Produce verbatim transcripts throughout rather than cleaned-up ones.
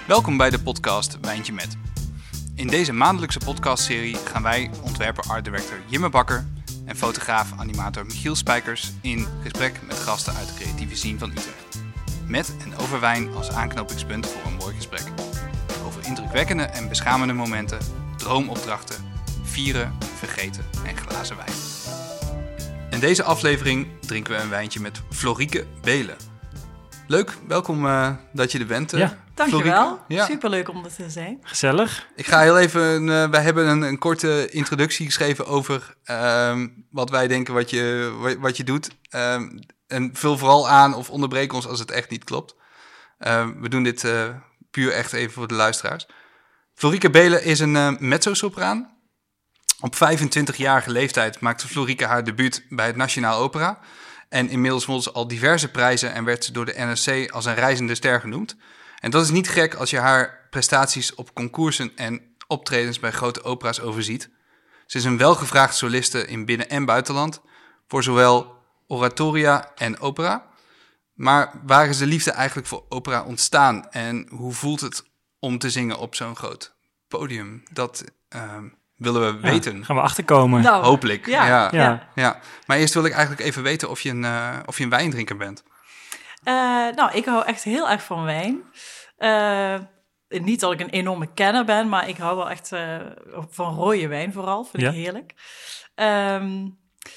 Welkom bij de podcast Wijntje Met. In deze maandelijkse podcastserie gaan wij, ontwerper art director Jimme Bakker en fotograaf animator Michiel Spijkers in gesprek met gasten uit de creatieve scene van Utrecht. Met en over wijn als aanknopingspunt voor een mooi gesprek. Over indrukwekkende en beschamende momenten, droomopdrachten, vieren, vergeten en glazen wijn. In deze aflevering drinken we een wijntje met Florieke Belen. Leuk, welkom uh, dat je er bent. Uh, ja, dankjewel. Ja. Superleuk om er te zijn. Gezellig. Ik ga heel even, uh, wij hebben een, een korte introductie geschreven over uh, wat wij denken wat je, wat je doet. Uh, en vul vooral aan of onderbreek ons als het echt niet klopt. Uh, we doen dit uh, puur echt even voor de luisteraars. Florieke Belen is een uh, mezzosopraan. Op vijfentwintigjarige leeftijd maakte Florieke haar debuut bij het Nationaal Opera. En inmiddels won ze al diverse prijzen en werd ze door de N R C als een reizende ster genoemd. En dat is niet gek als je haar prestaties op concoursen en optredens bij grote opera's overziet. Ze is een welgevraagd soliste in binnen- en buitenland, voor zowel oratoria en opera. Maar waar is de liefde eigenlijk voor opera ontstaan en hoe voelt het om te zingen op zo'n groot podium? Dat uh, willen we ja, weten. Gaan we achterkomen. Nou, hopelijk. Ja. Ja. Ja. Ja. Maar eerst wil ik eigenlijk even weten of je een, uh, of je een wijndrinker bent. Uh, nou, ik hou echt heel erg van wijn. Uh, niet dat ik een enorme kenner ben, maar ik hou wel echt uh, van rode wijn vooral. Vind ja. ik heerlijk. Um,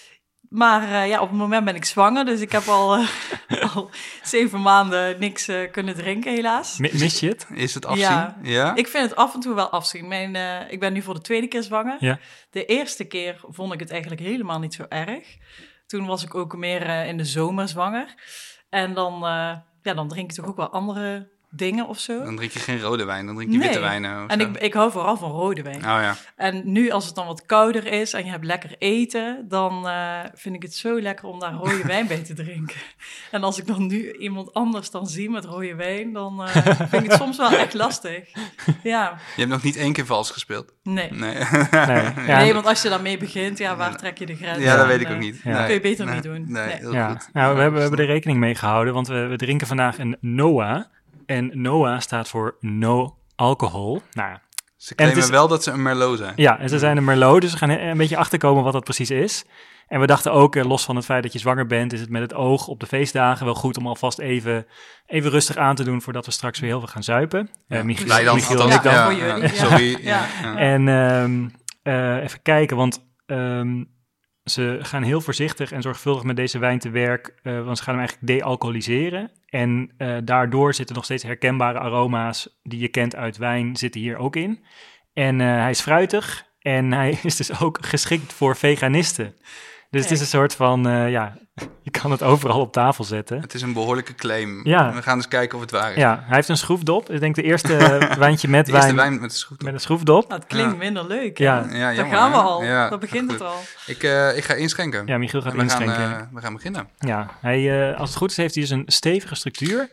maar uh, ja, op het moment ben ik zwanger, dus ik heb al, uh, al zeven maanden niks uh, kunnen drinken, helaas. M- mis je het? Is het afzien? Ja, ja, ik vind het af en toe wel afzien. Mijn, uh, ik ben nu voor de tweede keer zwanger. Ja. De eerste keer vond ik het eigenlijk helemaal niet zo erg. Toen was ik ook meer uh, in de zomer zwanger. En dan, uh, ja, dan drink ik toch ook wel andere dingen of zo. Dan drink je geen rode wijn, dan drink je nee. witte wijnen. En ik, ik hou vooral van rode wijn. Oh, ja. En nu als het dan wat kouder is en je hebt lekker eten, dan uh, vind ik het zo lekker om daar rode wijn bij te drinken. En als ik dan nu iemand anders dan zie met rode wijn, dan uh, vind ik het soms wel echt lastig. Ja. Je hebt nog niet één keer vals gespeeld? Nee. Nee, nee. Ja. nee want als je daarmee begint, ja, waar trek je de grens? Ja, dat weet en, ik ook niet. Dat nee. kun je beter nee. niet doen. Nee, nee. heel ja. goed. Nou, we, ja, hebben, we hebben er rekening mee gehouden, want we, we drinken vandaag een Noah. En Noah staat voor no alcohol. Nou, ze claimen is, wel dat ze een Merlot zijn. Ja, en ze zijn een Merlot, dus we gaan een beetje achterkomen wat dat precies is. En we dachten ook, los van het feit dat je zwanger bent, is het met het oog op de feestdagen wel goed om alvast even, even rustig aan te doen voordat we straks weer heel veel gaan zuipen. Ja, uh, Michiel, Blij dan, Michiel en ik dan. Ja, voor jullie. ja, sorry. Ja. Ja. Ja. En um, uh, even kijken, want um, ze gaan heel voorzichtig en zorgvuldig met deze wijn te werk, uh, want ze gaan hem eigenlijk dealcoholiseren. En uh, daardoor zitten nog steeds herkenbare aroma's die je kent uit wijn, zitten hier ook in. En uh, hij is fruitig en hij is dus ook geschikt voor veganisten. Dus het is een soort van, uh, ja, je kan het overal op tafel zetten. Het is een behoorlijke claim. Ja. We gaan eens kijken of het waar is. Ja, hij heeft een schroefdop. Ik denk de eerste wijntje met de wijn. eerste wijn met een schroefdop. Met een schroefdop. Nou, het klinkt ja. minder leuk. Ja. Ja, ja daar gaan we al. Ja, daar begint het al. Ik, uh, ik ga inschenken. Ja, Michiel gaat we inschenken. Gaan, uh, we gaan beginnen. Ja, hij, uh, als het goed is heeft hij dus een stevige structuur.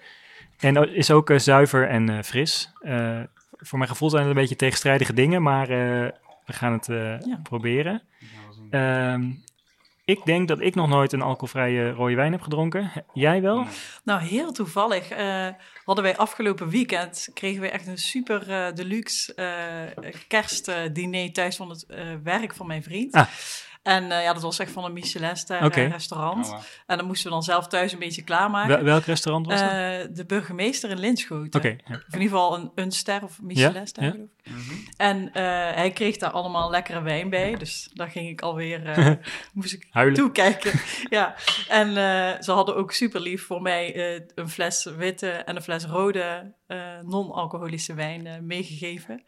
En is ook uh, zuiver en uh, fris. Uh, voor mijn gevoel zijn het een beetje tegenstrijdige dingen, maar uh, we gaan het uh, ja. proberen. Uh, ik denk dat ik nog nooit een alcoholvrije rode wijn heb gedronken. Jij wel? Nou, heel toevallig uh, hadden wij afgelopen weekend, kregen we echt een super uh, deluxe uh, kerstdiner thuis van het uh, werk van mijn vriend. Ah. En uh, ja, dat was echt van een Michelin-ster okay. restaurant. Oh, wow. En dan moesten we dan zelf thuis een beetje klaarmaken. Wel, welk restaurant was dat? Uh, de Burgemeester in Linschoten. Okay, ja. Of in ieder geval een, een ster of Michelin-ster. Ja, ja. ja. Mm-hmm. En uh, hij kreeg daar allemaal lekkere wijn bij. Dus daar ging ik alweer, uh, moest ik Huilen. toekijken. Ja. En uh, ze hadden ook super lief voor mij uh, een fles witte en een fles rode uh, non-alcoholische wijn uh, meegegeven.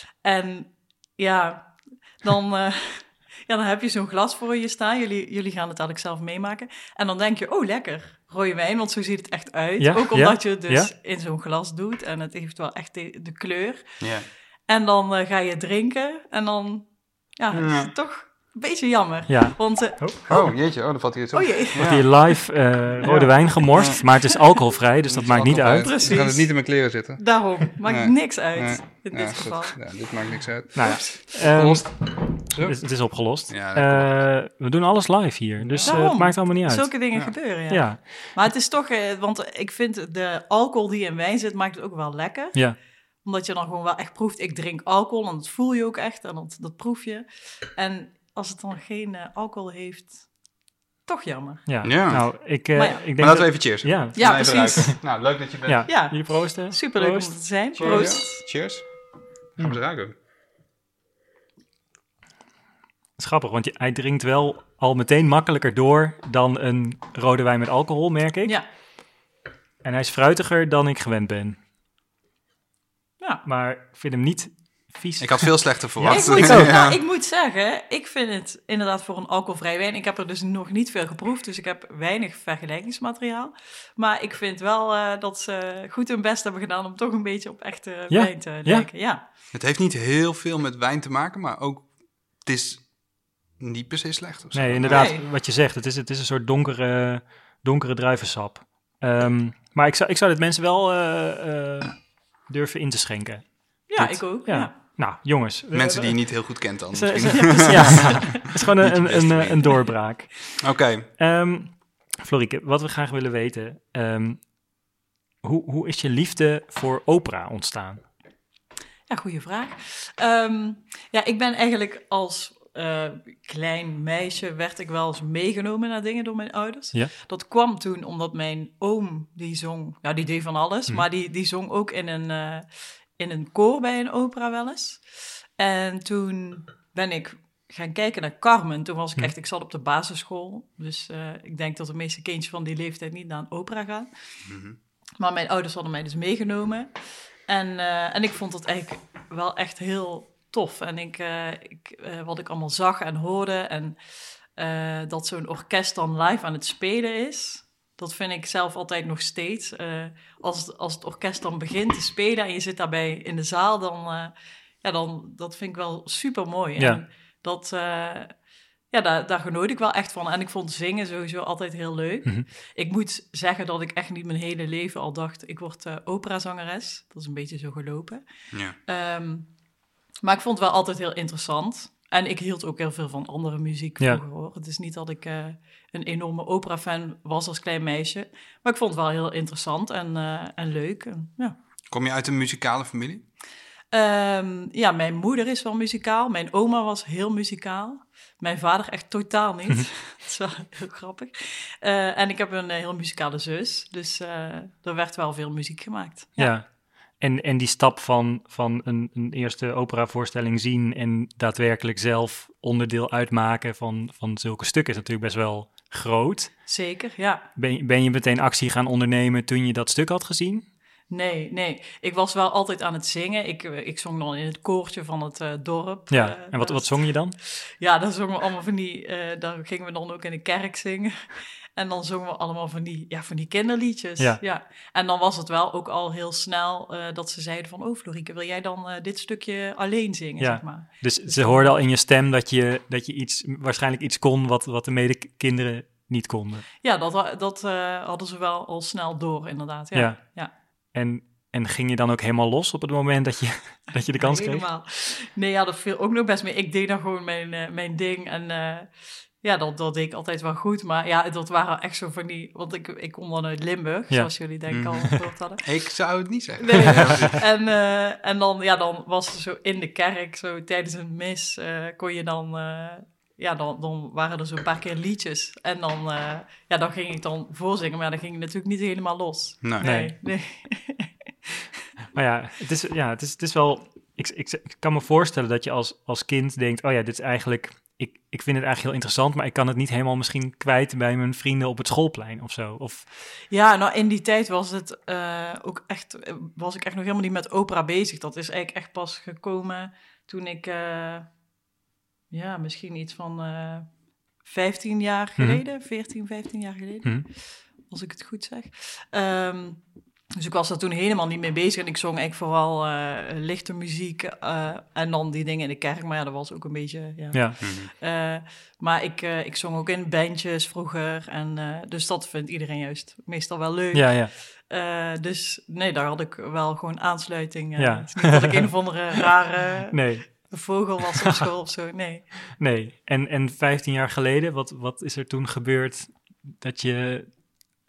En ja, dan... Uh, Ja, dan heb je zo'n glas voor je staan. Jullie, jullie gaan het eigenlijk zelf meemaken. En dan denk je, oh lekker, rode wijn, want zo ziet het echt uit. Ja, ook omdat ja, je het dus ja. in zo'n glas doet. En het heeft wel echt de, de kleur. Ja. En dan uh, ga je drinken. En dan, ja, het Ja. is toch een beetje jammer. Ja. Want, uh, Oh, oh, jeetje, oh, dan valt hij het zo. oh jee. Wordt hier live uh, rode Ja. wijn gemorst, Ja. maar het is alcoholvrij, dus dat maakt niet uit. Precies. Dan gaat het niet in mijn kleren zitten. Daarom, maakt Nee. niks uit Nee. in Ja, dit goed. geval. Ja, dit maakt niks uit. Nou ja, um, Opgelost. Zo. het, het is opgelost. Ja, Uh, we doen alles live hier, dus uh, Daarom. het maakt allemaal niet uit. Zulke dingen Ja. gebeuren, ja. Ja, Maar het is toch, uh, want ik vind de alcohol die in wijn zit, maakt het ook wel lekker. ja. Omdat je dan gewoon wel echt proeft, ik drink alcohol en dat voel je ook echt en dat, dat proef je. En als het dan geen uh, alcohol heeft, toch jammer. Ja, Ja. nou, ik, uh, Maar ja. ik denk Maar laten dat... we even cheersen. Ja, Ja, Even precies. ruiken. Nou, leuk dat je bent. ja. Ja. Jullie proosten. Superleuk om Proost. te zijn. Cheers. Proost. Cheers. Gaan we eens ruiken. Het is grappig, want je, hij drinkt wel al meteen makkelijker door dan een rode wijn met alcohol, merk ik. Ja. En hij is fruitiger dan ik gewend ben. Ja. Maar ik vind hem niet vies. Ik had veel slechter verwacht. Ik moet, ik ook. nou, ik moet zeggen, ik vind het inderdaad voor een alcoholvrij wijn. Ik heb er dus nog niet veel geproefd, dus ik heb weinig vergelijkingsmateriaal. Maar ik vind wel uh, dat ze goed hun best hebben gedaan om toch een beetje op echte Ja. wijn te Ja. lijken. Ja. Het heeft niet heel veel met wijn te maken, maar ook het is niet per se slecht. Of zo. Nee, inderdaad, Nee. wat je zegt. Het is, het is een soort donkere, donkere druivensap. Um, maar ik zou, ik zou dit mensen wel uh, uh, durven in te schenken. Ja, Dit- ik ook. ja. Ja. Nou, jongens. Mensen die je uh, niet heel goed kent dan. uh, misschien. uh, Ja, het is gewoon Niet je een, beste een, een, vriend. een doorbraak. Oké. Um, Florieke, wat we graag willen weten. Um, hoe, hoe is je liefde voor opera ontstaan? Ja, goede vraag. Um, ja, ik ben eigenlijk als uh, klein meisje werd ik wel eens meegenomen naar dingen door mijn ouders. Ja. Dat kwam toen omdat mijn oom, die zong, ja, die deed van alles, Mhm. maar die, die zong ook in een, uh, in een koor bij een opera wel eens. En toen ben ik gaan kijken naar Carmen. Toen was ik Mhm. echt, ik zat op de basisschool, dus uh, ik denk dat de meeste kindjes van die leeftijd niet naar een opera gaan. Mhm. Maar mijn ouders hadden mij dus meegenomen. En, uh, en ik vond het eigenlijk wel echt heel tof. En ik, uh, ik, uh, wat ik allemaal zag en hoorde. En uh, dat zo'n orkest dan live aan het spelen is. Dat vind ik zelf altijd nog steeds. Uh, als, het, als het orkest dan begint te spelen en je zit daarbij in de zaal. Dan, uh, ja, dan dat vind ik wel super mooi. Ja. En dat... Uh, Ja, daar, daar genoot ik wel echt van. En ik vond zingen sowieso altijd heel leuk. Mhm. Ik moet zeggen dat ik echt niet mijn hele leven al dacht... ik word uh, operazangeres. Dat is een beetje zo gelopen. Ja. Um, maar ik vond het wel altijd heel interessant. En ik hield ook heel veel van andere muziek Ja. vroeger, hoor. Het is niet dat ik uh, een enorme opera-fan was als klein meisje. Maar ik vond het wel heel interessant en, uh, en leuk. En, ja. Kom je uit een muzikale familie? Um, ja, mijn moeder is wel muzikaal. Mijn oma was heel muzikaal. Mijn vader echt totaal niet. Dat is wel heel grappig. Uh, en ik heb een uh, heel muzikale zus. Dus uh, er werd wel veel muziek gemaakt. Ja. Ja. En, en die stap van, van een, een eerste operavoorstelling zien en daadwerkelijk zelf onderdeel uitmaken van, van zulke stukken is natuurlijk best wel groot. Zeker, ja. Ben, ben je meteen actie gaan ondernemen toen je dat stuk had gezien? Nee, nee. Ik was wel altijd aan het zingen. Ik, ik zong dan in het koortje van het uh, dorp. Ja, Uh, en wat, wat zong je dan? Ja, dan zongen we allemaal van die... Uh, daar gingen we dan ook in de kerk zingen. En dan zongen we allemaal van die, ja, van die kinderliedjes. Ja. Ja. En dan was het wel ook al heel snel uh, dat ze zeiden van... Oh, Florieke, wil jij dan uh, dit stukje alleen zingen, Ja. zeg maar. Dus, Dus ze dan- hoorden al in je stem dat je, dat je iets, waarschijnlijk iets kon wat, wat de medekinderen niet konden. Ja, dat, dat uh, hadden ze wel al snel door, inderdaad. Ja, Ja. ja. En, en ging je dan ook helemaal los op het moment dat je, dat je de kans kreeg? Helemaal. Nee, ja, dat viel ook nog best mee. Ik deed dan gewoon mijn, uh, mijn ding en... Uh, ja, dat, dat deed ik altijd wel goed. Maar ja, dat waren echt zo van die... Want ik, ik kom dan uit Limburg, Ja. zoals jullie denk ik al gehoord hadden. Ik zou het niet zeggen. Nee, en, uh, en dan, ja, dan was het zo in de kerk, zo tijdens een mis, uh, kon je dan... Uh, ja, dan, dan waren er zo een paar keer liedjes. En dan, uh, ja, dan ging ik dan voorzingen. Maar ja, dan ging ik natuurlijk niet helemaal los. Nee. Nee, nee. Maar ja, het is, ja, het is, het is wel... Ik, ik, ik kan me voorstellen dat je als, als kind denkt... Oh ja, dit is eigenlijk... Ik, ik vind het eigenlijk heel interessant... maar ik kan het niet helemaal misschien kwijt bij mijn vrienden op het schoolplein of zo. Of, Ja, nou in die tijd was het uh, ook echt... was ik echt nog helemaal niet met opera bezig. Dat is eigenlijk echt pas gekomen toen ik... Uh, ja, misschien iets van uh, vijftien jaar geleden. Mm-hmm. veertien, vijftien jaar geleden. Mm-hmm. Als ik het goed zeg. Um, Dus ik was daar toen helemaal niet mee bezig. En ik zong eigenlijk vooral uh, lichte muziek. Uh, en dan die dingen in de kerk. Maar ja, dat was ook een beetje... Ja. ja. Uh, maar ik, uh, ik zong ook in bandjes vroeger. En, uh, dus dat vindt iedereen juist meestal wel leuk. Ja, ja. Uh, dus nee, daar had ik wel gewoon aansluiting. Uh, Ja. Het is niet dat ik een of andere rare nee. vogel was op school of zo. Nee. Nee. En, en vijftien jaar geleden, wat, wat is er toen gebeurd dat je...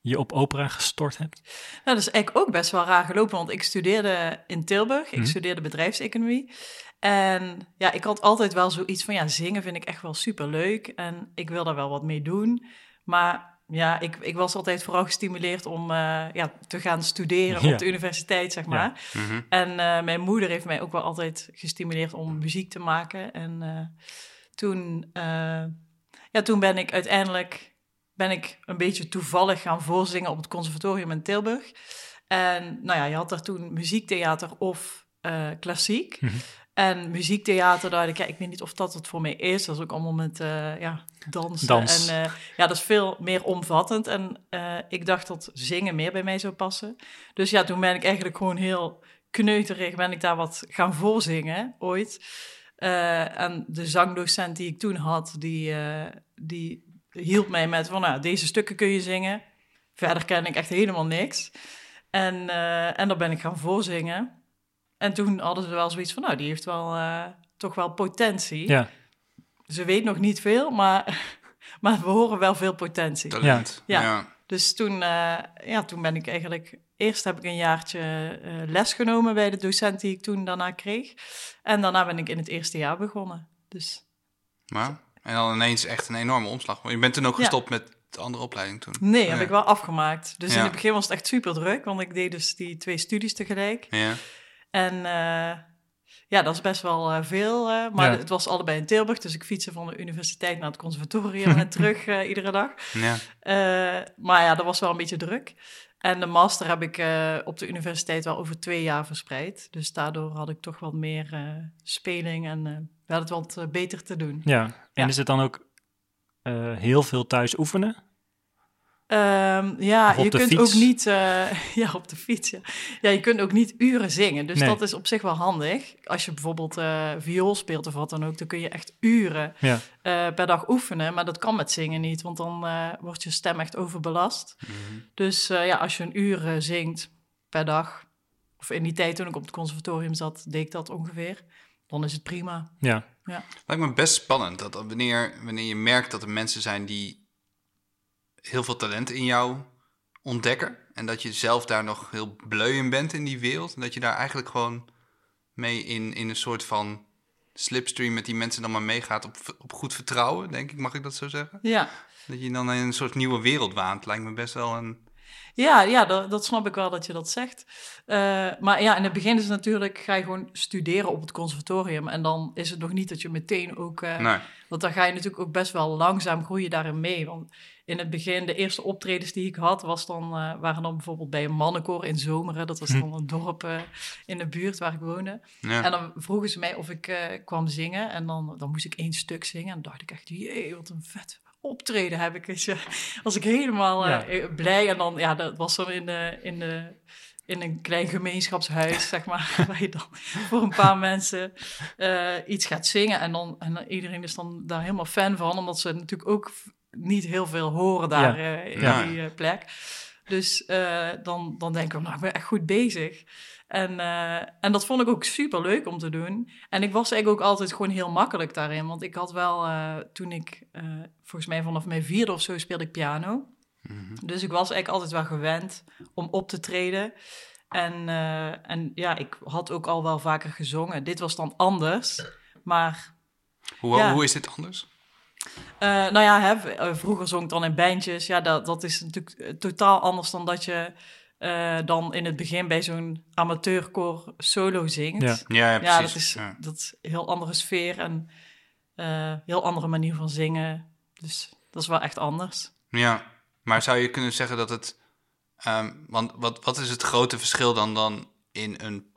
je op opera gestort hebt? Nou, dat is eigenlijk ook best wel raar gelopen, want ik studeerde in Tilburg. Ik Mhm. studeerde bedrijfseconomie. En ja, ik had altijd wel zoiets van, ja, zingen vind ik echt wel superleuk. En ik wil daar wel wat mee doen. Maar ja, ik, ik was altijd vooral gestimuleerd om uh, ja, te gaan studeren Ja. op de universiteit, zeg maar. Ja. Mm-hmm. En uh, mijn moeder heeft mij ook wel altijd gestimuleerd om muziek te maken. En uh, toen, uh, ja, toen ben ik uiteindelijk ben ik een beetje toevallig gaan voorzingen op het conservatorium in Tilburg. En nou ja, je had daar toen muziektheater of uh, klassiek. Mm-hmm. En muziektheater, daar, ik, ja, ik weet niet of dat het voor mij is. Dat is ook allemaal met uh, ja, dansen. Dans. En uh, ja, dat is veel meer omvattend. En uh, ik dacht dat zingen meer bij mij zou passen. Dus ja, toen ben ik eigenlijk gewoon heel kneuterig, ben ik daar wat gaan voorzingen, ooit. Uh, en de zangdocent die ik toen had, die, uh, die hielp mij met van, nou, deze stukken kun je zingen. Verder ken ik echt helemaal niks. En, uh, en dan ben ik gaan voorzingen. En toen hadden ze wel zoiets van, nou, die heeft wel uh, toch wel potentie. Ja. Ze weet nog niet veel, maar, maar we horen wel veel potentie. Talent. Ja. Ja. ja. Dus toen, uh, ja, toen ben ik eigenlijk... Eerst heb ik een jaartje uh, les genomen bij de docent die ik toen daarna kreeg. En daarna ben ik in het eerste jaar begonnen. Dus... Maar, en dan ineens echt een enorme omslag. Want je bent toen ook gestopt ja. met de andere opleiding toen? Nee, heb ja. ik wel afgemaakt. Dus ja. in het begin was het echt super druk, want ik deed dus die twee studies tegelijk. Ja. En uh, ja, dat is best wel uh, veel. Uh, maar ja. het was allebei in Tilburg, dus ik fietste van de universiteit naar het conservatorium en terug uh, iedere dag. Ja. Uh, maar ja, dat was wel een beetje druk. En de master heb ik uh, op de universiteit wel over twee jaar verspreid. Dus daardoor had ik toch wat meer uh, speling en uh, wel het wat uh, beter te doen. Ja, en ja. is het dan ook uh, heel veel thuis oefenen? Um, ja, je kunt fiets? ook niet... Uh, ja, op de fiets, ja. ja. Je kunt ook niet uren zingen. Dus nee. dat is op zich wel handig. Als je bijvoorbeeld uh, viool speelt of wat dan ook... dan kun je echt uren ja. uh, per dag oefenen. Maar dat kan met zingen niet. Want dan uh, wordt je stem echt overbelast. Mm-hmm. Dus uh, ja, als je een uur uh, zingt per dag... of in die tijd toen ik op het conservatorium zat... deed ik dat ongeveer. Dan is het prima. Ja. ja. Lijkt me best spannend. Dat wanneer, wanneer je merkt dat er mensen zijn die... heel veel talent in jou ontdekken. En dat je zelf daar nog heel bleu in bent in die wereld. En dat je daar eigenlijk gewoon mee in, in een soort van slipstream met die mensen dan maar meegaat op, op goed vertrouwen, denk ik. Mag ik dat zo zeggen? Ja. Dat je dan in een soort nieuwe wereld waant. Lijkt me best wel een... Ja, ja dat, dat snap ik wel dat je dat zegt. Uh, maar ja, in het begin is het natuurlijk... ga je gewoon studeren op het conservatorium... en dan is het nog niet dat je meteen ook... Uh, nee. Want dan ga je natuurlijk ook best wel langzaam groeien daarin mee. Want in het begin, de eerste optredens die ik had... Was dan, uh, waren dan bijvoorbeeld bij een mannenkoor in Zomeren. Dat was dan een dorp uh, in de buurt waar ik woonde. Ja. En dan vroegen ze mij of ik uh, kwam zingen. En dan, dan moest ik één stuk zingen. En dan dacht ik echt, jee, wat een vet... optreden heb ik. Dus, uh, was ik helemaal uh, ja. blij. En dan, ja, dat was dan in, de, in, de, in een klein gemeenschapshuis, zeg maar, waar je dan voor een paar mensen uh, iets gaat zingen. En, dan, en dan, iedereen is dan daar helemaal fan van, omdat ze natuurlijk ook niet heel veel horen daar ja. uh, in ja. die uh, plek. Dus uh, dan, dan denken we, nou, ik ben echt goed bezig. En, uh, en dat vond ik ook super leuk om te doen. En ik was eigenlijk ook altijd gewoon heel makkelijk daarin. Want ik had wel, uh, toen ik, uh, volgens mij vanaf mijn vierde of zo speelde ik piano. Mm-hmm. Dus ik was eigenlijk altijd wel gewend om op te treden. En, uh, en ja, ik had ook al wel vaker gezongen. Dit was dan anders, maar... Hoe, ja. hoe is dit anders? Uh, nou ja, hè, vroeger zong ik dan in bandjes. Ja, dat, dat is natuurlijk totaal anders dan dat je... Uh, dan in het begin bij zo'n amateurkoor solo zingt. Ja, ja, ja precies. Ja, dat is, ja. dat is een heel andere sfeer en uh, heel andere manier van zingen. Dus dat is wel echt anders. Ja, maar zou je kunnen zeggen dat het... Um, want wat, wat is het grote verschil dan, dan in een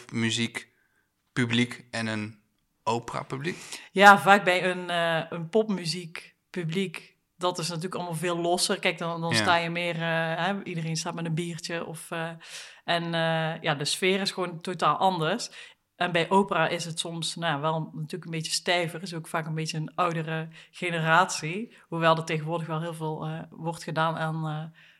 popmuziekpubliek en een opera-publiek? Ja, vaak bij een, uh, een popmuziekpubliek... Dat is natuurlijk allemaal veel losser. Kijk, dan, dan ja. sta je meer... Uh, hè, iedereen staat met een biertje. Of, uh, en uh, ja, de sfeer is gewoon totaal anders. En bij opera is het soms nou, wel natuurlijk een beetje stijver. Is ook vaak een beetje een oudere generatie. Hoewel er tegenwoordig wel heel veel uh, wordt gedaan aan... Uh,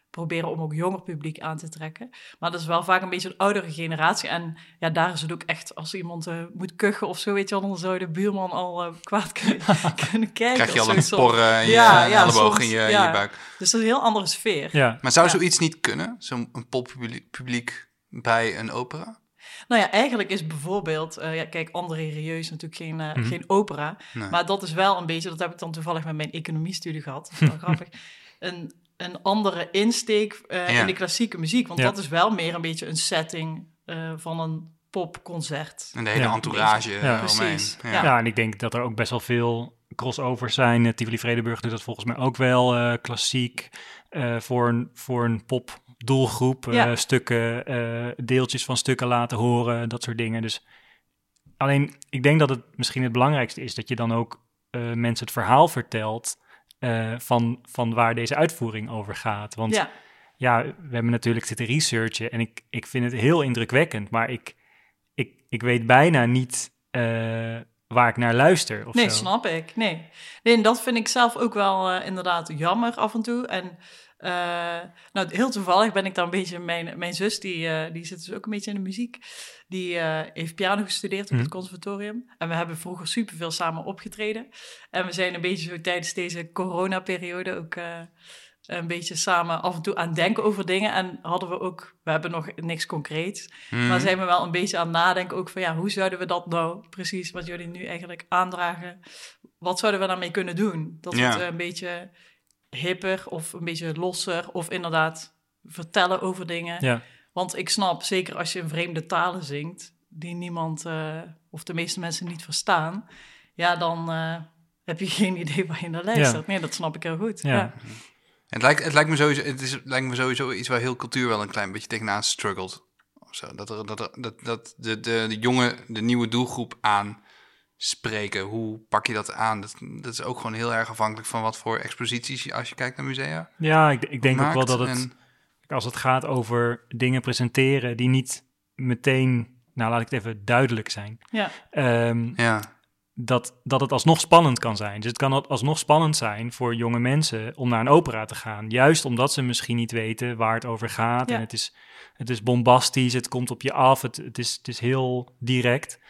proberen om ook jonger publiek aan te trekken. Maar dat is wel vaak een beetje een oudere generatie. En ja, daar is het ook echt, als iemand uh, moet kuchen of zo, weet je wel, dan zou de buurman al uh, kwaad kunnen, kunnen kijken. Krijg je al een een porren in je ja, ja, elleboog in je, ja. in je buik. Dus dat is een heel andere sfeer. Ja. Maar zou ja. zoiets niet kunnen? Zo'n poppubliek bij een opera? Nou ja, eigenlijk is bijvoorbeeld... Uh, ja, kijk, André Rieu is natuurlijk geen, uh, mm-hmm. geen opera. Nee. Maar dat is wel een beetje... Dat heb ik dan toevallig met mijn economiestudie gehad. Dat is wel grappig. Een, een andere insteek uh, ja. in de klassieke muziek. Want ja. dat is wel meer een beetje een setting uh, van een popconcert. En de hele ja. entourage ja. Precies. Ja. Ja. ja, en ik denk dat er ook best wel veel crossovers zijn. Tivoli Vredenburg doet dat volgens mij ook wel uh, klassiek. Uh, voor een, voor een pop... doelgroep, ja. uh, stukken, uh, deeltjes van stukken laten horen, dat soort dingen. Dus alleen, ik denk dat het misschien het belangrijkste is dat je dan ook uh, mensen het verhaal vertelt uh, van, van waar deze uitvoering over gaat. Want ja. ja, we hebben natuurlijk zitten researchen en ik, ik vind het heel indrukwekkend, maar ik, ik, ik weet bijna niet uh, waar ik naar luister. Of nee, zo. snap ik. Nee. nee, en dat vind ik zelf ook wel uh, inderdaad jammer af en toe. En Uh, nou, heel toevallig ben ik dan een beetje... Mijn, mijn zus, die, uh, die zit dus ook een beetje in de muziek. Die uh, heeft piano gestudeerd op mm. het conservatorium. En we hebben vroeger superveel samen opgetreden. En we zijn een beetje zo tijdens deze coronaperiode ook uh, een beetje samen af en toe aan het denken over dingen. En hadden we ook... We hebben nog niks concreets. Mm. Maar zijn we wel een beetje aan het nadenken ook van... Ja, hoe zouden we dat nou precies, wat jullie nu eigenlijk aandragen... Wat zouden we daarmee kunnen doen? Dat ja. het uh, een beetje... hipper of een beetje losser of inderdaad vertellen over dingen. Ja. Want ik snap, zeker als je een vreemde talen zingt... die niemand uh, of de meeste mensen niet verstaan... ja, dan uh, heb je geen idee waar je naar luistert. Ja. Nee, dat snap ik heel goed. Ja. Ja. Het, lijkt, het, lijkt me sowieso, het, is, het lijkt me sowieso iets waar heel cultuur wel een klein beetje tegenaan struggelt. Of zo. Dat, er, dat, er, dat, dat de, de, de jonge, de nieuwe doelgroep aan... spreken. Hoe pak je dat aan? Dat, dat is ook gewoon heel erg afhankelijk van wat voor exposities als je kijkt naar musea. Ja, ik, ik denk maakt. ook wel dat het, en... als het gaat over dingen presenteren die niet meteen, nou laat ik het even duidelijk zijn. Ja. Um, ja. Dat, dat het alsnog spannend kan zijn. Dus het kan alsnog spannend zijn voor jonge mensen om naar een opera te gaan. Juist omdat ze misschien niet weten waar het over gaat. Ja. En het is, het is bombastisch, het komt op je af, het, het, is, het is heel direct.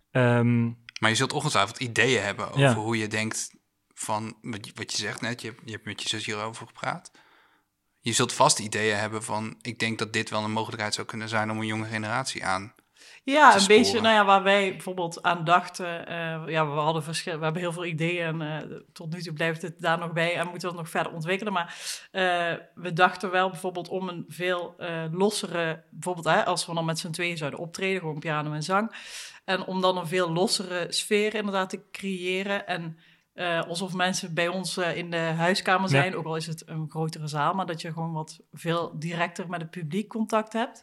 Um, Maar je zult ongetwijfeld ideeën hebben over ja. hoe je denkt van wat je zegt net. Je hebt, je hebt met je zus hierover gepraat. Je zult vast ideeën hebben van... ik denk dat dit wel een mogelijkheid zou kunnen zijn... om een jonge generatie aan Ja, te een sporen. beetje, nou ja, waar wij bijvoorbeeld aan dachten... Uh, ja, we hadden verschil, we hebben heel veel ideeën... en uh, tot nu toe blijft het daar nog bij... en moeten we het nog verder ontwikkelen. Maar uh, we dachten wel bijvoorbeeld om een veel uh, lossere... bijvoorbeeld hè, als we dan met z'n tweeën zouden optreden... gewoon piano en zang... En om dan een veel lossere sfeer inderdaad te creëren. En uh, alsof mensen bij ons uh, in de huiskamer zijn. Ja. Ook al is het een grotere zaal. Maar dat je gewoon wat veel directer met het publiek contact hebt.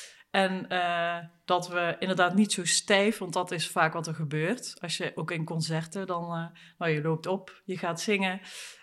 En uh, dat we inderdaad niet zo stijf. Want dat is vaak wat er gebeurt. Als je ook in concerten dan... Uh, nou, je loopt op, je gaat zingen...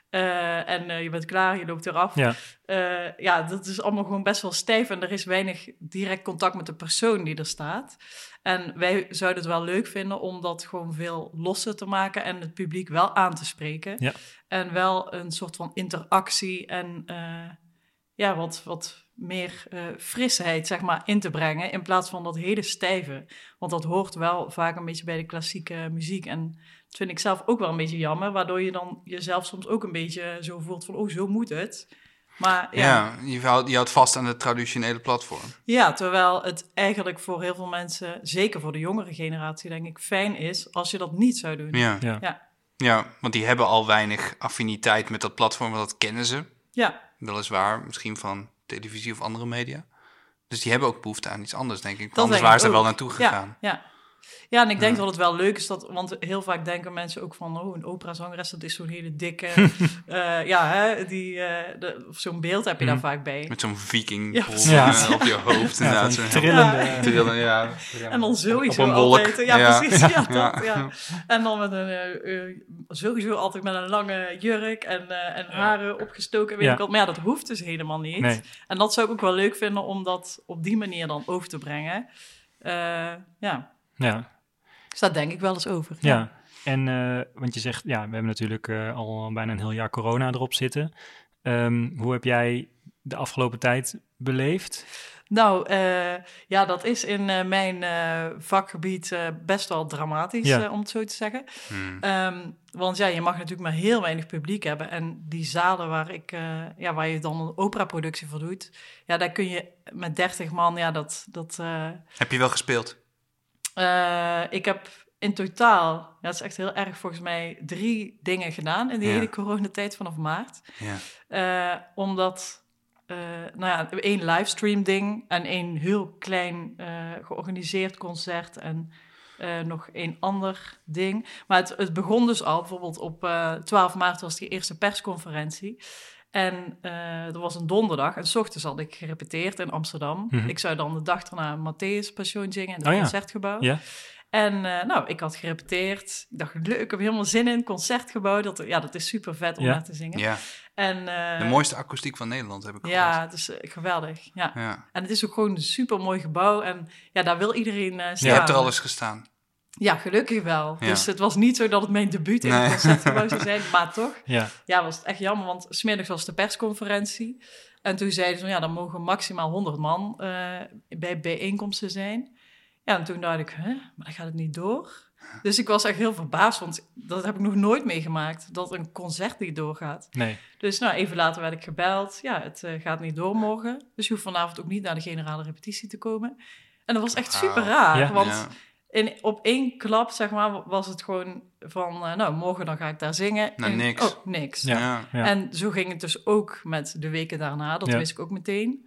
Uh, en uh, je bent klaar, je loopt eraf. Ja. Uh, ja, dat is allemaal gewoon best wel stijf. En er is weinig direct contact met de persoon die er staat. En wij zouden het wel leuk vinden om dat gewoon veel losser te maken... en het publiek wel aan te spreken. Ja. En wel een soort van interactie en uh, ja, wat, wat meer uh, frisheid zeg maar, in te brengen... in plaats van dat hele stijve. Want dat hoort wel vaak een beetje bij de klassieke muziek... en dat vind ik zelf ook wel een beetje jammer... waardoor je dan jezelf soms ook een beetje zo voelt van... oh, zo moet het. Maar, ja, ja je, houdt, je houdt vast aan het traditionele platform. Ja, terwijl het eigenlijk voor heel veel mensen... zeker voor de jongere generatie, denk ik... fijn is als je dat niet zou doen. Ja, ja. ja. ja want die hebben al weinig affiniteit met dat platform... want dat kennen ze. Ja. Weliswaar, misschien van televisie of andere media. Dus die hebben ook behoefte aan iets anders, denk ik. Dat Anders denk waren ze ook. wel naartoe gegaan. Ja, ja. Ja, en ik denk ja. dat het wel leuk is, dat, want heel vaak denken mensen ook van... oh, een operazangeres, dat is zo'n hele dikke... uh, ja, hè, die, uh, de, of zo'n beeld heb je daar mm. vaak bij. Met zo'n viking ja, ja. uh, op je hoofd. Ja, inderdaad. zo'n trillende... Ja. Trillen, ja. Ja. En dan sowieso op een wolk. altijd... Ja, ja. precies. Ja, dat, ja. En dan met een, uh, uh, sowieso altijd met een lange jurk en, uh, en haren opgestoken. Weet ja. ik wat. Maar ja, dat hoeft dus helemaal niet. Nee. En dat zou ik ook wel leuk vinden om dat op die manier dan over te brengen. Uh, ja. Ja. Dus daar denk ik wel eens over. Ja, ja. En uh, want je zegt, ja, we hebben natuurlijk uh, al bijna een heel jaar corona erop zitten. Um, hoe heb jij de afgelopen tijd beleefd? Nou, uh, ja, dat is in uh, mijn uh, vakgebied uh, best wel dramatisch, ja. uh, om het zo te zeggen. Hmm. Um, want ja, je mag natuurlijk maar heel weinig publiek hebben. En die zalen waar, ik, uh, ja, waar je dan een operaproductie voor doet... ja, daar kun je met dertig man, ja, dat... dat uh, heb je wel gespeeld? Uh, ik heb in totaal, ja, dat is echt heel erg volgens mij... drie dingen gedaan in die ja. hele coronatijd vanaf maart. Ja. Uh, omdat... Uh, nou ja, één livestream ding en één heel klein uh, georganiseerd concert en uh, nog één ander ding. Maar het, het begon dus al, bijvoorbeeld op uh, twaalf maart was die eerste persconferentie. En uh, dat was een donderdag en 's ochtends had ik gerepeteerd in Amsterdam. Mm-hmm. Ik zou dan de dag erna Matthäus Passion zingen in het oh, Concertgebouw. Ja. En uh, nou, ik had gerepeteerd. Ik dacht, leuk, ik heb helemaal zin in het Concertgebouw. Dat, ja, dat is super vet om ja. naar te zingen. Ja. En, uh, de mooiste akoestiek van Nederland, heb ik gehoord. Ja, het is uh, geweldig. Ja. Ja. En het is ook gewoon een super mooi gebouw. En ja, daar wil iedereen uh, staan. Je hebt er al eens gestaan. Ja, gelukkig wel. Ja. Dus het was niet zo dat het mijn debuut in nee. het Concertgebouw zou zijn. Maar toch, ja. ja, was het echt jammer. Want 's middags was de persconferentie. En toen zeiden ze, ja, dan mogen maximaal honderd man uh, bij bijeenkomsten zijn. Ja, en toen dacht ik, hè, maar dan gaat het niet door. Dus ik was echt heel verbaasd, want dat heb ik nog nooit meegemaakt, dat een concert niet doorgaat. Nee. Dus nou, even later werd ik gebeld, ja, het uh, gaat niet door morgen. Dus je hoeft vanavond ook niet naar de generale repetitie te komen. En dat was echt wow. super raar, ja. want ja. in, op één klap, zeg maar, was het gewoon van, uh, nou, morgen dan ga ik daar zingen. Nou, en, niks. Oh, niks. Ja. Ja. Ja. En zo ging het dus ook met de weken daarna, dat ja. wist ik ook meteen.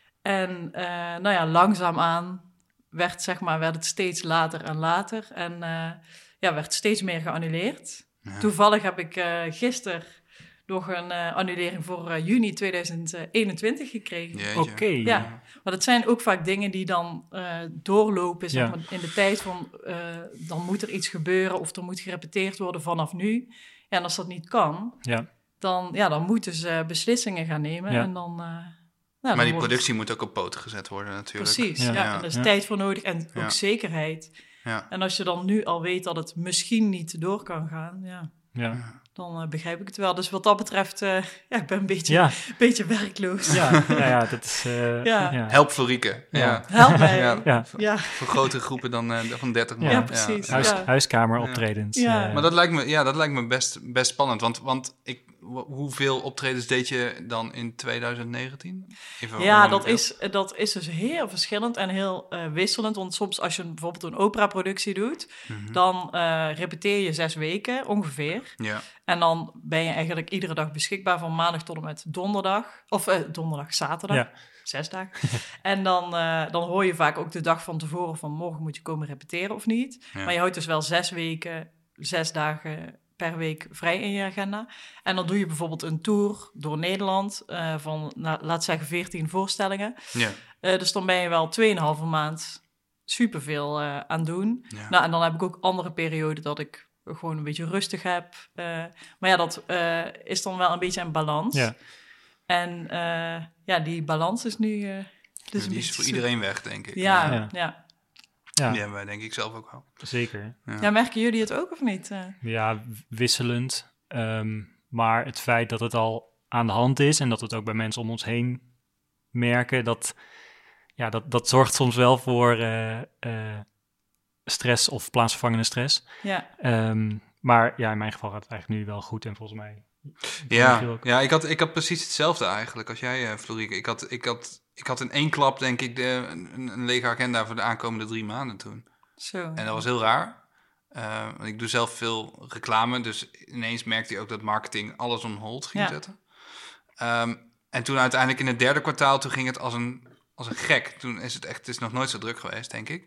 En uh, nou ja, langzaamaan werd, zeg maar, werd het steeds later en later. En uh, ja, werd steeds meer geannuleerd. Ja. Toevallig heb ik uh, gisteren nog een uh, annulering voor uh, juni tweeduizend eenentwintig gekregen. Oké. Okay. Ja, maar dat zijn ook vaak dingen die dan uh, doorlopen, zeg ja. maar, in de tijd van... Uh, dan moet er iets gebeuren of er moet gerepeteerd worden vanaf nu. Ja, en als dat niet kan, ja. Dan, ja, dan moeten ze beslissingen gaan nemen. Ja. En dan... Uh, Nou, maar die productie het... moet ook op poten gezet worden natuurlijk. Precies, ja. ja. En er is ja. tijd voor nodig en ook ja. zekerheid. Ja. En als je dan nu al weet dat het misschien niet door kan gaan, ja, ja. dan uh, begrijp ik het wel. Dus wat dat betreft, uh, ja, ik ben een beetje, ja. beetje werkloos. Ja, ja, ja, dat is... Uh, ja. Ja. Help Florieke. Ja. Ja. Help mij. Ja. Ja. Ja. Voor grotere groepen dan uh, van dertig man. Ja, precies. Ja. Huis, ja. Huiskameroptredens. Ja. Uh. Maar dat lijkt me, ja, dat lijkt me best, best spannend. Want, want ik... Hoeveel optredens deed je dan in twintig negentien? Even ja, dat is, dat is dus heel verschillend en heel uh, wisselend. Want soms als je bijvoorbeeld een operaproductie doet... Mm-hmm. dan uh, repeteer je zes weken ongeveer. Ja. En dan ben je eigenlijk iedere dag beschikbaar... van maandag tot en met donderdag. Of uh, donderdag, zaterdag. Ja. Zes dagen. En dan, uh, dan hoor je vaak ook de dag van tevoren... van morgen moet je komen repeteren of niet. Ja. Maar je houdt dus wel zes weken, zes dagen... per week vrij in je agenda. En dan doe je bijvoorbeeld een tour door Nederland... Uh, van, nou, laat zeggen, veertien voorstellingen. Ja. Uh, dus dan ben je wel tweeënhalve maand superveel uh, aan doen. Ja. Nou, en dan heb ik ook andere perioden dat ik gewoon een beetje rustig heb. Uh, maar ja, dat uh, is dan wel een beetje een balans. Ja. En uh, ja, die balans is nu... Uh, dus ja, die is voor iedereen weg, denk ik. Ja, ja. ja. Ja. Die hebben wij denk ik zelf ook wel. Zeker. Ja, ja merken jullie het ook of niet? Uh? Ja, wisselend. Um, maar het feit dat het al aan de hand is... en dat we het ook bij mensen om ons heen merken... dat, ja, dat, dat zorgt soms wel voor uh, uh, stress of plaatsvervangende stress. Ja. Um, maar ja, in mijn geval gaat het eigenlijk nu wel goed en volgens mij... Ja, ja ik, had, ik had precies hetzelfde eigenlijk als jij, uh, Florieke. Ik had... Ik had Ik had in één klap, denk ik, de, een, een lege agenda voor de aankomende drie maanden toen. Zo. En dat was heel raar. Uh, want ik doe zelf veel reclame, dus ineens merkte ik ook dat marketing alles on hold ging ja. zetten. Um, en toen uiteindelijk in het derde kwartaal, toen ging het als een, als een gek. Toen is het echt, het is nog nooit zo druk geweest, denk ik.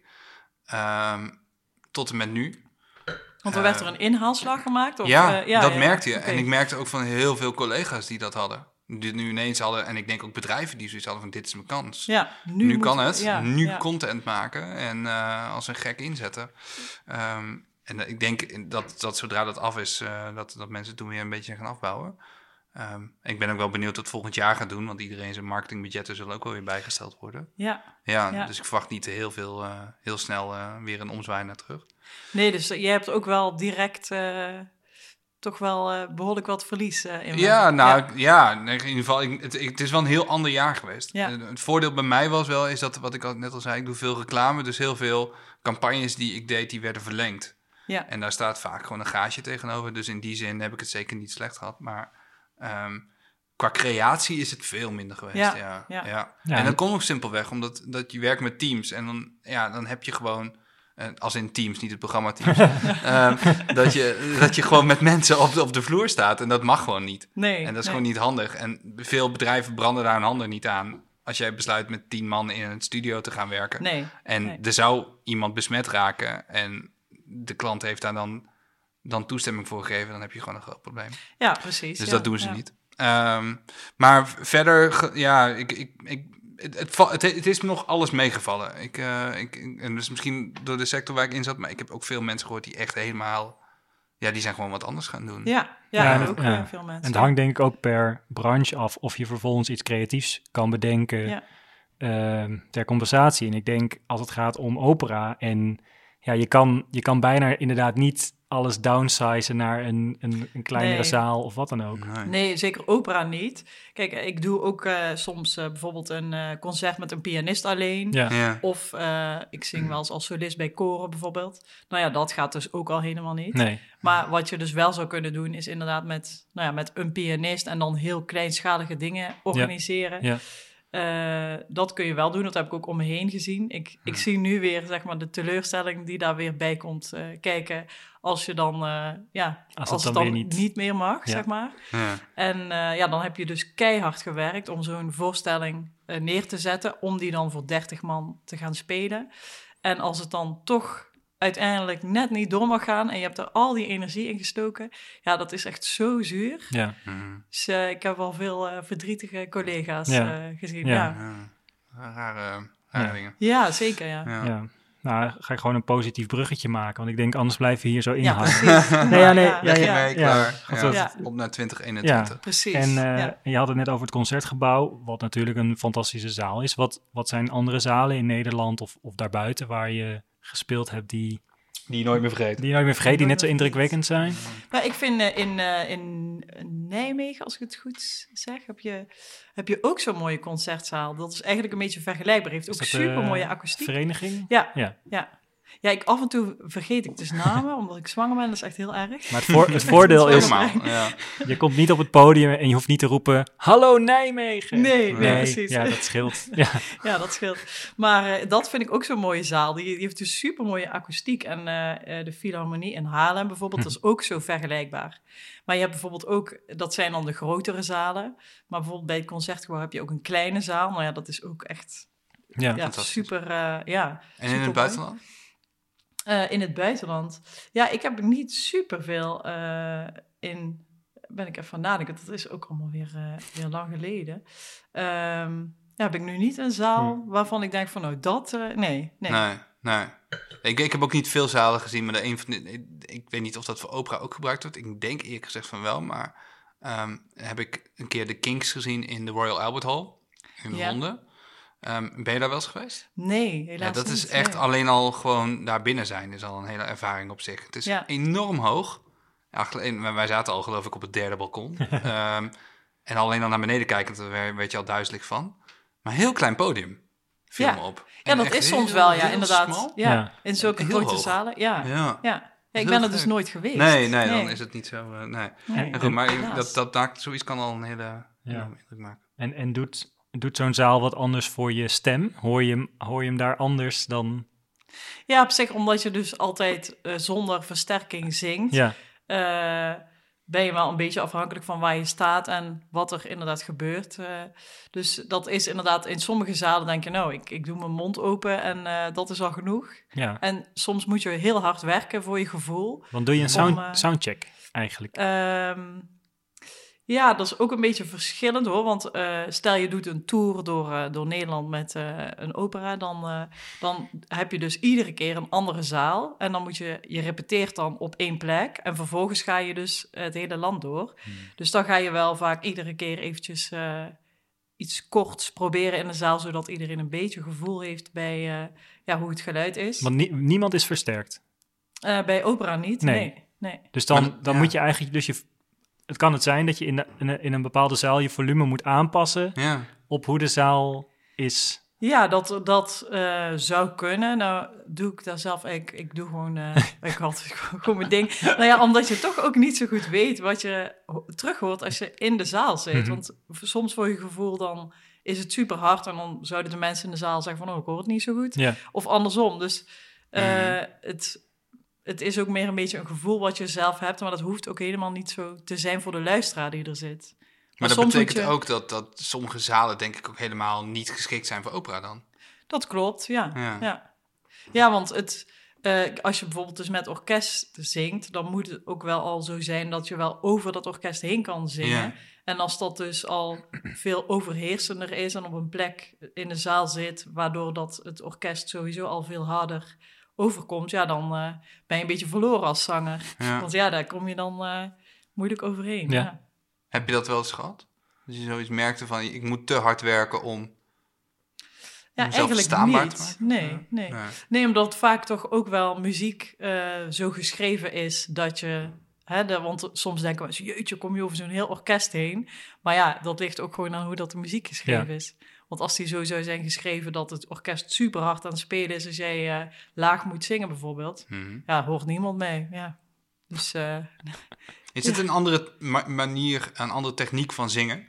Um, tot en met nu. Want er werd er een inhaalslag gemaakt? Of, ja, uh, ja, dat ja, merkte je. Okay. En ik merkte ook van heel veel collega's die dat hadden. Die het nu ineens hadden, en ik denk ook bedrijven die zoiets hadden van dit is mijn kans. Ja, nu nu moet, kan het, ja, nu ja. content maken en uh, als een gek inzetten. Um, en uh, ik denk dat, dat zodra dat af is, uh, dat, dat mensen toen weer een beetje gaan afbouwen. Um, ik ben ook wel benieuwd wat het volgend jaar gaat doen, want iedereen zijn marketingbudgetten zullen ook wel weer bijgesteld worden. Ja. Ja, ja. Dus ik verwacht niet heel veel, uh, heel snel uh, weer een omzwaai naar terug. Nee, dus je hebt ook wel direct... Uh... toch wel uh, behoorlijk wat verlies uh, in. Ja, nou ja, ja in ieder geval, ik, het, ik, het is wel een heel ander jaar geweest. Ja. Uh, het voordeel bij mij was wel, is dat, wat ik al net al zei, ik doe veel reclame, dus heel veel campagnes die ik deed, die werden verlengd. Ja. En daar staat vaak gewoon een gage tegenover, dus in die zin heb ik het zeker niet slecht gehad, maar um, qua creatie is het veel minder geweest. Ja, ja, ja. ja. ja. En dat komt ook simpelweg, omdat dat je werkt met teams en dan, ja, dan heb je gewoon... Uh, als in Teams, niet het programma Teams. um, dat, je, dat je gewoon met mensen op de, op de vloer staat. En dat mag gewoon niet. Nee, en dat is nee. gewoon niet handig. En veel bedrijven branden daar hun handen niet aan. Als jij besluit met tien man in een studio te gaan werken. Nee, en nee. er zou iemand besmet raken. En de klant heeft daar dan, dan toestemming voor gegeven. Dan heb je gewoon een groot probleem. Ja, precies. Dus ja, dat doen ze ja. niet. Um, maar verder, ja, ik... ik, ik Het, het, het, het is me nog alles meegevallen. Ik, uh, ik, en dus misschien door de sector waar ik in zat, maar ik heb ook veel mensen gehoord die echt helemaal, ja, die zijn gewoon wat anders gaan doen. Ja, ja, ja, en ook ja. uh, veel mensen. En het hangt denk ik ook per branche af of je vervolgens iets creatiefs kan bedenken ja. uh, ter compensatie. En ik denk als het gaat om opera en ja, je kan, je kan bijna inderdaad niet alles downsizen naar een, een, een kleinere nee. zaal of wat dan ook. Nee, nee zeker opera niet. Kijk, ik doe ook uh, soms uh, bijvoorbeeld een uh, concert met een pianist alleen. Ja. Ja. Of uh, ik zing wel eens als solist bij koren bijvoorbeeld. Nou ja, dat gaat dus ook al helemaal niet. Nee. Maar wat je dus wel zou kunnen doen is inderdaad met, nou ja, met een pianist en dan heel kleinschalige dingen organiseren. Ja. Uh, dat kun je wel doen, dat heb ik ook om me heen gezien. Ik, ja. ik zie nu weer, zeg maar, de teleurstelling die daar weer bij komt uh, kijken als je dan, uh, ja, als, als het dan, dan, dan niet... niet meer mag, ja. zeg maar. Ja. En uh, ja, dan heb je dus keihard gewerkt om zo'n voorstelling uh, neer te zetten, om die dan voor dertig man te gaan spelen. En als het dan toch uiteindelijk net niet door mag gaan en je hebt er al die energie in gestoken, ja, dat is echt zo zuur. Ja. Mm. Dus uh, ik heb al veel uh, verdrietige collega's ja. uh, gezien, ja. ja. ja. Rare, rare ja. dingen. Ja, zeker, ja. Ja. ja. Nou, ga ik gewoon een positief bruggetje maken, want ik denk anders blijven we hier zo Ja, inhangen. precies. nee, ja, nee, ja, ja, Leg je ja, mee, ja. klaar. Ja. Ja. Ja. Op naar twintig eenentwintig. Ja. Precies. En uh, ja. je had het net over het Concertgebouw, wat natuurlijk een fantastische zaal is. Wat, wat zijn andere zalen in Nederland of, of daarbuiten waar je gespeeld hebt die... Die je nooit meer vergeet. Die je nooit meer vergeet, die net zo indrukwekkend zijn? Maar ik vind uh, in, uh, in Nijmegen, als ik het goed zeg, heb je, heb je ook zo'n mooie concertzaal. Dat is eigenlijk een beetje vergelijkbaar. Heeft ook super mooie uh, akoestiek. Vereniging? Ja, ja. ja. Ja, ik af en toe vergeet ik dus namen, omdat ik zwanger ben. Dat is echt heel erg. Maar het, voor, het voordeel is, ja. je komt niet op het podium en je hoeft niet te roepen, hallo Nijmegen! Nee, nee, nee precies. Ja, dat scheelt. Ja, ja dat scheelt. Maar uh, dat vind ik ook zo'n mooie zaal. Die, die heeft dus super mooie akoestiek. En uh, uh, de Philharmonie in Haarlem bijvoorbeeld, hm. dat is ook zo vergelijkbaar. Maar je hebt bijvoorbeeld ook, dat zijn dan de grotere zalen. Maar bijvoorbeeld bij het Concertgebouw heb je ook een kleine zaal. Nou ja, dat is ook echt ja, ja, super, uh, ja. En in het buitenland? Uh, in het buitenland. Ja, ik heb niet superveel uh, in... Ben ik even van nadenken. Dat is ook allemaal weer, uh, weer lang geleden. Um, ja, heb ik nu niet een zaal hmm. waarvan ik denk van... Nou, dat... Uh, nee, nee. Nee, nee. Ik, ik heb ook niet veel zalen gezien. Maar de een van de, ik, ik weet niet of dat voor opera ook gebruikt wordt. Ik denk eerlijk gezegd van wel. Maar um, heb ik een keer de Kinks gezien in de Royal Albert Hall. In ja. Londen. Um, ben je daar wel eens geweest? Nee, helaas ja, dat niet, is echt nee. alleen al gewoon daar binnen zijn is al een hele ervaring op zich. Het is ja. enorm hoog. Ja, wij zaten al geloof ik op het derde balkon. um, en alleen al naar beneden kijken, daar werd je al duizelig van. Maar heel klein podium viel ja. me op. Ja, en dat is heel, soms wel, ja, heel inderdaad. Ja, ja. In zulke heel grote hoog. zalen. Ja, ja. ja. Ja, ik ben er dus nooit geweest. Nee, nee, nee, dan is het niet zo. Uh, nee. nee. En goed, maar dat, dat maakt, zoiets kan al een hele ja. indruk maken. En, en doet... Doet zo'n zaal wat anders voor je stem? Hoor je hem, hoor je hem daar anders dan... Ja, op zich, omdat je dus altijd uh, zonder versterking zingt... Ja. Uh, ben je wel een beetje afhankelijk van waar je staat en wat er inderdaad gebeurt. Uh, dus dat is inderdaad, in sommige zalen denk je... nou, ik, ik doe mijn mond open en uh, dat is al genoeg. Ja. En soms moet je heel hard werken voor je gevoel. Want doe je een sound, om, uh, soundcheck eigenlijk? Um, Ja, dat is ook een beetje verschillend hoor. Want uh, stel je doet een tour door, uh, door Nederland met uh, een opera, dan, uh, dan heb je dus iedere keer een andere zaal. En dan moet je, je repeteert dan op één plek. En vervolgens ga je dus het hele land door. Hmm. Dus dan ga je wel vaak iedere keer eventjes uh, iets korts proberen in de zaal, zodat iedereen een beetje gevoel heeft bij uh, ja, hoe het geluid is. Want nie- niemand is versterkt? Uh, bij opera niet, nee. nee. nee. Dus dan, Maar dat- dan ja. moet je eigenlijk... Dus je, het kan het zijn dat je in, de, in, een, in een bepaalde zaal je volume moet aanpassen Ja. op hoe de zaal is. Ja, dat, dat uh, zou kunnen. Nou, doe ik daar zelf eigenlijk... Ik doe gewoon... Uh, ik had gewoon mijn ding. Nou ja, omdat je toch ook niet zo goed weet wat je ho- terug hoort als je in de zaal zit. Mm-hmm. Want soms voor je gevoel dan is het super hard en dan zouden de mensen in de zaal zeggen van... oh, ik hoor het niet zo goed. Ja. Of andersom. Dus uh, Mm-hmm. het, het is ook meer een beetje een gevoel wat je zelf hebt. Maar dat hoeft ook helemaal niet zo te zijn voor de luisteraar die er zit. Maar dat soms betekent moet je- ook dat, dat sommige zalen denk ik ook helemaal niet geschikt zijn voor opera dan. Dat klopt, ja. Ja. Ja, ja. want het, uh, als je bijvoorbeeld dus met orkest zingt... dan moet het ook wel al zo zijn dat je wel over dat orkest heen kan zingen. Ja. En als dat dus al veel overheersender is... en op een plek in de zaal zit... waardoor dat het orkest sowieso al veel harder overkomt... ja, dan uh, ben je een beetje verloren als zanger. Ja. Want ja, daar kom je dan uh, moeilijk overheen. Ja. Ja. Heb je dat wel eens gehad? Dat je zoiets merkte van, ik moet te hard werken om... Ja, om mezelf eigenlijk verstaanbaar te niet. maken? Nee, Ja. nee. Ja. nee, omdat vaak toch ook wel muziek uh, zo geschreven is dat je... Hè, de, want soms denken we, jeetje, kom je over zo'n heel orkest heen. Maar ja, dat ligt ook gewoon aan hoe dat de muziek geschreven Ja. is. Want als die zo zou zijn geschreven dat het orkest super hard aan het spelen is... als jij uh, laag moet zingen bijvoorbeeld, Mhm. ja, hoort niemand mee. Ja. Dus... Uh, Is het een andere ma- manier, een andere techniek van zingen?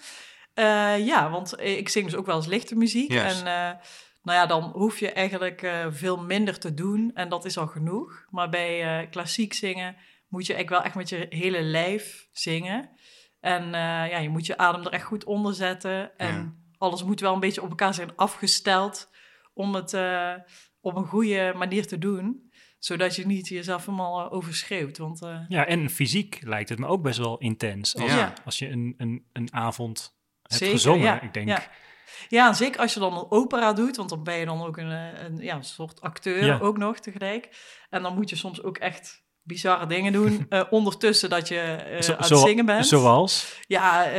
Uh, ja, want ik zing dus ook wel eens lichte muziek. Yes. En uh, nou ja, dan hoef je eigenlijk uh, veel minder te doen. En dat is al genoeg. Maar bij uh, klassiek zingen moet je eigenlijk wel echt met je hele lijf zingen. En uh, ja, je moet je adem er echt goed onder zetten. En Ja. alles moet wel een beetje op elkaar zijn afgesteld... om het uh, op een goede manier te doen... zodat je niet jezelf helemaal uh, overschreeuwt. Want, uh, Ja, en fysiek lijkt het me ook best wel intens. Als, Ja. als je een, een, een avond hebt Zeker, gezongen, ja, ik denk... Ja. ja, en zeker als je dan een opera doet, want dan ben je dan ook een, een, ja, een soort acteur Ja. ook nog tegelijk. En dan moet je soms ook echt bizarre dingen doen, uh, ondertussen dat je uh, Zo- aan het zo- zingen bent. Zoals? Ja,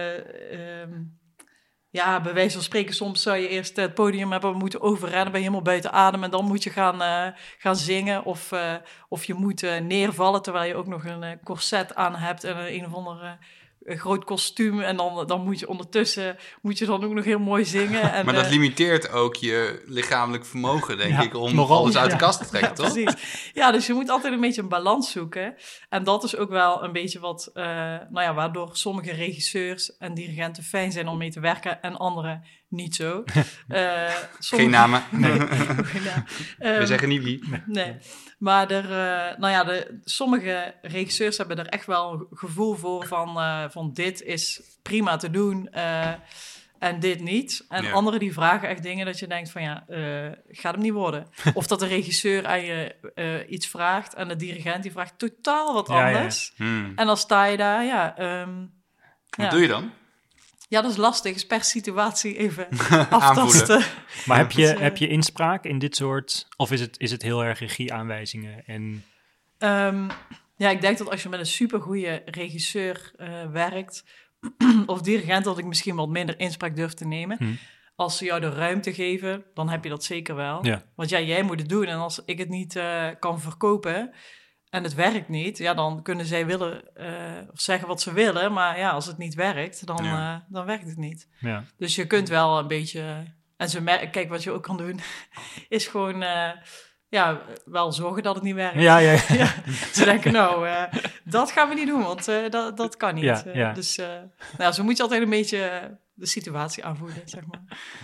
uh, um, ja, bij wijze van spreken, soms zou je eerst het podium hebben moeten overrennen, ben je helemaal buiten adem en dan moet je gaan, uh, gaan zingen. Of, uh, of je moet uh, neervallen terwijl je ook nog een uh, corset aan hebt en een, een of andere... een groot kostuum en dan, dan moet je ondertussen moet je dan ook nog heel mooi zingen. En, Maar dat uh, limiteert ook je lichamelijk vermogen, denk Ja, ik, om nogal, alles uit ja. de kast te trekken, ja, toch? precies. Ja, dus je moet altijd een beetje een balans zoeken. En dat is ook wel een beetje wat, uh, nou ja, waardoor sommige regisseurs en dirigenten fijn zijn om mee te werken en anderen niet zo. Uh, sommige... Geen namen. Nee. Geen naam. We Um, zeggen niet wie. Nee, maar er, uh, nou ja, de, sommige regisseurs hebben er echt wel een gevoel voor van, uh, van dit is prima te doen uh, en dit niet. En Ja. anderen die vragen echt dingen dat je denkt van ja, uh, gaat hem niet worden. Of dat de regisseur aan je uh, iets vraagt en de dirigent die vraagt totaal wat Ja, ja. anders. Hmm. En dan sta je daar, ja... Um, Wat ja. doe je dan? Ja, dat is lastig. Is per situatie even aftasten. Maar heb je, Dus, uh, heb je inspraak in dit soort... Of is het, is het heel erg regie-aanwijzingen? En... Um, ja, ik denk dat als je met een supergoeie regisseur uh, werkt... of dirigent, dat ik misschien wat minder inspraak durf te nemen. Hm. Als ze jou de ruimte geven, dan heb je dat zeker wel. Ja. Want ja, jij moet het doen. En als ik het niet uh, kan verkopen... en het werkt niet, ja, dan kunnen zij willen uh, of zeggen wat ze willen. Maar ja, als het niet werkt, dan, Ja. uh, dan werkt het niet. Ja. Dus je kunt wel een beetje... En ze mer- kijk, wat je ook kan doen, is gewoon... Uh, ja, wel zorgen dat het niet werkt. Ja, ja, ja. Ja, ze denken, nou, uh, dat gaan we niet doen, want uh, dat, dat kan niet. Ja, Uh, ja. Dus uh, nou, zo moet je altijd een beetje de situatie aanvoelen, zeg maar.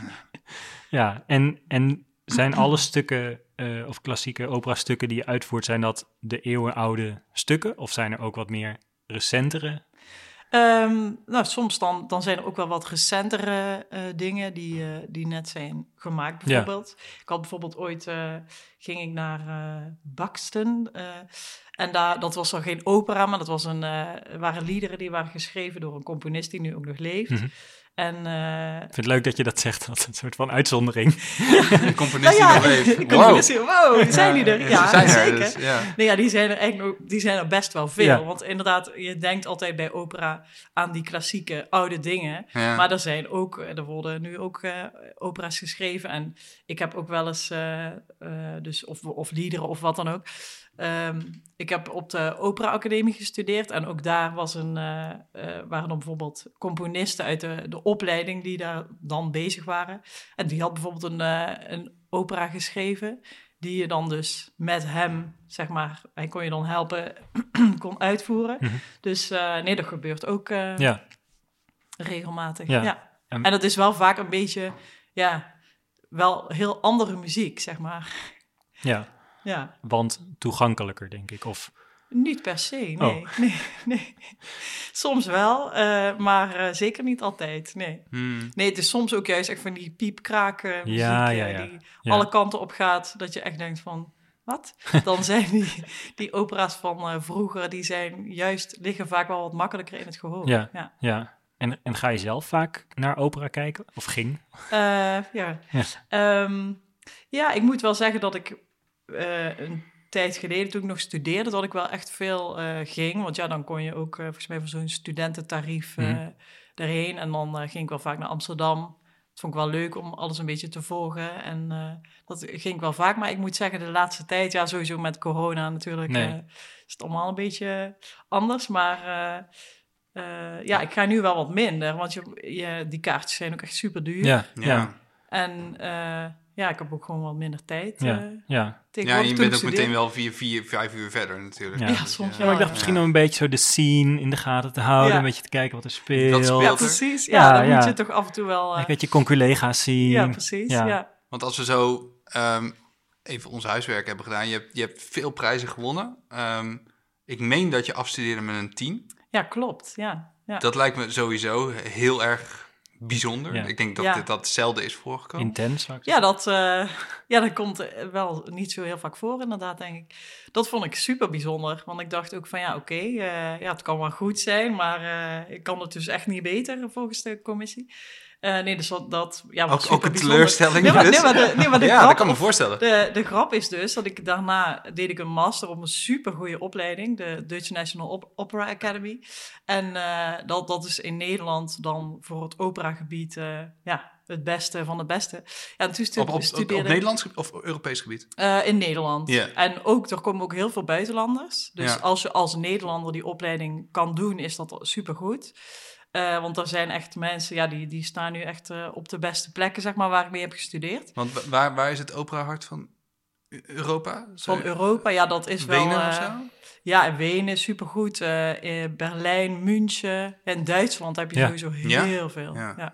Ja, en, en zijn alle stukken uh, of klassieke opera-stukken die je uitvoert, zijn dat de eeuwenoude stukken? Of zijn er ook wat meer recentere? Um, nou, soms dan, dan zijn er ook wel wat recentere uh, dingen die, uh, die net zijn gemaakt, bijvoorbeeld. Ja. Ik had bijvoorbeeld ooit, uh, ging ik naar uh, Buxton. Uh, en daar, dat was dan geen opera, maar dat was een, uh, waren liederen die waren geschreven door een componist die nu ook nog leeft. Mm-hmm. En, uh, ik vind het leuk dat je dat zegt, dat is een soort van uitzondering. Ja. De componist nou ja, die nog leeft. de componist, wow. wow, die zijn die er? Ja, ja, zijn er, zeker. dus, ja. Nee, ja, die zijn er eigenlijk nog, die zijn er best wel veel. Ja. Want inderdaad, je denkt altijd bij opera aan die klassieke oude dingen. Ja. Maar er zijn ook, er worden nu ook uh, opera's geschreven. En ik heb ook wel eens, uh, uh, dus of, of liederen of wat dan ook. Um, ik heb op de Opera Academie gestudeerd en ook daar was een, uh, uh, waren dan bijvoorbeeld componisten uit de, de opleiding die daar dan bezig waren. En die had bijvoorbeeld een, uh, een opera geschreven die je dan dus met hem, zeg maar, hij kon je dan helpen, kon uitvoeren. Mm-hmm. Dus uh, nee, dat gebeurt ook uh, ja. regelmatig. Ja. Ja. En, en dat is wel vaak een beetje, ja, wel heel andere muziek, zeg maar. Ja. Ja. Want toegankelijker, denk ik, of... Niet per se, nee. Oh. nee, nee. Soms wel, uh, maar uh, zeker niet altijd, nee. Hmm. Nee, het is soms ook juist echt van die piepkraken muziek ja, ja, ja. die ja. alle kanten op gaat, dat je echt denkt van, wat? Dan zijn die, die opera's van uh, vroeger, die zijn juist, liggen vaak wel wat makkelijker in het gehoor. Ja, ja. ja. En, en ga je zelf vaak naar opera kijken? Of ging? Uh, ja. Ja. Um, ja, ik moet wel zeggen dat ik... Uh, een tijd geleden, toen ik nog studeerde, dat ik wel echt veel uh, ging. Want ja, dan kon je ook uh, volgens mij voor zo'n studententarief uh, mm. erheen. En dan uh, ging ik wel vaak naar Amsterdam. Dat vond ik wel leuk om alles een beetje te volgen. En uh, dat ging ik wel vaak. Maar ik moet zeggen, de laatste tijd, ja, sowieso met corona natuurlijk, nee. uh, is het allemaal een beetje anders. Maar uh, uh, ja, ik ga nu wel wat minder. Want je, je, die kaartjes zijn ook echt super duur. Ja, ja. En... Uh, ja, ik heb ook gewoon wat minder tijd. Ja, uh, ja. ja je bent ook meteen wel vier, vier, vijf uur verder natuurlijk. Ja, ja soms ja, maar ik dacht misschien ja. om een beetje zo de scene in de gaten te houden. Ja. Een beetje te kijken wat er speelt. Dat speelt ja, precies. Ja, ja dan ja. moet je toch af en toe wel... Uh... Een beetje conculega's zien. Ja, precies. Ja. Ja. Want als we zo um, even ons huiswerk hebben gedaan. Je hebt, je hebt veel prijzen gewonnen. Um, ik meen dat je afstudeerde met een tien. Ja, klopt. Ja. Ja. Dat lijkt me sowieso heel erg... bijzonder. Ja. Ik denk dat ja. dit, dat zelden is voorgekomen. Intens. Ja, dat, uh, ja, dat komt wel niet zo heel vaak voor, inderdaad, denk ik. Dat vond ik super bijzonder. Want ik dacht ook van, ja, oké, okay, uh, ja, het kan wel goed zijn, maar uh, ik kan het dus echt niet beter, volgens de commissie. Uh, nee, dus dat, dat ja, ook, ook een teleurstelling nee, maar, dus? Nee, maar de, nee, maar de ja, grap, dat kan me voorstellen. De, de grap is dus dat ik daarna deed ik een master op een supergoeie opleiding, de Dutch National Op- Opera Academy. En uh, dat, dat is in Nederland dan voor het operagebied uh, ja, het beste van het beste. Ja, en toen stu- op, op, studeerde op, op Nederlands gebied of Europees gebied? Uh, in Nederland. Yeah. En ook, er komen ook heel veel buitenlanders. Dus ja. als je als Nederlander die opleiding kan doen, is dat supergoed. Uh, want er zijn echt mensen, ja, die, die staan nu echt uh, op de beste plekken, zeg maar, waar ik mee heb gestudeerd. Want waar, waar is het operahart van Europa? Van Europa, ja, dat is Wenen wel... Uh, of zo? Ja, in Wenen is supergoed. Uh, in Berlijn, München. In Duitsland heb je ja. sowieso heel ja? veel. Ja, ja.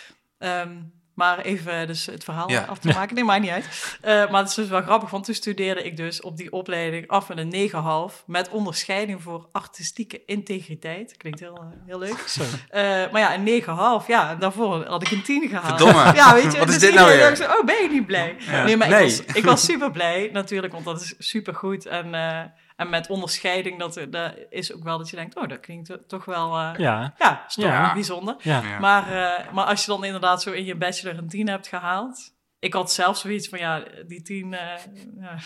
ja. Um, maar even dus het verhaal ja. af te maken. Nee, maakt niet uit. Uh, maar het is dus wel grappig, want toen studeerde ik dus op die opleiding af met een negen komma vijf... met onderscheiding voor artistieke integriteit. Klinkt heel, uh, heel leuk. Zo. Uh, maar ja, een negen komma vijf, ja, daarvoor had ik een tien gehaald. Verdomme. Ja, weet je, wat dus is dit nou weer? Zo, oh, ben je niet blij? Ja. Nee, maar nee. Ik, was, ik was super blij natuurlijk, want dat is super goed. En... Uh, En met onderscheiding, dat, dat is ook wel dat je denkt... oh, dat klinkt toch wel... Uh, ja, ja, is toch ja. bijzonder. Ja. Ja. Maar, uh, maar als je dan inderdaad zo in je bachelor een tien hebt gehaald... Ik had zelf zoiets van, ja, die tien... Uh, ja,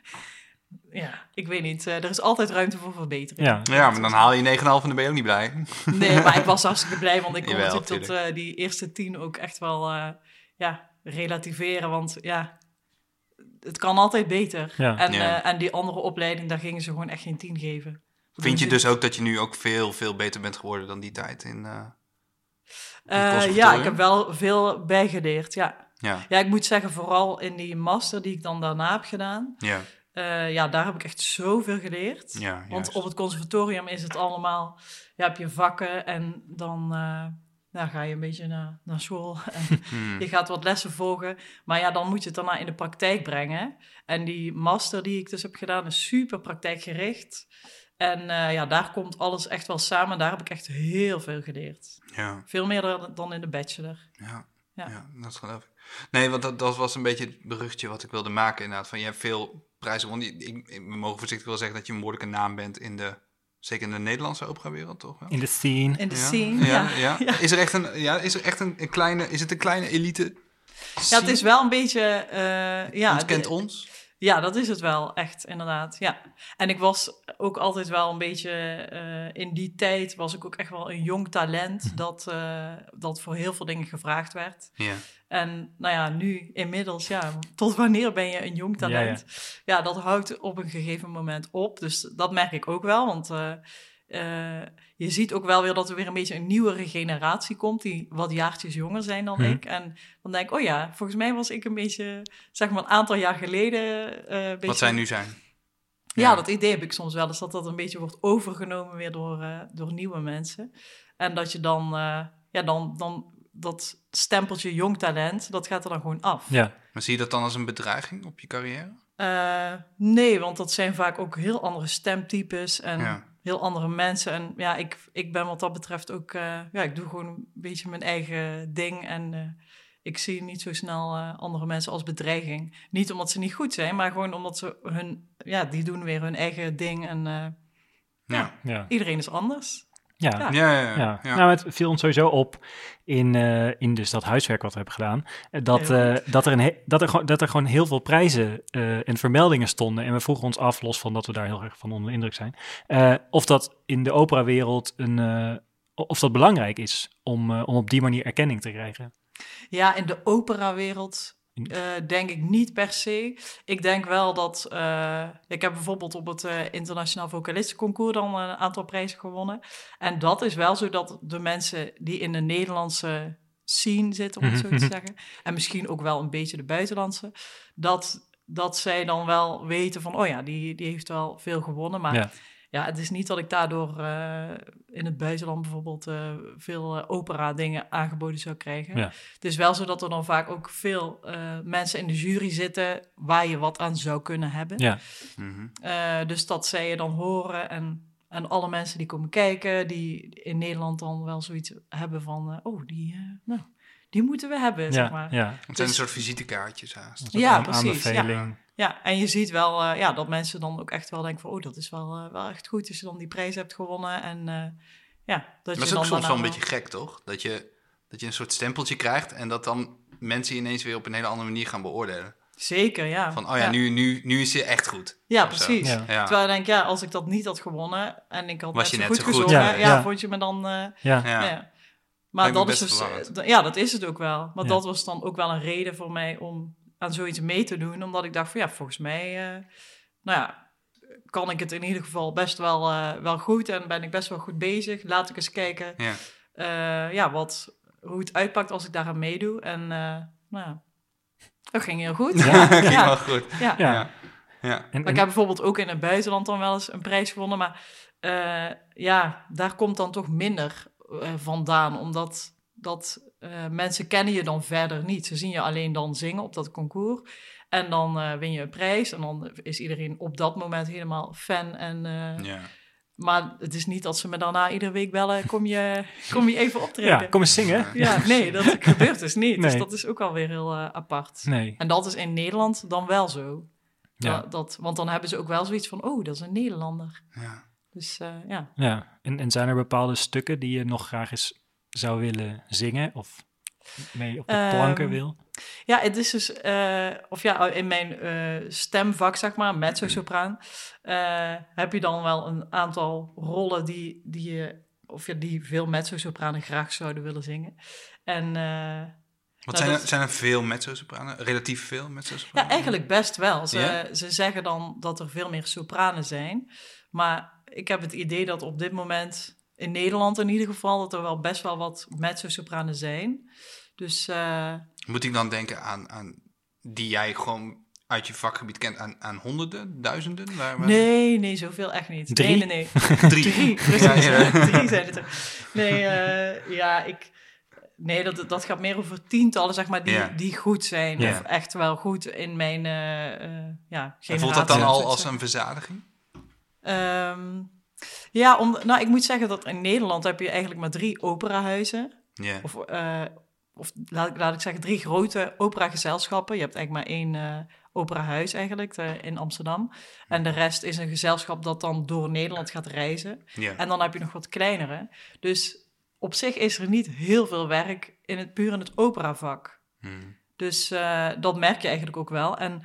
ja, ik weet niet. Uh, er is altijd ruimte voor verbetering. Ja, ja maar dan haal je negen komma vijf en dan ben je ook niet blij. Nee, maar ik was hartstikke blij, want ik kon Jawel, natuurlijk tot uh, die eerste tien ook echt wel uh, ja, relativeren. Want ja... Het kan altijd beter. Ja. En, Ja. uh, en die andere opleiding, daar gingen ze gewoon echt geen tien geven. Vind je dus ook dat je nu ook veel, veel beter bent geworden dan die tijd in, uh, in uh, Ja, ik heb wel veel bijgeleerd, ja. Ja. Ja, ik moet zeggen, vooral in die master die ik dan daarna heb gedaan... Ja. Uh, ja, daar heb ik echt zoveel geleerd. Ja, Want op het conservatorium is het allemaal... Ja, heb je vakken en dan... Uh, Nou, ga je een beetje naar, naar school en hmm. je gaat wat lessen volgen. Maar ja, dan moet je het daarna in de praktijk brengen. En die master die ik dus heb gedaan is super praktijkgericht. En uh, ja, daar komt alles echt wel samen. Daar heb ik echt heel veel geleerd. Ja. Veel meer dan, dan in de bachelor. Ja, ja. ja dat geloof ik. Nee, want dat, dat was een beetje het beruchtje wat ik wilde maken inderdaad. Van, je hebt veel prijzen gewonnen. Ik, ik, we mogen voorzichtig wel zeggen dat je een moeilijke naam bent in de... Zeker in de Nederlandse operawereld, toch? Wel? In de scene. In de ja. scene, ja. ja. Ja. ja. Is er echt een, ja, is er echt een, een kleine, is het een kleine elite? Ja, het is wel een beetje, uh, ja. Ontkent de, ons? Ja, dat is het wel, echt, inderdaad. Ja. En ik was ook altijd wel een beetje... Uh, in die tijd was ik ook echt wel een jong talent... dat, uh, dat voor heel veel dingen gevraagd werd. Ja. En nou ja, nu inmiddels, ja... tot wanneer ben je een jong talent? Ja, ja. ja, dat houdt op een gegeven moment op. Dus dat merk ik ook wel, want... Uh, Uh, je ziet ook wel weer dat er weer een beetje een nieuwere generatie komt... die wat jaartjes jonger zijn dan hmm. ik. En dan denk ik, oh ja, volgens mij was ik een beetje... zeg maar een aantal jaar geleden... Uh, beetje... Wat zij nu zijn. Ja, ja, dat idee heb ik soms wel. Dus dat dat een beetje wordt overgenomen weer door, uh, door nieuwe mensen. En dat je dan... Uh, ja, dan, dan dat stempeltje jong talent, dat gaat er dan gewoon af. Ja. Maar zie je dat dan als een bedreiging op je carrière? Uh, nee, want dat zijn vaak ook heel andere stemtypes... en ja. heel andere mensen. En ja, ik, ik ben wat dat betreft ook... Uh, ja, ik doe gewoon een beetje mijn eigen ding. En uh, ik zie niet zo snel uh, andere mensen als bedreiging. Niet omdat ze niet goed zijn, maar gewoon omdat ze hun... Ja, die doen weer hun eigen ding. En uh, ja. Ja, ja, iedereen is anders. Ja. Ja. Ja, ja, ja, ja. ja. Nou, het viel ons sowieso op in, uh, in dus dat huiswerk wat we hebben gedaan. Dat, uh, dat, er, een he- dat, er, gewoon, dat er gewoon heel veel prijzen uh, en vermeldingen stonden. En we vroegen ons af, los van dat we daar heel erg van onder de indruk zijn... Uh, of dat in de operawereld een, uh, of dat belangrijk is om, uh, om op die manier erkenning te krijgen. Ja, in de operawereld... Uh, denk ik niet per se. Ik denk wel dat... Uh, ik heb bijvoorbeeld op het uh, Internationaal Vocalistenconcours dan een aantal prijzen gewonnen. En dat is wel zo dat de mensen die in de Nederlandse scene zitten, om het zo te zeggen... en misschien ook wel een beetje de buitenlandse... dat, dat zij dan wel weten van... oh ja, die, die heeft wel veel gewonnen, maar... Ja. Ja, het is niet dat ik daardoor uh, in het buitenland bijvoorbeeld uh, veel uh, opera-dingen aangeboden zou krijgen. Ja. Het is wel zo dat er dan vaak ook veel uh, mensen in de jury zitten waar je wat aan zou kunnen hebben. Ja. Mm-hmm. Uh, dus dat zij je dan horen en, en alle mensen die komen kijken, die in Nederland dan wel zoiets hebben van, uh, oh, die, uh, nou, die moeten we hebben, ja, zeg maar. Ja. Het zijn dus, een soort visitekaartjes haast. Ja, precies. Ja. Ja, en je ziet wel uh, ja, dat mensen dan ook echt wel denken van... oh, dat is wel, uh, wel echt goed als je dan die prijs hebt gewonnen. En uh, ja, dat, dat je is ook dan soms wel een beetje gek, toch? Dat je, dat je een soort stempeltje krijgt... en dat dan mensen ineens weer op een hele andere manier gaan beoordelen. Zeker, ja. Van, oh ja, ja. Nu, nu, nu is je echt goed. Ja, precies. Ja. Ja. Terwijl ik denk, ja, als ik dat niet had gewonnen... en ik had Was net je zo net goed zo goed. gezongen... Ja, ja. ja, vond je me dan... Uh, ja. Ja. ja. Maar dat is dus... Uh, ja, dat is het ook wel. Maar ja. dat was dan ook wel een reden voor mij om... aan zoiets mee te doen, omdat ik dacht van ja, volgens mij, uh, nou ja, kan ik het in ieder geval best wel, uh, wel goed en ben ik best wel goed bezig. Laat ik eens kijken, ja, uh, ja wat, hoe het uitpakt als ik daaraan meedoe. En uh, nou ja, dat ging heel goed. Ja, dat ging ja. wel goed. Ja. Ja. Ja. Ja. En, en... Ik heb bijvoorbeeld ook in het buitenland dan wel eens een prijs gewonnen, maar uh, ja, daar komt dan toch minder uh, vandaan, omdat dat uh, mensen kennen je dan verder niet. Ze zien je alleen dan zingen op dat concours. En dan uh, win je een prijs. En dan is iedereen op dat moment helemaal fan. En, uh, ja. Maar het is niet dat ze me daarna iedere week bellen. Kom je, kom je even optreden? Ja, kom eens zingen. Ja, nee, dat gebeurt dus niet. Nee. Dus dat is ook alweer heel uh, apart. Nee. En dat is in Nederland dan wel zo. Ja. Dat, dat, want dan hebben ze ook wel zoiets van... oh, dat is een Nederlander. Ja. Dus uh, ja. Ja, en, en zijn er bepaalde stukken die je nog graag eens zou willen zingen? Of mee op de um, planken wil? Ja, het is dus... Uh, of ja, in mijn uh, stemvak, zeg maar, mezzo-sopraan... Uh, heb je dan wel een aantal rollen die, die, je, of ja, die veel mezzo-sopranen graag zouden willen zingen. En... Uh, Wat nou, zijn, er, zijn er veel mezzo-sopranen? Relatief veel mezzo-sopranen? Ja, eigenlijk best wel. Ze, ja? ze zeggen dan dat er veel meer sopranen zijn. Maar ik heb het idee dat op dit moment... in Nederland in ieder geval... dat er wel best wel wat mezzo-sopranen zijn. Dus... Uh, Moet ik dan denken aan, aan die jij gewoon uit je vakgebied kent... aan, aan honderden, duizenden? Waar, waar... Nee, nee, zoveel echt niet. Drie? Nee, nee, nee. Drie. Drie, precies. Ja, ja. Drie zijn het er. Nee, uh, ja, ik... Nee, dat, dat gaat meer over tientallen, zeg maar, die, yeah. die goed zijn. Yeah. Of echt wel goed in mijn uh, uh, ja, generatie. En voelt dat dan al als een verzadiging? Um, ja, om, nou, ik moet zeggen dat in Nederland heb je eigenlijk maar drie operahuizen. Yeah. Of, uh, of laat, laat ik zeggen, drie grote operagezelschappen. Je hebt eigenlijk maar één uh, operahuis eigenlijk uh, in Amsterdam. En de rest is een gezelschap dat dan door Nederland gaat reizen. Yeah. En dan heb je nog wat kleinere. Dus... op zich is er niet heel veel werk in het puur in het operavak. Hmm. Dus uh, dat merk je eigenlijk ook wel. En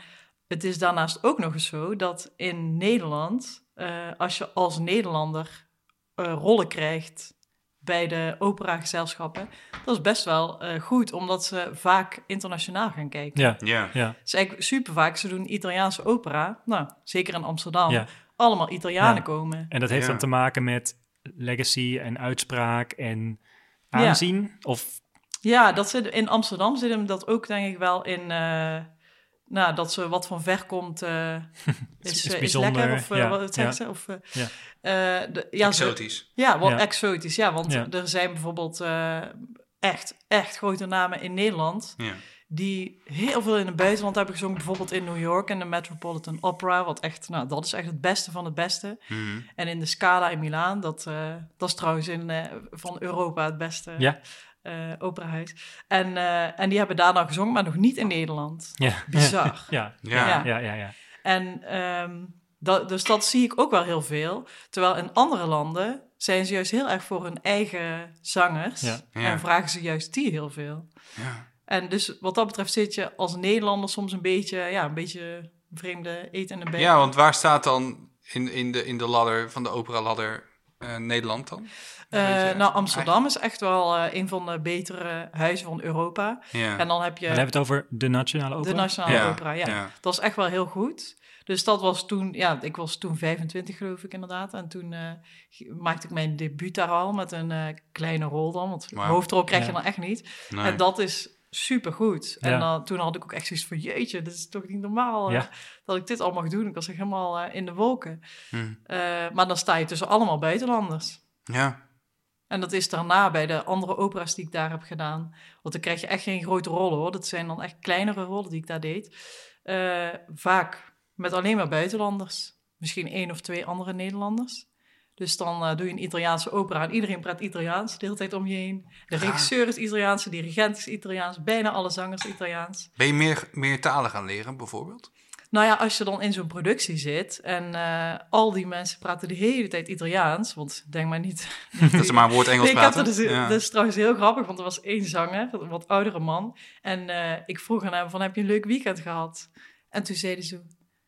het is daarnaast ook nog eens zo dat in Nederland, uh, als je als Nederlander uh, rollen krijgt bij de operagezelschappen, dat is best wel uh, goed, omdat ze vaak internationaal gaan kijken. Ja, Ja. ja. Het is eigenlijk super vaak, ze doen Italiaanse opera, nou, zeker in Amsterdam, Ja. allemaal Italianen Ja. komen. En dat heeft Ja. dan te maken met legacy en uitspraak en aanzien? Ja. Of... Ja, dat zit, in Amsterdam zit hem dat ook denk ik wel in... Uh, nou, dat ze wat van ver komt uh, is, is, is, is lekker, of uh, ja. wat zeg ja. ze? Of, uh, ja. Uh, de, ja, exotisch. Ze, ja, wat ja. exotisch, ja. Want ja. er zijn bijvoorbeeld uh, echt, echt grote namen in Nederland... Ja. die heel veel in het buitenland hebben gezongen. Bijvoorbeeld in New York in de Metropolitan Opera. Wat echt, nou, dat is echt het beste van het beste. Mm-hmm. En in de Scala in Milaan, dat, uh, dat is trouwens in, uh, van Europa het beste ja. uh, operahuis. En, uh, en die hebben daar dan gezongen, maar nog niet in Nederland. Ja. Bizar. ja. Ja. Ja. Ja, ja, ja. En um, dat, dus dat zie ik ook wel heel veel. Terwijl in andere landen zijn ze juist heel erg voor hun eigen zangers. Ja. Ja. En vragen ze juist die heel veel. Ja. En dus wat dat betreft zit je als Nederlander soms een beetje, ja, een beetje vreemde eten in de bek. Ja, want waar staat dan in, in, de, in de ladder van de opera-ladder uh, Nederland dan? Uh, nou, Amsterdam is echt wel uh, een van de betere huizen van Europa. Ja. En dan heb je... Dan hebben we het over de Nationale Opera? De Nationale ja. Opera, ja. ja. Dat is echt wel heel goed. Dus dat was toen... Ja, ik was toen vijfentwintig geloof ik inderdaad. En toen uh, maakte ik mijn debuut daar al met een uh, kleine rol dan. Want wow. hoofdrol krijg je ja. dan echt niet. Nee. En dat is supergoed. Ja. En dan, toen had ik ook echt zoiets van... Jeetje, dit is toch niet normaal uh, ja. dat ik dit al mag doen. Ik was echt helemaal uh, in de wolken. Hmm. Uh, maar dan sta je tussen allemaal buitenlanders. Ja. En dat is daarna bij de andere opera's die ik daar heb gedaan. Want dan krijg je echt geen grote rollen hoor. Dat zijn dan echt kleinere rollen die ik daar deed. Uh, vaak met alleen maar buitenlanders. Misschien één of twee andere Nederlanders. Dus dan uh, doe je een Italiaanse opera en iedereen praat Italiaans de hele tijd om je heen. De regisseur is Italiaans, de dirigent is Italiaans, bijna alle zangers Italiaans. Ben je meer, meer talen gaan leren bijvoorbeeld? Nou ja, als je dan in zo'n productie zit en uh, al die mensen praten de hele tijd Italiaans, want denk maar niet... dat ze maar een woord Engels nee, praten. Ik heb er dus, ja. Dat is trouwens heel grappig, want er was één zanger, een wat oudere man. En uh, ik vroeg aan hem van, heb je een leuk weekend gehad? En toen zei hij zo...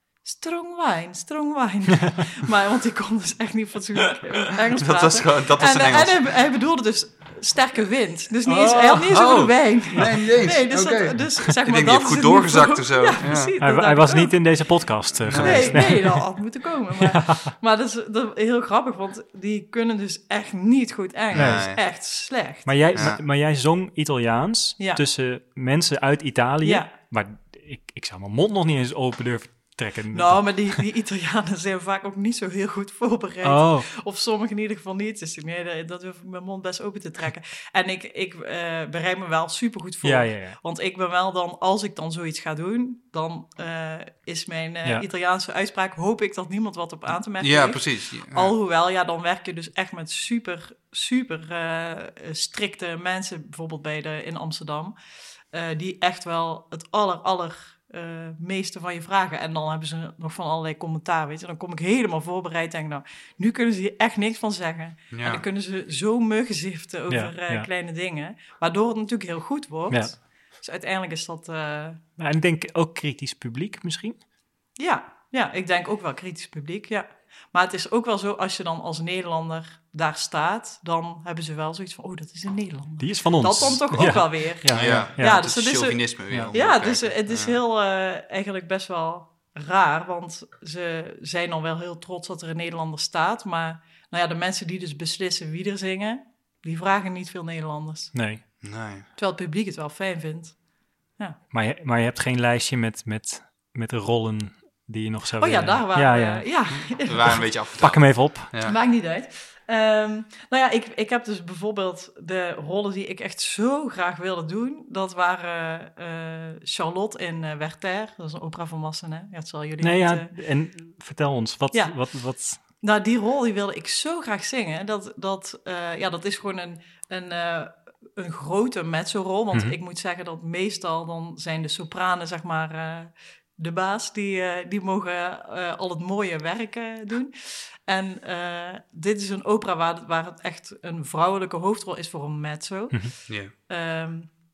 Strong wine, strong wine. maar, want ik kon dus echt niet fatsoenlijk Engels praten. Dat was, gewoon, dat was en, een Engels. En hij, hij bedoelde dus sterke wind. Dus niet eens, oh, hij had niet eens over de wijn. Nee, niet eens. Nee, dus, okay. dat, dus zeg maar, ik denk, dat die heeft goed doorgezakt of zo. Ja, ja. precies. Hij, hij was niet in deze podcast uh, nee, geweest. Nee, nee, dat had moeten komen. Maar, ja. maar dat, is, dat is heel grappig, want die kunnen dus echt niet goed Engels. Nee. Echt slecht. Maar jij, ja. maar, maar jij zong Italiaans ja. tussen mensen uit Italië. Ja. Maar ik, ik zou mijn mond nog niet eens open durven trekken. Nou, maar die, die Italianen zijn vaak ook niet zo heel goed voorbereid. Oh. Of sommigen in ieder geval niet. Dus nee, dat durf ik mijn mond best open te trekken. En ik, ik uh, bereid me wel supergoed voor. Ja, ja, ja. Want ik ben wel dan, als ik dan zoiets ga doen, dan uh, is mijn uh, ja. Italiaanse uitspraak, hoop ik dat niemand wat op aan te merken Ja, heeft. precies. Ja. Alhoewel, ja, dan werk je dus echt met super, super uh, strikte mensen, bijvoorbeeld bij de, in Amsterdam, uh, die echt wel het aller, aller... Uh, meeste van je vragen. En dan hebben ze nog van allerlei commentaar, weet je. Dan kom ik helemaal voorbereid en denk, nou, nu kunnen ze hier echt niks van zeggen. Ja. En dan kunnen ze zo muggenziften over ja, uh, ja. kleine dingen, waardoor het natuurlijk heel goed wordt. Ja. Dus uiteindelijk is dat... Uh... Nou, en ik denk ook kritisch publiek misschien? Ja, ja, ik denk ook wel kritisch publiek, ja. Maar het is ook wel zo, als je dan als Nederlander daar staat, dan hebben ze wel zoiets van, oh, dat is een Nederlander. Die is van ons. Dat dan toch ook ja. wel weer. Ja, ja. ja. ja, ja dus het is chauvinisme weer. Ja, ja dus het is ja. heel uh, eigenlijk best wel raar, want ze zijn dan wel heel trots dat er een Nederlander staat, maar nou ja, de mensen die dus beslissen wie er zingen, die vragen niet veel Nederlanders. Nee. nee. Terwijl het publiek het wel fijn vindt. Ja. Maar, je, maar je hebt geen lijstje met, met, met rollen die je nog zou Oh ja, willen. daar waren ja, we. ja. Ja. We waren een beetje afgetaald. Pak hem even op. Ja. Maakt niet uit. Um, nou ja, ik, ik heb dus bijvoorbeeld de rollen die ik echt zo graag wilde doen. Dat waren uh, Charlotte in uh, Werther. Dat is een opera van Massenet. Ja, dat zal jullie nee, weten. Ja, en vertel ons, wat... Ja. wat, wat... Nou, die rol die wilde ik zo graag zingen. Dat, dat, uh, ja, dat is gewoon een... een uh, een grote mezzo-rol, want mm-hmm. ik moet zeggen dat meestal dan zijn de sopranen, zeg maar, uh, de baas, die, uh, die mogen uh, al het mooie werk uh, doen. En uh, dit is een opera waar, waar het echt een vrouwelijke hoofdrol is voor een mezzo. Mm-hmm. Yeah. Um,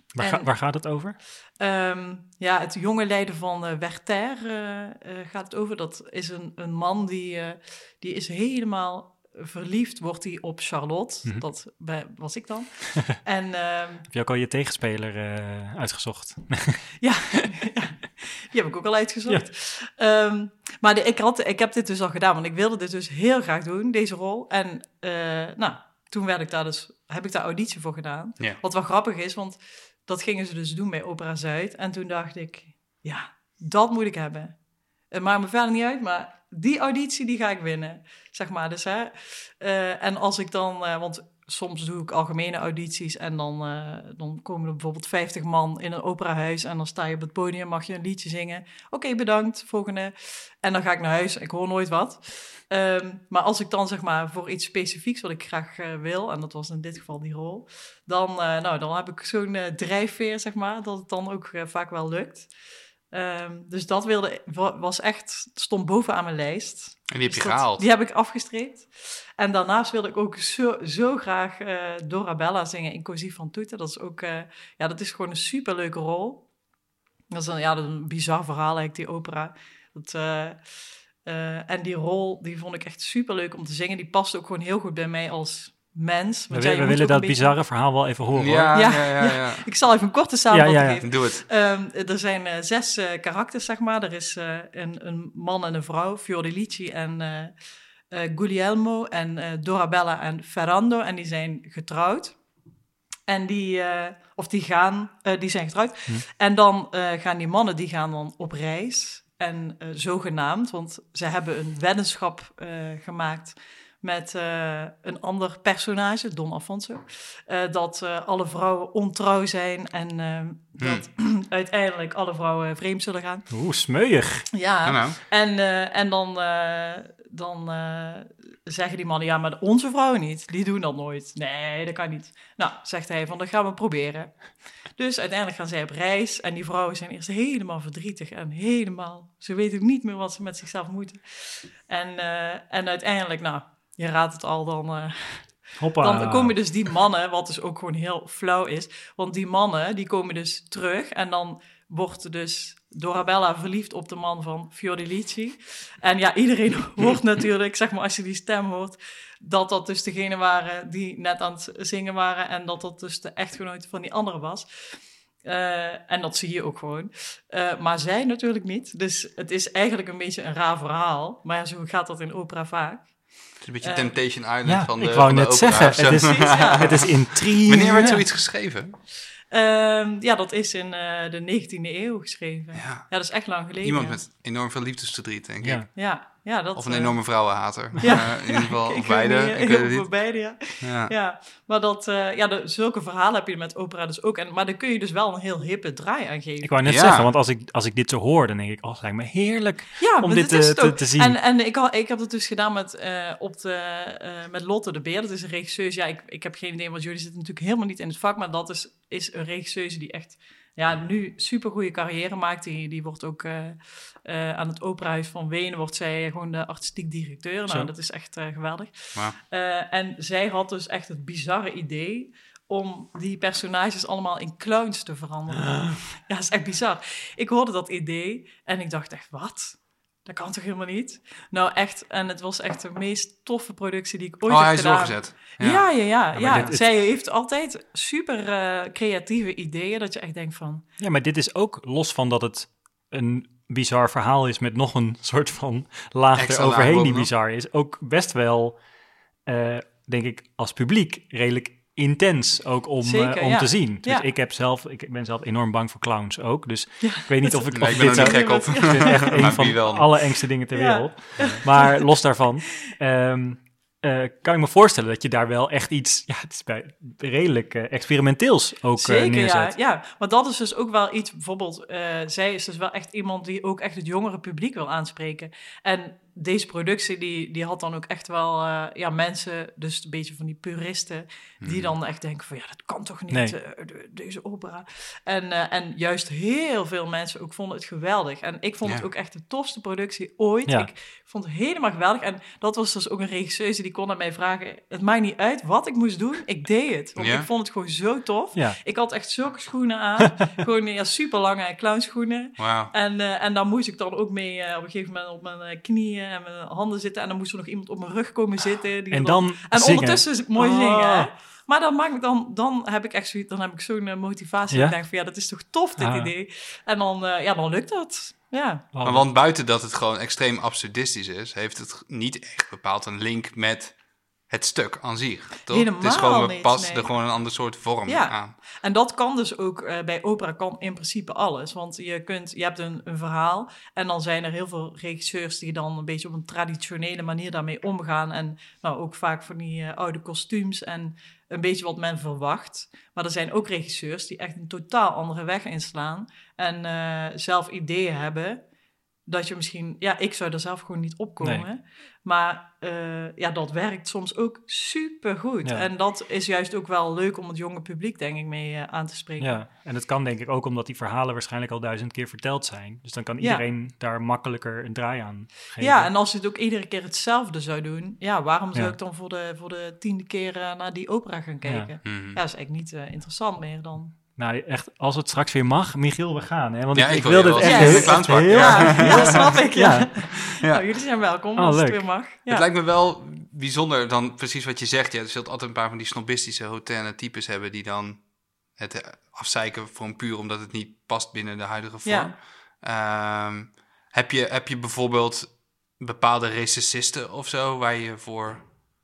Waar, En- ga- waar gaat het over? Um, ja, het jonge lijden van uh, Werther uh, uh, gaat het over. Dat is een, een man die, uh, die is helemaal verliefd, wordt hij op Charlotte. Mm-hmm. Dat ben, was ik dan. en, um, Heb je ook al je tegenspeler uh, uitgezocht? ja, die heb ik ook al uitgezocht. Ja. Um, maar de, ik, had, ik heb dit dus al gedaan, want ik wilde dit dus heel graag doen, deze rol. En uh, nou, toen werd ik daar dus, heb ik daar auditie voor gedaan. Ja. Wat wel grappig is, want dat gingen ze dus doen bij Opera Zuid. En toen dacht ik, ja, dat moet ik hebben. Het maakt me verder niet uit, maar die auditie, die ga ik winnen. Zeg maar, dus hè. Uh, en als ik dan, uh, want soms doe ik algemene audities en dan, uh, dan komen er bijvoorbeeld vijftig man in een operahuis en dan sta je op het podium, mag je een liedje zingen. Oké, okay, bedankt, volgende. En dan ga ik naar huis, ik hoor nooit wat. Um, maar als ik dan zeg maar voor iets specifieks wat ik graag uh, wil, en dat was in dit geval die rol, dan, uh, nou, dan heb ik zo'n uh, drijfveer, zeg maar, dat het dan ook uh, vaak wel lukt. Um, dus dat wilde, was echt, stond bovenaan mijn lijst. En die heb je dus dat, gehaald? Die heb ik afgestreept. En daarnaast wilde ik ook zo, zo graag uh, Dorabella zingen in Così fan tutte. Dat is ook, uh, ja, dat is gewoon een superleuke rol. Dat is een, ja, dat is een bizar verhaal eigenlijk, die opera. Dat, uh, uh, en die rol, die vond ik echt superleuk om te zingen. Die past ook gewoon heel goed bij mij als mens. We, ja, we willen dat beetje... bizarre verhaal wel even horen, ja, hoor. Ja, ja, ja, ja. ja. Ik zal even een korte samenvatting ja, ja, ja. geven. Doe het. Um, er zijn uh, zes uh, karakters, zeg maar. Er is uh, een, een man en een vrouw, Fiordilici en uh, uh, Guglielmo en uh, Dorabella en Ferrando. En die zijn getrouwd. En die, uh, of die gaan, uh, die zijn getrouwd. Hm. En dan uh, gaan die mannen, die gaan dan op reis. En uh, zogenaamd, want ze hebben een weddenschap uh, gemaakt met uh, een ander personage, Don Alfonso, uh, dat uh, alle vrouwen ontrouw zijn en uh, dat hmm. uiteindelijk alle vrouwen vreemd zullen gaan. Oeh, smeuig. Ja, ja nou. en, uh, en dan, uh, dan uh, zeggen die mannen, ja, maar onze vrouwen niet, die doen dat nooit. Nee, dat kan niet. Nou, zegt hij van, dat gaan we proberen. Dus uiteindelijk gaan zij op reis en die vrouwen zijn eerst helemaal verdrietig en helemaal, ze weten niet meer wat ze met zichzelf moeten. En, uh, en uiteindelijk, nou, je raadt het al, dan, uh, dan komen dus die mannen, wat dus ook gewoon heel flauw is, want die mannen, die komen dus terug en dan wordt dus Dorabella verliefd op de man van Fiordilici. En ja, iedereen hoort natuurlijk, zeg maar, als je die stem hoort, dat dat dus degene waren die net aan het zingen waren en dat dat dus de echtgenoot van die andere was. Uh, en dat zie je ook gewoon. Uh, maar zij natuurlijk niet. Dus het is eigenlijk een beetje een raar verhaal. Maar ja, zo gaat dat in opera vaak. Het is een beetje uh, Temptation Island ja, van de ik wou van de net opera, zeggen, het is, ja. het is intrigue. Wanneer werd zoiets geschreven? Uh, ja, dat is in uh, de negentiende eeuw geschreven. Ja. ja, dat is echt lang geleden. Iemand ja. met enorm veel liefdesverdriet, denk ja. ik. Ja, ja, dat, of een enorme vrouwenhater. Ja. Uh, in ieder geval, ik, of ik beide. Niet, ik weet het niet. niet. Beide, ja. Ja. ja. Maar dat, uh, ja, de, zulke verhalen heb je met opera dus ook. En, maar daar kun je dus wel een heel hippe draai aan geven. Ik wou net ja. zeggen, want als ik, als ik dit zo hoor, dan denk ik, oh, het lijkt me heerlijk ja, om dit te, te, te zien. En, en ik, had, ik heb het dus gedaan met, uh, op de, uh, met Lotte de Beer. Dat is een regisseuse. Ja, ik, ik heb geen idee, want jullie zitten natuurlijk helemaal niet in het vak. Maar dat is, is een regisseuse die echt... Ja, nu super goede carrière maakt. Die, die wordt ook uh, uh, aan het Operahuis van Wenen wordt zij gewoon de artistiek directeur. Nou, Zo. Dat is echt uh, geweldig. Wow. Uh, en zij had dus echt het bizarre idee om die personages allemaal in clowns te veranderen. Uh. Ja, dat is echt bizar. Ik hoorde dat idee en ik dacht echt, wat? Dat kan toch helemaal niet? Nou, echt. En het was echt de meest toffe productie die ik ooit oh, heb gedaan. Oh, hij is doorgezet. Ja, ja, ja. ja, ja. ja. Dit, Zij heeft altijd super uh, creatieve ideeën dat je echt denkt van... Ja, maar dit is ook los van dat het een bizar verhaal is met nog een soort van laag Extra eroverheen laag die bizar is. Ook best wel, uh, denk ik, als publiek redelijk intens ook om, Zeker, uh, om ja. te zien. Dus ja. ik heb zelf, ik ben zelf enorm bang voor clowns ook. Dus ja. ik weet niet of ik, nee, of ik ben dit er niet zou, gek op. Ik vind het echt een van de allerengste dingen ter ja. wereld. Maar los daarvan... Um, Uh, kan ik me voorstellen dat je daar wel echt iets, ja, het is bij redelijk uh, experimenteels ook Zeker, uh, neerzet. Ja, ja, maar dat is dus ook wel iets, bijvoorbeeld, uh, zij is dus wel echt iemand die ook echt het jongere publiek wil aanspreken. En deze productie, die, die had dan ook echt wel uh, ja, mensen, dus een beetje van die puristen, die mm. dan echt denken van, ja, dat kan toch niet, nee. uh, de, deze opera. En, uh, en juist heel veel mensen ook vonden het geweldig. En ik vond ja. het ook echt de tofste productie ooit. Ja. Ik vond het helemaal geweldig. En dat was dus ook een regisseuse, die kon aan mij vragen, het maakt niet uit wat ik moest doen, ik deed het. Want ja. ik vond het gewoon zo tof. Ja. Ik had echt zulke schoenen aan, gewoon ja, super lange clownschoenen. Wow. En, uh, en daar moest ik dan ook mee uh, op een gegeven moment op mijn uh, knieën en mijn handen zitten. En dan moest er nog iemand op mijn rug komen zitten. Die en dan, dan En zingen. ondertussen mooi oh. zingen. Hè? Maar dan, maak ik dan, dan heb ik echt zoiets, dan heb ik zo'n uh, motivatie. Ja? Ik denk van, ja, dat is toch tof, dit ah. idee. En dan, uh, ja, dan lukt dat. Ja. Oh. Maar want buiten dat het gewoon extreem absurdistisch is, heeft het niet echt bepaald een link met het stuk aan zich, toch? Helemaal het is gewoon, we niet, passen nee. er gewoon een ander soort vorm ja. aan. En dat kan dus ook, uh, bij opera kan in principe alles. Want je, kunt, je hebt een, een verhaal en dan zijn er heel veel regisseurs die dan een beetje op een traditionele manier daarmee omgaan. En nou, ook vaak van die uh, oude kostuums en een beetje wat men verwacht. Maar er zijn ook regisseurs die echt een totaal andere weg inslaan en uh, zelf ideeën hebben. Dat je misschien, ja, ik zou er zelf gewoon niet opkomen. Nee. Maar uh, ja, dat werkt soms ook supergoed. Ja. En dat is juist ook wel leuk om het jonge publiek, denk ik, mee uh, aan te spreken. Ja, en dat kan denk ik ook omdat die verhalen waarschijnlijk al duizend keer verteld zijn. Dus dan kan iedereen ja. daar makkelijker een draai aan geven. Ja, en als je het ook iedere keer hetzelfde zou doen, ja, waarom zou ja. ik dan voor de, voor de tiende keer uh, naar die opera gaan kijken? Ja, mm-hmm. ja dat is eigenlijk niet uh, interessant meer dan. Nou, echt, als het straks weer mag, Michiel, we gaan. Hè? Want ja, ik, ik, ik wil dit wil echt yes. heel, echt heel... Ja, ja, snap ik. Ja. Ja. Ja. Nou, jullie zijn welkom oh, als leuk. het weer mag. Ja. Het lijkt me wel bijzonder dan precies wat je zegt. Ja, er zult altijd een paar van die snobistische hautaine types hebben die dan het afzeiken voor een puur omdat het niet past binnen de huidige vorm. Ja. Um, heb, je, heb je bijvoorbeeld bepaalde recensisten of zo waar je voor...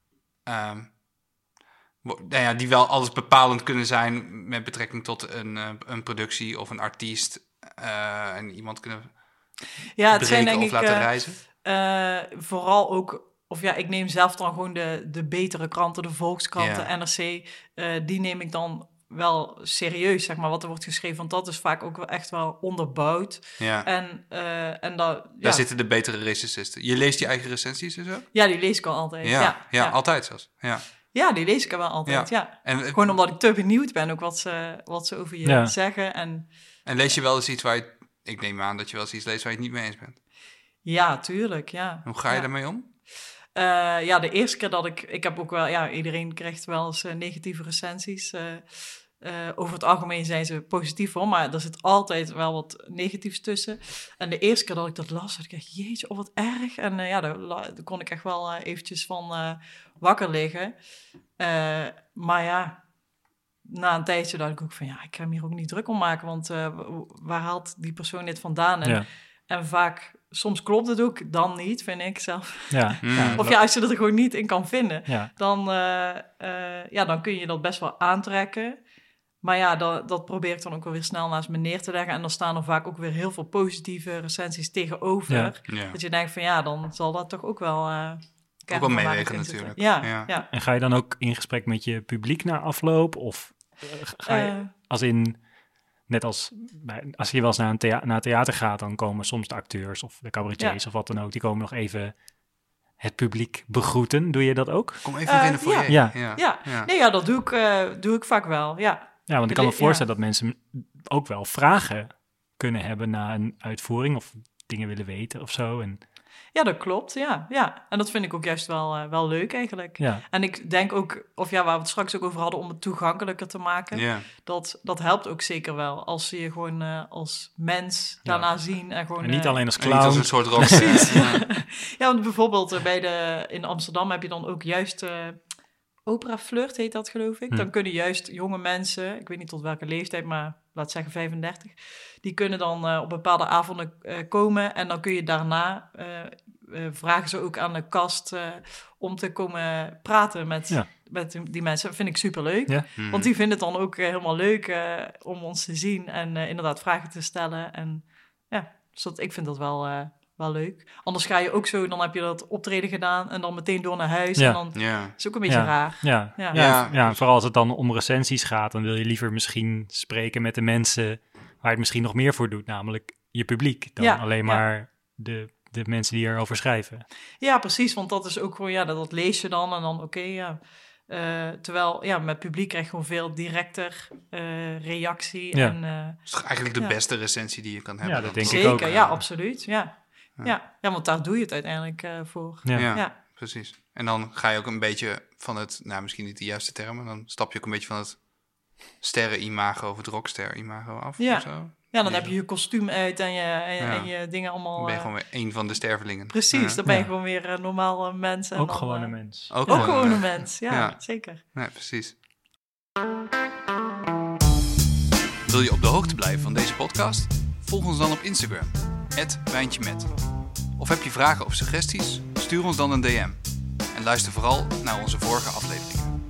Um, Nou ja, die wel alles bepalend kunnen zijn met betrekking tot een, uh, een productie of een artiest uh, en iemand kunnen ja, het zijn, denk of ik, laten uh, reizen. Uh, vooral ook, of ja, ik neem zelf dan gewoon de, de betere kranten, de Volkskranten, ja. N R C, uh, die neem ik dan wel serieus, zeg maar, wat er wordt geschreven, want dat is vaak ook wel echt wel onderbouwd. Ja. En, uh, en dat, ja. Daar zitten de betere recensisten. Je leest je eigen recensies en zo? Ja, die lees ik al altijd. Ja, ja, ja, ja. altijd zelfs. Ja. Ja, die lees ik er wel altijd, ja. ja. En, gewoon omdat ik te benieuwd ben ook wat ze, wat ze over je ja. zeggen. En, en lees je wel eens iets waar je... Ik neem aan dat je wel eens iets leest waar je het niet mee eens bent. Ja, tuurlijk, ja. Hoe ga je ja. daarmee om? Uh, ja, de eerste keer dat ik... Ik heb ook wel... Ja, iedereen krijgt wel eens uh, negatieve recensies. Uh, uh, over het algemeen zijn ze positief hoor, maar er zit altijd wel wat negatiefs tussen. En de eerste keer dat ik dat las, dacht ik echt, jeetje, oh wat erg. En uh, ja, daar, daar kon ik echt wel uh, eventjes van uh, wakker liggen. Uh, maar ja, na een tijdje dacht ik ook van, ja, ik ga me hier ook niet druk om maken, want uh, waar haalt die persoon dit vandaan? En, ja. en vaak... Soms klopt het ook, dan niet, vind ik zelf. Ja. Mm. Of ja, als je er gewoon niet in kan vinden, ja. dan, uh, uh, ja, dan kun je dat best wel aantrekken. Maar ja, dat, dat probeer ik dan ook wel weer snel naast me neer te leggen. En dan staan er vaak ook weer heel veel positieve recensies tegenover. Ja. Ja. Dat je denkt van ja, dan zal dat toch ook wel... Uh, ook wel meewegen natuurlijk. Ja, ja. ja. En ga je dan ook in gesprek met je publiek na afloop? Of uh, ga je, uh, als in... Net als bij, als je wel eens naar een thea- naar theater gaat, dan komen soms de acteurs of de cabaretiers ja. of wat dan ook, die komen nog even het publiek begroeten. Doe je dat ook? Kom even uh, in de foyer. Ja. Ja. Ja. Ja. Nee, ja, dat doe ik, uh, doe ik vaak wel, ja. Ja, want ik kan me voorstellen ja. dat mensen ook wel vragen kunnen hebben na een uitvoering of dingen willen weten of zo. En... Ja, dat klopt, ja. ja. En dat vind ik ook juist wel, uh, wel leuk eigenlijk. Ja. En ik denk ook, of ja, waar we het straks ook over hadden, om het toegankelijker te maken. Ja. Dat, dat helpt ook zeker wel. Als ze je gewoon uh, als mens daarna ja. zien. En, gewoon, en niet uh, alleen als clown. Niet als een soort rockster. ja. ja, want bijvoorbeeld uh, bij de, in Amsterdam heb je dan ook juist... Uh, Opera Flirt heet dat, geloof ik. Hm. Dan kunnen juist jonge mensen, ik weet niet tot welke leeftijd, maar laat zeggen vijfendertig, die kunnen dan uh, op bepaalde avonden uh, komen en dan kun je daarna, uh, uh, vragen ze ook aan de kast uh, om te komen praten met, ja. met die mensen. Dat vind ik superleuk, ja. hm. want die vinden het dan ook uh, helemaal leuk uh, om ons te zien en uh, inderdaad vragen te stellen. En ja, dus dat, ik vind dat wel... Uh, Wel leuk. Anders ga je ook zo, dan heb je dat optreden gedaan en dan meteen door naar huis. Ja. En dan ja. is ook een beetje ja. raar. Ja. Ja. Ja. Ja. ja, vooral als het dan om recensies gaat, dan wil je liever misschien spreken met de mensen waar het misschien nog meer voor doet, namelijk je publiek, dan ja. alleen maar ja. de de mensen die erover schrijven. Ja, precies, want dat is ook gewoon, ja, dat, dat lees je dan en dan, oké, okay, ja. Uh, terwijl, ja, met publiek krijg je gewoon veel directer uh, reactie. Ja. En, uh, dat is toch eigenlijk de ja. beste recensie die je kan hebben. Ja, dat denk Zeker, ik ook. Zeker, ja, absoluut, ja. Ja. Ja. ja, want daar doe je het uiteindelijk uh, voor. Ja. Ja, ja, precies. En dan ga je ook een beetje van het, nou, misschien niet de juiste termen, dan stap je ook een beetje van het sterren-imago of het rockster-imago af ja. of zo. Ja, dan ja. heb je je kostuum uit en je, en je, ja. en je dingen allemaal... Dan ben je gewoon weer één van de stervelingen. Precies, ja. dan ben je ja. gewoon weer een normaal mens. En ook dan, gewoon uh, een mens. Ook, ook gewoon een mens, ja, ja. zeker. Ja, precies. Wil je op de hoogte blijven van deze podcast? Volg ons dan op Instagram, at wijntjemet. Of heb je vragen of suggesties? Stuur ons dan een D M. En luister vooral naar onze vorige afleveringen.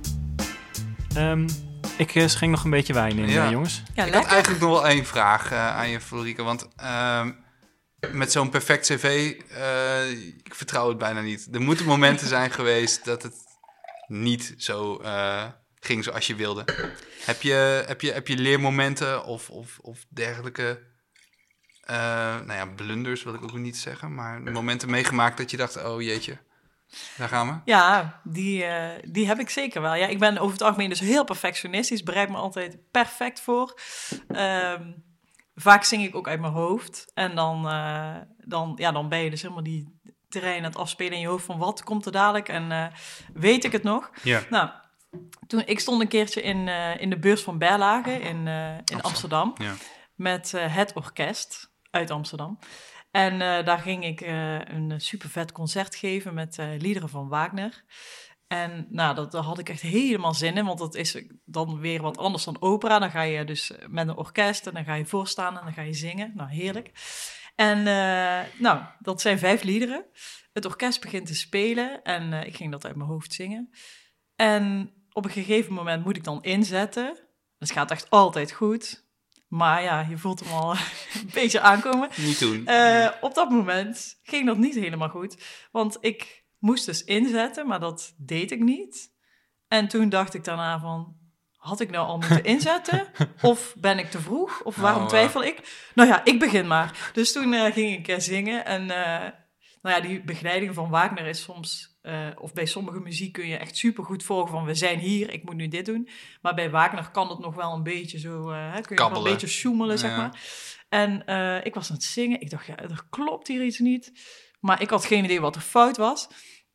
Um, ik uh, schenk nog een beetje wijn in, ja. uh, jongens. Ja, ik had eigenlijk nog wel één vraag uh, aan je, Ulrike. Want uh, met zo'n perfect cv, uh, ik vertrouw het bijna niet. Er moeten momenten zijn geweest dat het niet zo uh, ging zoals je wilde. Heb je, heb je, heb je leermomenten of, of, of dergelijke... Uh, nou ja, blunders wil ik ook niet zeggen, maar momenten meegemaakt dat je dacht, oh jeetje, daar gaan we. Ja, die, uh, die heb ik zeker wel. Ja, ik ben over het algemeen dus heel perfectionistisch, bereid me altijd perfect voor. Um, vaak zing ik ook uit mijn hoofd en dan, uh, dan, ja, dan ben je dus helemaal die terrein aan het afspelen in je hoofd van wat komt er dadelijk en uh, weet ik het nog? Ja. Nou, toen, ik stond een keertje in, uh, in de beurs van Berlage in, uh, in Amsterdam, Amsterdam ja. met uh, het orkest uit Amsterdam. En uh, daar ging ik uh, een super vet concert geven met uh, liederen van Wagner. En nou, dat, daar had ik echt helemaal zin in, want dat is dan weer wat anders dan opera. Dan ga je dus met een orkest en dan ga je voorstaan en dan ga je zingen. Nou, heerlijk. En uh, nou, dat zijn vijf liederen. Het orkest begint te spelen en uh, ik ging dat uit mijn hoofd zingen. En op een gegeven moment moet ik dan inzetten. Het gaat echt altijd goed. Maar ja, je voelt hem al een beetje aankomen. Niet doen. Uh, op dat moment ging dat niet helemaal goed. Want ik moest dus inzetten, maar dat deed ik niet. En toen dacht ik daarna van... Had ik nou al moeten inzetten? Of ben ik te vroeg? Of waarom oh, twijfel ik? Nou ja, ik begin maar. Dus toen uh, ging ik uh, zingen. En uh, nou ja, die begeleiding van Wagner is soms... Uh, of bij sommige muziek kun je echt supergoed volgen van... we zijn hier, ik moet nu dit doen. Maar bij Wagner kan het nog wel een beetje zo... Uh, kun je nog wel een beetje sjoemelen, zeg ja. maar. En uh, ik was aan het zingen. Ik dacht, ja, er klopt hier iets niet. Maar ik had geen idee wat er fout was.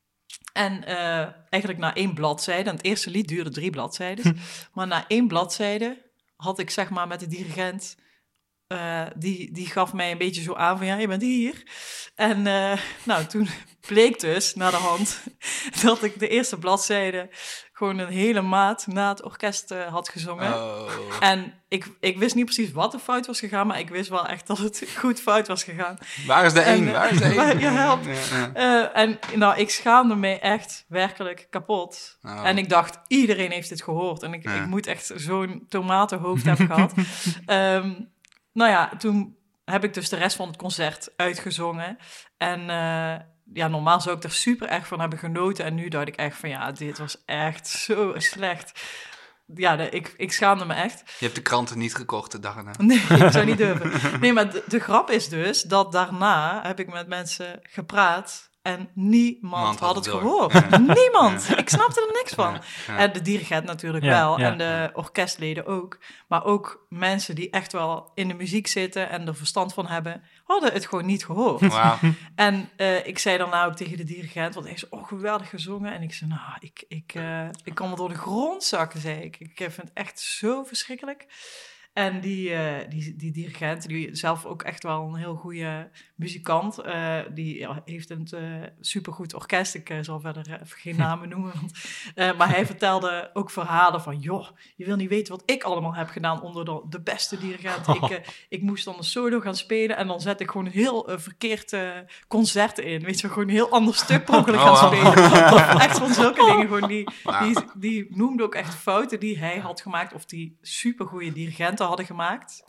En uh, eigenlijk na één bladzijde... en het eerste lied duurde drie bladzijden... Hm. maar na één bladzijde had ik zeg maar met de dirigent... Uh, die, die gaf mij een beetje zo aan van, ja, je bent hier. En uh, nou, toen bleek dus, na de hand, dat ik de eerste bladzijde gewoon een hele maat na het orkest uh, had gezongen. Oh. En ik, ik wist niet precies wat er fout was gegaan, maar ik wist wel echt dat het goed fout was gegaan. Waar is de één? Uh, Waar is de één? Ja, help. Ja, ja. Uh, en nou, ik schaamde me echt werkelijk kapot. Oh. En ik dacht, iedereen heeft dit gehoord. En ik, ja. ik moet echt zo'n tomatenhoofd hebben gehad. Um, Nou ja, toen heb ik dus de rest van het concert uitgezongen. En uh, ja, normaal zou ik er super erg van hebben genoten. En nu dacht ik echt van, ja, dit was echt zo slecht. Ja, de, ik, ik schaamde me echt. Je hebt de kranten niet gekocht de dag erna. Nee, ik zou niet durven. Nee, maar de, de grap is dus dat daarna heb ik met mensen gepraat... En niemand Man, had het door. gehoord. Ja. Niemand. Ja. Ik snapte er niks van. Ja. Ja. En de dirigent natuurlijk ja. wel. Ja. En de orkestleden ook. Maar ook mensen die echt wel in de muziek zitten... en er verstand van hebben... hadden het gewoon niet gehoord. Wow. En uh, ik zei daarna ook tegen de dirigent... want hij zei, oh, geweldig gezongen. En ik zei, nou, ik, ik, uh, ik kan me door de grond zakken, zei ik. Ik vind het echt zo verschrikkelijk. En die, uh, die, die dirigent, die zelf ook echt wel een heel goede muzikant, uh, die ja, heeft een uh, supergoed orkest. Ik uh, zal verder uh, even geen namen noemen. Want, uh, maar hij vertelde ook verhalen van, joh, je wil niet weten wat ik allemaal heb gedaan onder de, de beste dirigent. Ik, uh, ik moest dan een solo gaan spelen en dan zet ik gewoon een heel uh, verkeerd uh, concert in. Weet je, gewoon een heel ander stuk per ongeluk gaan spelen. Of echt van zulke dingen. Gewoon die, die, die noemde ook echt fouten die hij had gemaakt of die supergoeie dirigent hadden gemaakt,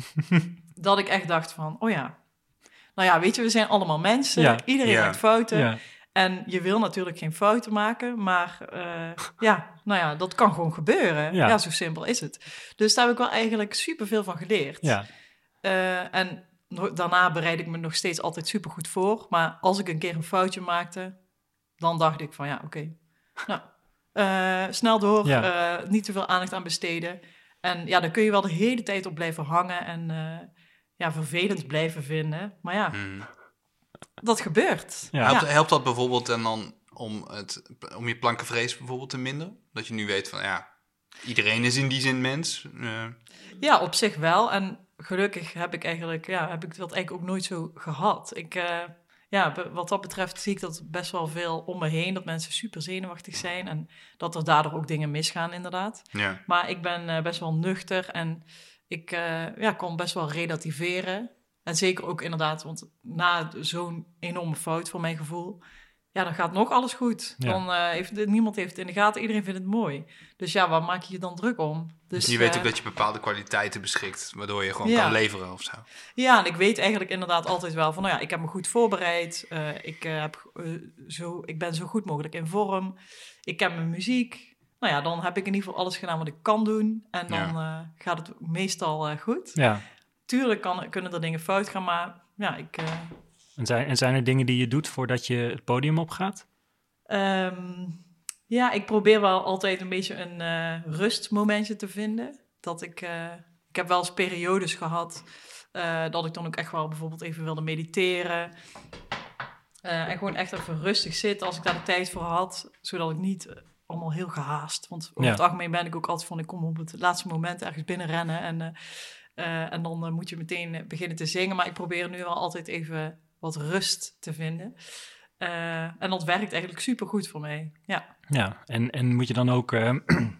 dat ik echt dacht van, oh ja, nou ja, weet je, we zijn allemaal mensen, ja. iedereen ja. maakt fouten, ja. en je wil natuurlijk geen fouten maken, maar uh, ja, nou ja, dat kan gewoon gebeuren. Ja. ja, zo simpel is het. Dus daar heb ik wel eigenlijk superveel van geleerd. Ja. Uh, en no- daarna bereid ik me nog steeds altijd supergoed voor. Maar als ik een keer een foutje maakte, dan dacht ik van ja, oké. Okay, nou, uh, snel door, ja. uh, niet te veel aandacht aan besteden. En ja, dan kun je wel de hele tijd op blijven hangen en uh, ja, vervelend blijven vinden. Maar ja, hmm. dat gebeurt. Ja. Helpt, helpt dat bijvoorbeeld en dan om, het, om je plankenvrees bijvoorbeeld te minderen? Dat je nu weet van ja, iedereen is in die zin mens. Uh. Ja, op zich wel. En gelukkig heb ik eigenlijk, ja, heb ik dat eigenlijk ook nooit zo gehad. Ik, uh, ja, wat dat betreft zie ik dat best wel veel om me heen, dat mensen super zenuwachtig zijn en dat er daardoor ook dingen misgaan inderdaad. Ja. Maar ik ben uh, best wel nuchter en ik uh, ja, kon best wel relativeren. En zeker ook inderdaad, want na zo'n enorme fout voor mijn gevoel, ja, dan gaat nog alles goed. Ja. Dan uh, heeft niemand heeft het in de gaten, iedereen vindt het mooi. Dus ja, waar maak je je dan druk om? Dus, je weet uh, ook dat je bepaalde kwaliteiten beschikt, waardoor je gewoon ja. kan leveren of zo. Ja, en ik weet eigenlijk inderdaad altijd wel van, nou ja, ik heb me goed voorbereid. Uh, ik, uh, heb, uh, zo, ik ben zo goed mogelijk in vorm. Ik ken mijn muziek. Nou ja, dan heb ik in ieder geval alles gedaan wat ik kan doen. En dan ja. uh, gaat het meestal uh, goed. Ja. Tuurlijk kan, kunnen er dingen fout gaan, maar ja, ik... Uh, En zijn, en zijn er dingen die je doet voordat je het podium opgaat? Um, ja, ik probeer wel altijd een beetje een uh, rustmomentje te vinden. Dat ik, uh, ik heb wel eens periodes gehad uh, dat ik dan ook echt wel bijvoorbeeld even wilde mediteren. Uh, en gewoon echt even rustig zitten als ik daar de tijd voor had. Zodat ik niet uh, allemaal heel gehaast. Want over ja. het algemeen ben ik ook altijd van, ik kom op het laatste moment ergens binnenrennen. En, uh, uh, en dan uh, moet je meteen beginnen te zingen. Maar ik probeer nu wel altijd even wat rust te vinden. Uh, en dat werkt eigenlijk supergoed voor mij, ja. Ja, en, en moet je dan ook, uh,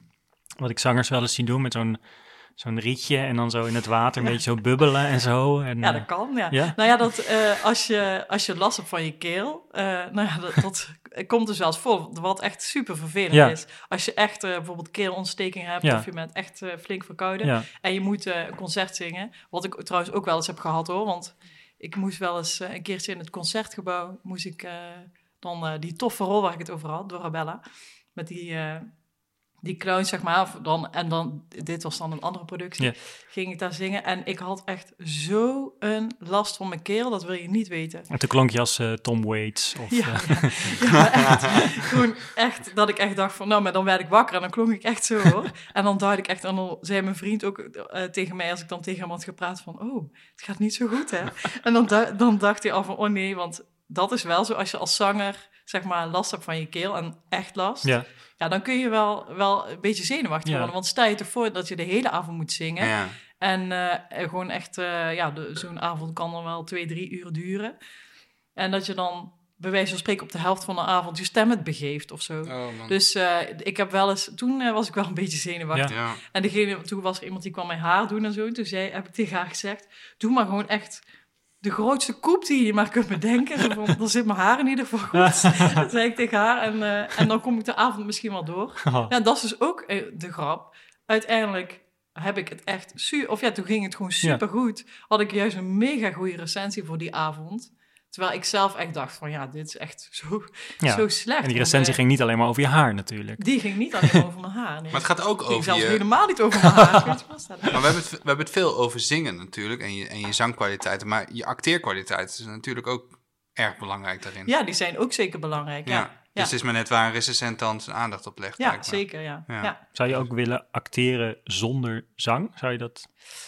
wat ik zangers wel eens zien doen, met zo'n, zo'n rietje en dan zo in het water een ja. beetje zo bubbelen en zo. En, ja, dat kan, ja. ja? Nou ja, dat, uh, als, je, als je last hebt van je keel, uh, nou ja, dat, dat komt dus wel eens voor, wat echt super vervelend ja. is. Als je echt uh, bijvoorbeeld keelontsteking hebt, ja. of je bent echt uh, flink verkouden, ja. en je moet uh, een concert zingen, wat ik trouwens ook wel eens heb gehad hoor, want... Ik moest wel eens uh, een keertje in het Concertgebouw, moest ik uh, dan uh, die toffe rol waar ik het over had, door Rabella, met die, uh, die clown, zeg maar, of dan, en dan, dit was dan een andere productie, yeah. ging ik daar zingen en ik had echt zo een last van mijn keel, dat wil je niet weten. En toen klonk je als uh, Tom Waits. Of, ja, uh... ja, ja, maar echt, gewoon echt, dat ik echt dacht van, nou, maar dan werd ik wakker en dan klonk ik echt zo, hoor. En dan dacht ik echt, en dan zei mijn vriend ook uh, tegen mij, als ik dan tegen hem had gepraat van, oh, het gaat niet zo goed, hè. En dan, da- dan dacht hij al van, oh nee, want dat is wel zo, als je als zanger, zeg maar, last hebt van je keel en echt last... Ja. Ja, dan kun je wel, wel een beetje zenuwachtig ja. worden. Want stel je ervoor dat je de hele avond moet zingen. Ja. En uh, gewoon echt, uh, ja, de, zo'n avond kan dan wel twee, drie uur duren. En dat je dan, bij wijze van spreken, op de helft van de avond je stem het begeeft of zo. Oh, dus uh, ik heb wel eens, toen uh, was ik wel een beetje zenuwachtig. Ja. Ja. En degene, toen was er iemand die kwam mijn haar doen en zo. Toen zei, heb ik tegen haar gezegd, doe maar gewoon echt... de grootste koep die je maar kunt bedenken. Zo van, dan zit mijn haar in ieder geval goed. Dat zei ik tegen haar. En, uh, en dan kom ik de avond misschien wel door. Oh. Ja, dat is dus ook uh, de grap. Uiteindelijk heb ik het echt... Su- of ja, toen ging het gewoon supergoed. Ja. Had ik juist een mega goede recensie voor die avond. Terwijl ik zelf echt dacht van... ja, dit is echt zo, ja. zo slecht. En die recensie want, uh, ging niet alleen maar over je haar natuurlijk. Die ging niet alleen maar over mijn haar. Nee. Maar het gaat ook die over zelfs je... helemaal niet over mijn haar. Maar we hebben, het, we hebben het veel over zingen natuurlijk. En je, en je zangkwaliteiten. Maar je acteerkwaliteit is natuurlijk ook erg belangrijk daarin. Ja, die zijn ook zeker belangrijk. Ja. ja. Dus ja. het is maar net waar een recensent dan zijn aandacht op legt. Ja, zeker. Ja. Ja. Ja. Zou je ook willen acteren zonder zang? Zou je dat...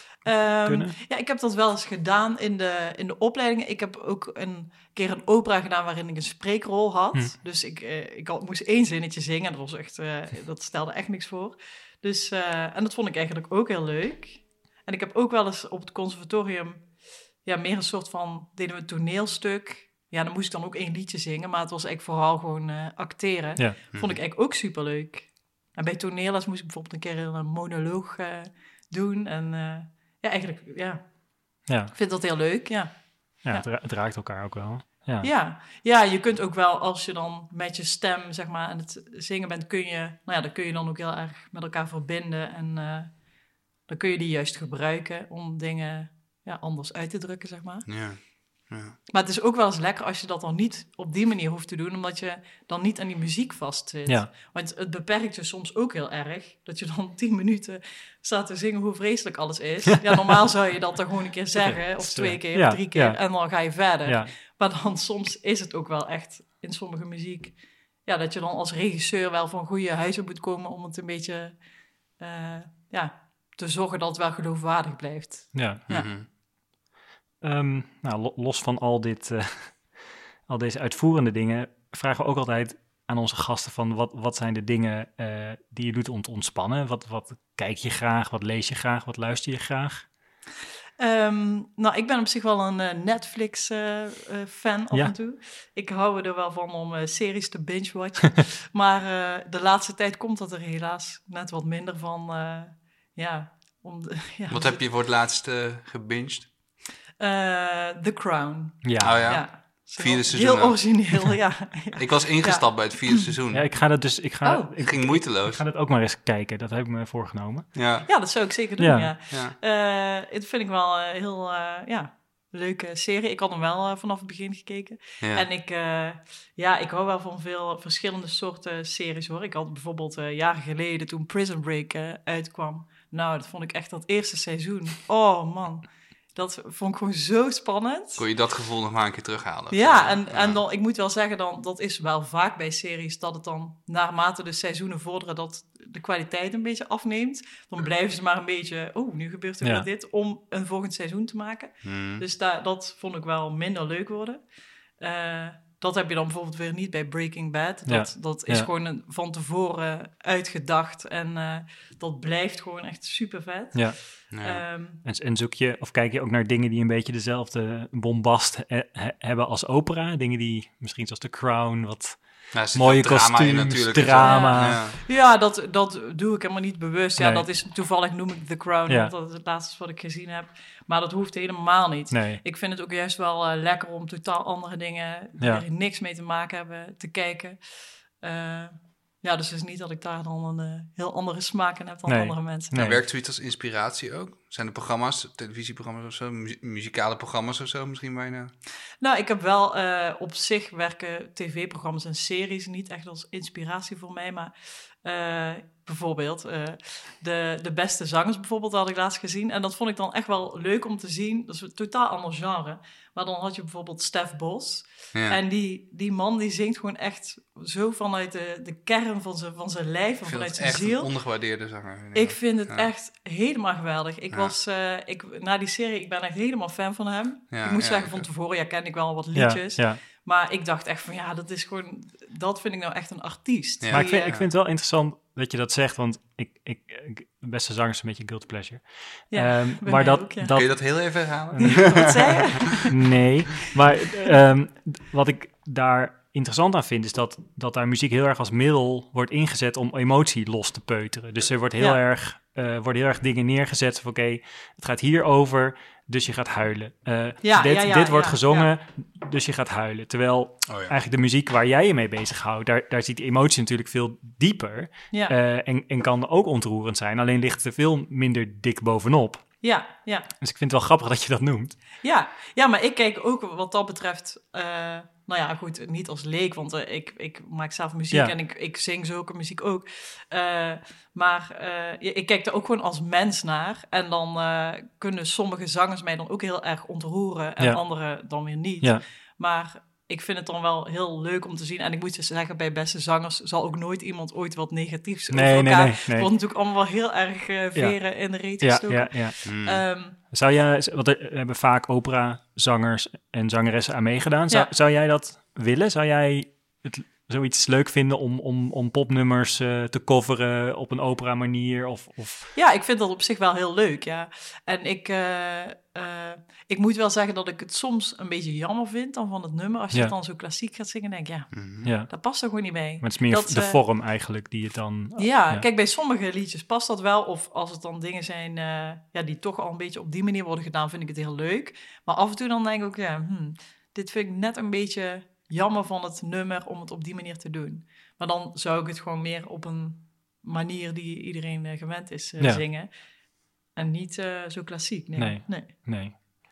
Um, ja, ik heb dat wel eens gedaan in de, in de opleidingen. Ik heb ook een keer een opera gedaan waarin ik een spreekrol had. Hm. Dus ik, uh, ik had, moest één zinnetje zingen. Dat, was echt, uh, dat stelde echt niks voor. Dus, uh, en dat vond ik eigenlijk ook heel leuk. En ik heb ook wel eens op het conservatorium... ja, meer een soort van... deden we een toneelstuk. Ja, dan moest ik dan ook één liedje zingen. Maar het was eigenlijk vooral gewoon uh, acteren. Ja. Vond ik eigenlijk ook superleuk. En bij toneelles moest ik bijvoorbeeld een keer een monoloog uh, doen. En... Uh, Ja, eigenlijk, ja. ja. Ik vind dat heel leuk, ja. Ja, ja. Het, ra- het raakt elkaar ook wel. Ja. Ja. ja, je kunt ook wel, als je dan met je stem, zeg maar, aan het zingen bent, kun je, nou ja, dan kun je dan ook heel erg met elkaar verbinden. En uh, dan kun je die juist gebruiken om dingen ja, anders uit te drukken, zeg maar. Ja. Ja. Maar het is ook wel eens lekker als je dat dan niet op die manier hoeft te doen, omdat je dan niet aan die muziek vastzit. Ja. Want het beperkt je soms ook heel erg, dat je dan tien minuten staat te zingen hoe vreselijk alles is. Ja, normaal zou je dat dan gewoon een keer zeggen, of twee keer, Ja, of drie keer, ja. en dan ga je verder. Ja. Maar dan soms is het ook wel echt in sommige muziek, ja, dat je dan als regisseur wel van goede huizen moet komen om het een beetje, uh, ja, te zorgen dat het wel geloofwaardig blijft. Ja. Ja. Mm-hmm. Um, nou, lo- los van al dit, uh, al deze uitvoerende dingen, vragen we ook altijd aan onze gasten van wat, wat zijn de dingen uh, die je doet om te ontspannen? Wat, wat kijk je graag? Wat lees je graag? Wat luister je graag? Um, nou, ik ben op zich wel een uh, Netflix-fan uh, uh, af ja. en toe. Ik hou er wel van om uh, series te binge-watchen. maar uh, de laatste tijd komt dat er helaas net wat minder van. Uh, ja, om de, ja, Wat heb je voor het laatst uh, gebinged? Uh, The Crown. Ja. Oh, ja. ja. Vierde seizoen. Heel origineel, ja. ja. Ik was ingestapt ja. bij het vierde seizoen. Ja, ik ga dat dus... Ik ga, oh. ik ging moeiteloos. Ik ga dat ook maar eens kijken. Dat heb ik me voorgenomen. Ja, ja dat zou ik zeker doen, ja. ja. ja. Uh, het vind ik wel een heel uh, ja, leuke serie. Ik had hem wel uh, vanaf het begin gekeken. Ja. En ik, uh, ja, ik hou wel van veel verschillende soorten series, hoor. Ik had bijvoorbeeld uh, jaren geleden, toen Prison Break uh, uitkwam. Nou, dat vond ik echt dat eerste seizoen. Oh, man. Dat vond ik gewoon zo spannend. Kon je dat gevoel nog maar een keer terughalen? Ja, en, ja. en dan, ik moet wel zeggen, dan, dat is wel vaak bij series, dat het dan naarmate de seizoenen vorderen, dat de kwaliteit een beetje afneemt. Dan blijven ze maar een beetje, oh, nu gebeurt er ja. weer dit, om een volgend seizoen te maken. Hmm. Dus da- dat vond ik wel minder leuk worden. Uh, dat heb je dan bijvoorbeeld weer niet bij Breaking Bad. Dat, ja. dat is ja. gewoon een, van tevoren uitgedacht. En uh, dat blijft gewoon echt super vet. Ja. Ja. Um, en, en zoek je, of kijk je ook naar dingen die een beetje dezelfde bombast he, he, hebben als opera? Dingen die, misschien zoals The Crown, wat ja, mooie kostuums, drama. Ja, ja dat, dat doe ik helemaal niet bewust. Ja, nee. Dat is toevallig, noem ik The Crown, ja. want dat is het laatste wat ik gezien heb. Maar dat hoeft helemaal niet. Nee. Ik vind het ook juist wel uh, lekker om totaal andere dingen, die ja. er niks mee te maken hebben, te kijken. Uh, Ja, dus het is niet dat ik daar dan een uh, heel andere smaak in heb dan nee. andere mensen. Nee. Werkt zoiets als inspiratie ook? Zijn er programma's, televisieprogramma's of zo, mu- muzikale programma's of zo misschien bijna? Nou, ik heb wel uh, op zich werken tv-programma's en series niet echt als inspiratie voor mij, maar uh, bijvoorbeeld uh, de, de beste zangers bijvoorbeeld had ik laatst gezien en dat vond ik dan echt wel leuk om te zien. Dat is een totaal ander genre, maar dan had je bijvoorbeeld Stef Bos. Ja. En die, die man die zingt gewoon echt zo vanuit de, de kern van zijn, van zijn lijf en vanuit zijn ziel. Ik vind het echt een ondergewaardeerde zanger. Vind ik, ik vind het ja. echt helemaal geweldig. Ik ja. was, uh, ik, na die serie, ik ben echt helemaal fan van hem. Ja, ik moet ja, zeggen, van tevoren, ja, ken ik wel wat liedjes. Ja, ja. Maar ik dacht echt van, ja, dat is gewoon, dat vind ik nou echt een artiest. Ja. Maar ik vind, ik vind het wel interessant dat je dat zegt, want ik, ik, ik beste zanger is een beetje guilty pleasure. Ja, um, maar dat, ook, ja. dat... Kun je dat heel even herhalen? Wat zei je? Nee, maar um, wat ik daar interessant aan vind, is dat, dat daar muziek heel erg als middel wordt ingezet om emotie los te peuteren. Dus er wordt heel, ja. erg, uh, worden heel erg dingen neergezet van oké, okay, het gaat hier over, dus je gaat huilen. Uh, ja, dit ja, ja, dit wordt ja, gezongen, ja. dus je gaat huilen. Terwijl oh, ja. eigenlijk de muziek waar jij je mee bezighoudt, daar, daar zit die emotie natuurlijk veel dieper. Ja. Uh, en, en kan ook ontroerend zijn, alleen ligt er veel minder dik bovenop. Ja, ja. Dus ik vind het wel grappig dat je dat noemt. Ja, ja, maar ik kijk ook wat dat betreft... Uh, nou ja, goed, niet als leek, want uh, ik, ik maak zelf muziek ja. en ik, ik zing zulke muziek ook. Uh, maar uh, ik kijk er ook gewoon als mens naar. En dan uh, kunnen sommige zangers mij dan ook heel erg ontroeren en ja. andere dan weer niet. Ja. Maar ik vind het dan wel heel leuk om te zien. En ik moet je zeggen, bij beste zangers zal ook nooit iemand ooit wat negatiefs nee, over elkaar. Nee, nee, nee. wordt natuurlijk allemaal wel heel erg uh, veren ja. in de reet gestoken. Ja, ja, ja. Mm. Um, Zou jij, want er hebben vaak operazangers en zangeressen aan meegedaan. Zou, ja. zou jij dat willen? Zou jij het zoiets leuk vinden om, om, om popnummers uh, te coveren op een opera manier? Of, of... Ja, ik vind dat op zich wel heel leuk, ja. En ik, uh, uh, ik moet wel zeggen dat ik het soms een beetje jammer vind dan van het nummer. Als je ja. het dan zo klassiek gaat zingen, denk ik, ja, Mm-hmm. ja. dat past er gewoon niet mee. Maar het is meer dat, de uh, vorm eigenlijk die het dan... Ja, ja, kijk, bij sommige liedjes past dat wel. Of als het dan dingen zijn uh, ja, die toch al een beetje op die manier worden gedaan, vind ik het heel leuk. Maar af en toe dan denk ik ook, ja, hmm, dit vind ik net een beetje jammer van het nummer om het op die manier te doen. Maar dan zou ik het gewoon meer op een manier die iedereen uh, gewend is uh, ja. zingen. En niet uh, zo klassiek, nee. Nee, nee. nee.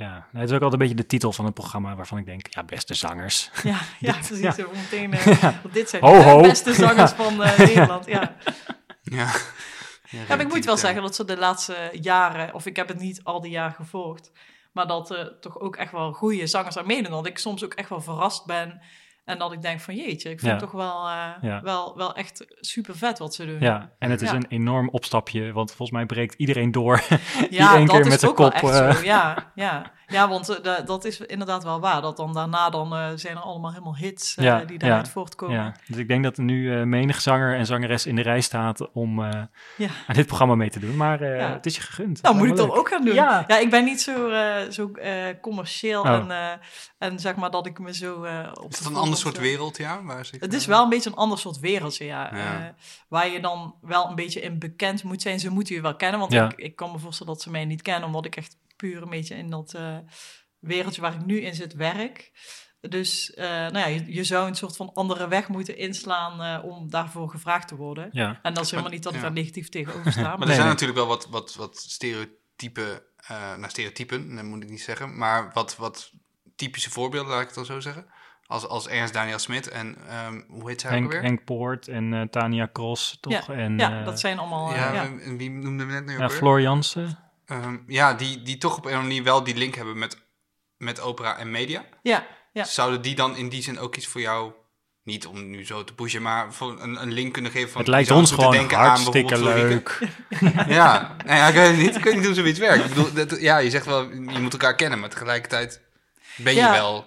Ja, het is ook altijd een beetje de titel van het programma waarvan ik denk, ja, beste zangers. Ja, ja Dit- precies. ja. Zo meteen, uh, want dit zijn Ho, de ho. beste zangers van uh, Nederland. Ja. Ja. Ja, maar ik moet wel zeggen dat ze de laatste jaren, of ik heb het niet al die jaren gevolgd, maar dat er toch ook echt wel goede zangers aan meedoen. Dat ik soms ook echt wel verrast ben en dat ik denk van jeetje, ik vind Ja. het toch wel, uh, Ja. wel, wel echt super vet wat ze doen. Ja, en het is Ja. een enorm opstapje, want volgens mij breekt iedereen door. Ja, één dat keer is met zijn ook wel kop, echt eh. zo. Ja, ja. ja want uh, da- dat is inderdaad wel waar. Dat dan daarna dan uh, zijn er allemaal helemaal hits uh, Ja, die daaruit ja, voortkomen. Ja, dus ik denk dat er nu uh, menig zanger en zangeres in de rij staat om uh, Ja. aan dit programma mee te doen. Maar uh, Ja. het is je gegund. Nou, moet ik Lijkt me dan leuk. ook gaan doen. Ja. Ja, ik ben niet zo, uh, zo uh, commercieel Oh. en, uh, en zeg maar dat ik me zo... Uh, op Is de het een ander soort voorgrond, uh, wereld, ja? Waar ze, Het is wel een beetje een ander soort wereldje, ja. Ja. Uh, waar je dan wel een beetje in bekend moet zijn. Ze moeten je wel kennen, want Ja. ik, ik kan me voorstellen dat ze mij niet kennen, omdat ik echt puur een beetje in dat uh, wereldje waar ik nu in zit werk. Dus uh, nou ja, je, je zou een soort van andere weg moeten inslaan uh, om daarvoor gevraagd te worden. Ja. En dat is helemaal Maar- niet dat ik ja. daar negatief tegenover sta. Maar er Maar Nee, zijn nee. natuurlijk wel wat, wat, wat stereotypen, uh, nou stereotypen, dat moet ik niet zeggen, maar wat, wat typische voorbeelden, laat ik het dan zo zeggen. Als, als Ernst Daniel Smit en, um, hoe heet zij ook Henk, alweer? Henk Poort en uh, Tania Cross, toch? Ja, en, ja, uh, dat zijn allemaal... Uh, ja, ja. en wie noemden we net nu ook ja, weer? Floor Jansen. Um, ja, die, die toch op een of andere manier wel die link hebben met, met opera en media. Ja, ja. Zouden die dan in die zin ook iets voor jou, niet om nu zo te pushen, maar voor een, een link kunnen geven van... Het lijkt je zou ons moeten gewoon denken aan hartstikke bijvoorbeeld Florieke. leuk. Ja, nou ja, ik weet het niet. Ik weet niet hoe zoiets werkt. Ik bedoel, dat, ja, je zegt wel, je moet elkaar kennen, maar tegelijkertijd ben je Ja. wel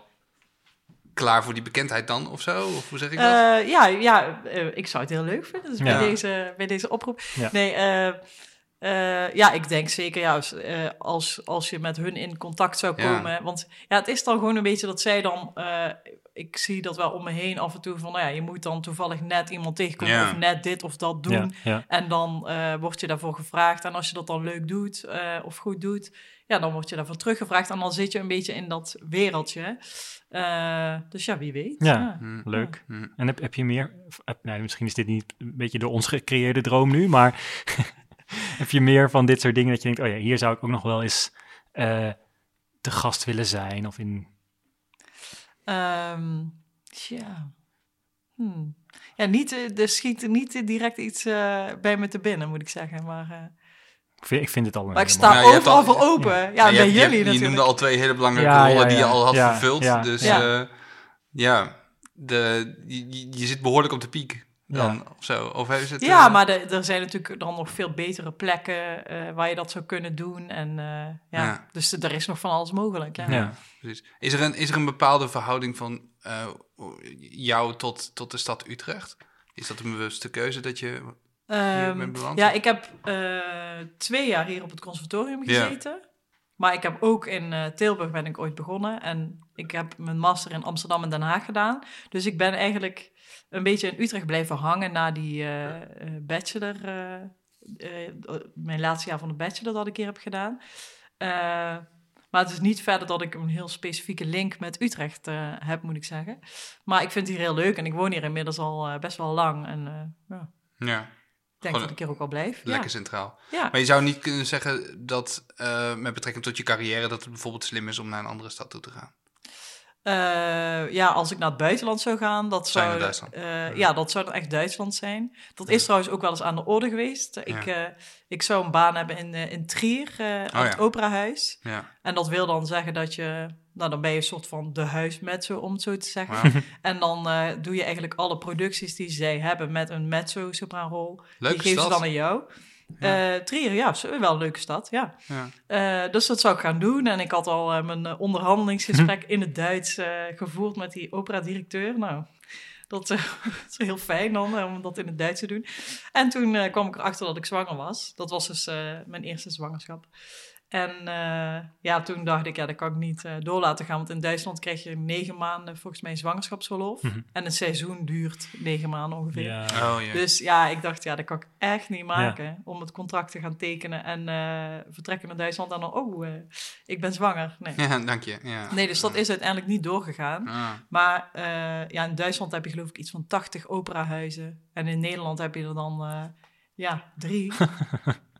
klaar voor die bekendheid dan, of zo? Of hoe zeg ik dat? Uh, ja, ja uh, ik zou het heel leuk vinden. Dus Ja. bij, deze, bij deze oproep. Ja. Nee, uh, uh, ja, ik denk zeker ja, als, uh, als, als je met hun in contact zou Ja. komen. Want ja, het is dan gewoon een beetje dat zij dan... Uh, ik zie dat wel om me heen af en toe van... Nou ja, je moet dan toevallig net iemand tegenkomen Ja. of net dit of dat doen. Ja, ja. En dan uh, word je daarvoor gevraagd. En als je dat dan leuk doet uh, of goed doet... Ja, dan word je daarvoor teruggevraagd. En dan zit je een beetje in dat wereldje. Uh, dus ja, wie weet. Ja. Ja. Hm. Leuk. Hm. En heb, heb je meer... Heb, nou, misschien is dit niet een beetje door ons gecreëerde droom nu, maar heb je meer van dit soort dingen dat je denkt, oh ja, hier zou ik ook nog wel eens uh, te gast willen zijn of in... Um, tja. Hmm. Ja, niet, er schiet niet direct iets uh, bij me te binnen, moet ik zeggen. Maar, uh, ik, vind, ik vind het al... maar ik helemaal- sta Nou, je hebt overal al- voor open. Ja, Ja, ja je, bij hebt- je, jullie hebt- je natuurlijk. noemde al twee hele belangrijke Ja, rollen ja, die je ja. al had Ja, vervuld. ja, dus ja. ja, ja de, je, je zit behoorlijk op de piek dan, Ja. of zo. Of is het, Ja, uh, maar de, er zijn natuurlijk dan nog veel betere plekken uh, waar je dat zou kunnen doen. En, uh, ja. Ja. Dus er is nog van alles mogelijk. Ja. Ja. precies. Is er een, is er een bepaalde verhouding van uh, jou tot, tot de stad Utrecht? Is dat een bewuste keuze dat je hier Um, bent beland? ja, ik heb uh, twee jaar hier op het conservatorium Ja. gezeten. Maar ik heb ook in uh, Tilburg ben ik ooit begonnen. En ik heb mijn master in Amsterdam en Den Haag gedaan. Dus ik ben eigenlijk een beetje in Utrecht blijven hangen na die uh, uh, bachelor. Uh, uh, mijn laatste jaar van de bachelor dat ik hier heb gedaan. Uh, maar het is niet verder dat ik een heel specifieke link met Utrecht uh, heb, moet ik zeggen. Maar ik vind het hier heel leuk en ik woon hier inmiddels al uh, best wel lang. En uh, ja, Ja, ik denk Gewoon dat ik hier ook wel blijf. lekker Ja. centraal. Ja. Maar je zou niet kunnen zeggen dat uh, met betrekking tot je carrière dat het bijvoorbeeld slim is om naar een andere stad toe te gaan. Uh, ja, als ik naar het buitenland zou gaan, dat Zou je zou, naar Duitsland? uh, ja, dat zou dan echt Duitsland zijn. Dat is trouwens ook wel eens aan de orde geweest. Ik, uh, ik zou een baan hebben in, uh, in Trier, uh, aan Oh, ja. het Operahuis. Ja. En dat wil dan zeggen dat je, nou dan ben je een soort van de huismezzo, om het zo te zeggen. Wauw. En dan uh, doe je eigenlijk alle producties die zij hebben met een mezzo-sopraanrol. Leuke Die geven stad. ze dan aan jou. Ja. Uh, Trier, ja, is wel een leuke stad, ja. Ja. Uh, dus dat zou ik gaan doen. En ik had al uh, mijn uh, onderhandelingsgesprek in het Duits uh, gevoerd met die operadirecteur. Nou, dat uh, is heel fijn dan, uh, om dat in het Duits te doen. En toen uh, kwam ik erachter dat ik zwanger was. Dat was dus uh, mijn eerste zwangerschap. En uh, ja, toen dacht ik, ja, dat kan ik niet uh, door laten gaan. Want in Duitsland krijg je negen maanden volgens mij zwangerschapsverlof. Mm-hmm. En een seizoen duurt negen maanden ongeveer. Ja. Oh, ja. Dus ja, ik dacht, ja, dat kan ik echt niet maken. Ja. Om het contract te gaan tekenen en uh, vertrekken naar Duitsland. En dan, oh, uh, ik ben zwanger. Nee. Ja, dank je. Ja. Nee, dus dat is uiteindelijk niet doorgegaan. Ah. Maar uh, ja, in Duitsland heb je geloof ik iets van tachtig operahuizen. En in Nederland heb je er dan, uh, ja, drie.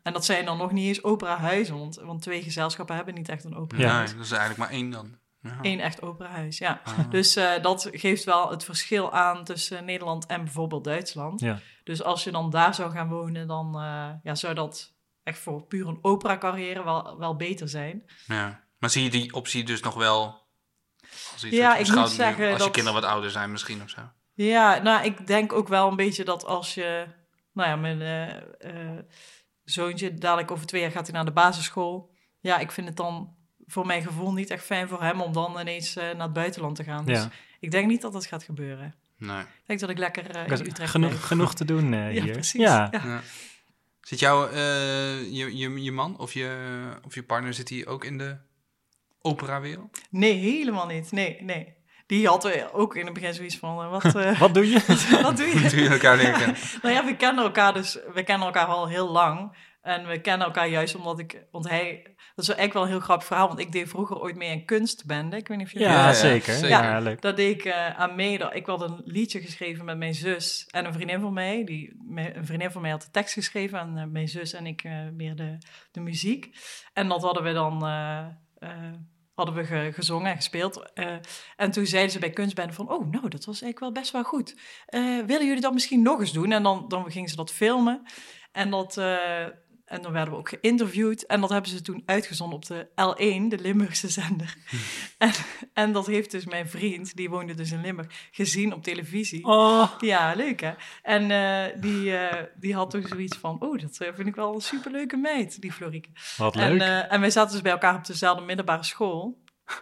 En dat zijn dan nog niet eens operahuizen, want, want twee gezelschappen hebben niet echt een operahuis. Nee, dat is eigenlijk maar één dan. Ja. Eén echt operahuis, ja. Ah. Dus uh, dat geeft wel het verschil aan tussen Nederland en bijvoorbeeld Duitsland. Ja. Dus als je dan daar zou gaan wonen, dan uh, ja, zou dat echt voor puur een opera-carrière wel, wel beter zijn. Ja. Maar zie je die optie dus nog wel? Als iets Ja, ik moet zeggen Als dat... je kinderen wat ouder zijn misschien of zo. Ja, nou, ik denk ook wel een beetje dat als je... Nou ja, mijn uh, uh, zoontje, dadelijk over twee jaar gaat hij naar de basisschool. Ja, ik vind het dan voor mijn gevoel niet echt fijn voor hem om dan ineens uh, naar het buitenland te gaan. Dus Ja. ik denk niet dat dat gaat gebeuren. Nee. Ik denk dat ik lekker uh, in Utrecht Genoeg, blijf. genoeg te doen uh, hier. Ja, precies. Ja. Ja. Ja. Zit jouw, uh, je, je, je man of je, of je partner, zit hij ook in de operawereld? Nee, helemaal niet. Nee, nee. Die had ook in het begin zoiets van, uh, wat, uh, wat doe je? wat doe je? Moeten jullie elkaar leren kennen? Nou ja, we kennen elkaar dus, we kennen elkaar al heel lang. En we kennen elkaar juist omdat ik, want hij, dat is eigenlijk wel een heel grappig verhaal, want ik deed vroeger ooit mee een kunstbende. Ik weet niet of je Ja, dat ja, weet. zeker. zeker. Ja, Ja, leuk. Dat deed ik uh, aan mee. Ik had een liedje geschreven met mijn zus en een vriendin van mij. Die, een vriendin van mij had de tekst geschreven en uh, mijn zus en ik uh, meer de, de muziek. En dat hadden we dan... Uh, uh, hadden we ge, gezongen en gespeeld. Uh, en toen zeiden ze bij kunstbende van... oh, nou, dat was eigenlijk wel best wel goed. Uh, willen jullie dat misschien nog eens doen? En dan, dan gingen ze dat filmen. En, dat, uh, en dan werden we ook geïnterviewd. En dat hebben ze toen uitgezonden op de L één, de Limburgse zender. Hm. En, en dat heeft dus mijn vriend, die woonde dus in Limburg, gezien op televisie. Oh. Ja, leuk hè? En uh, die, uh, die had toen zoiets van... oh, dat vind ik wel een superleuke meid, die Florieke. Wat en, leuk. Uh, en wij zaten dus bij elkaar op dezelfde middelbare school.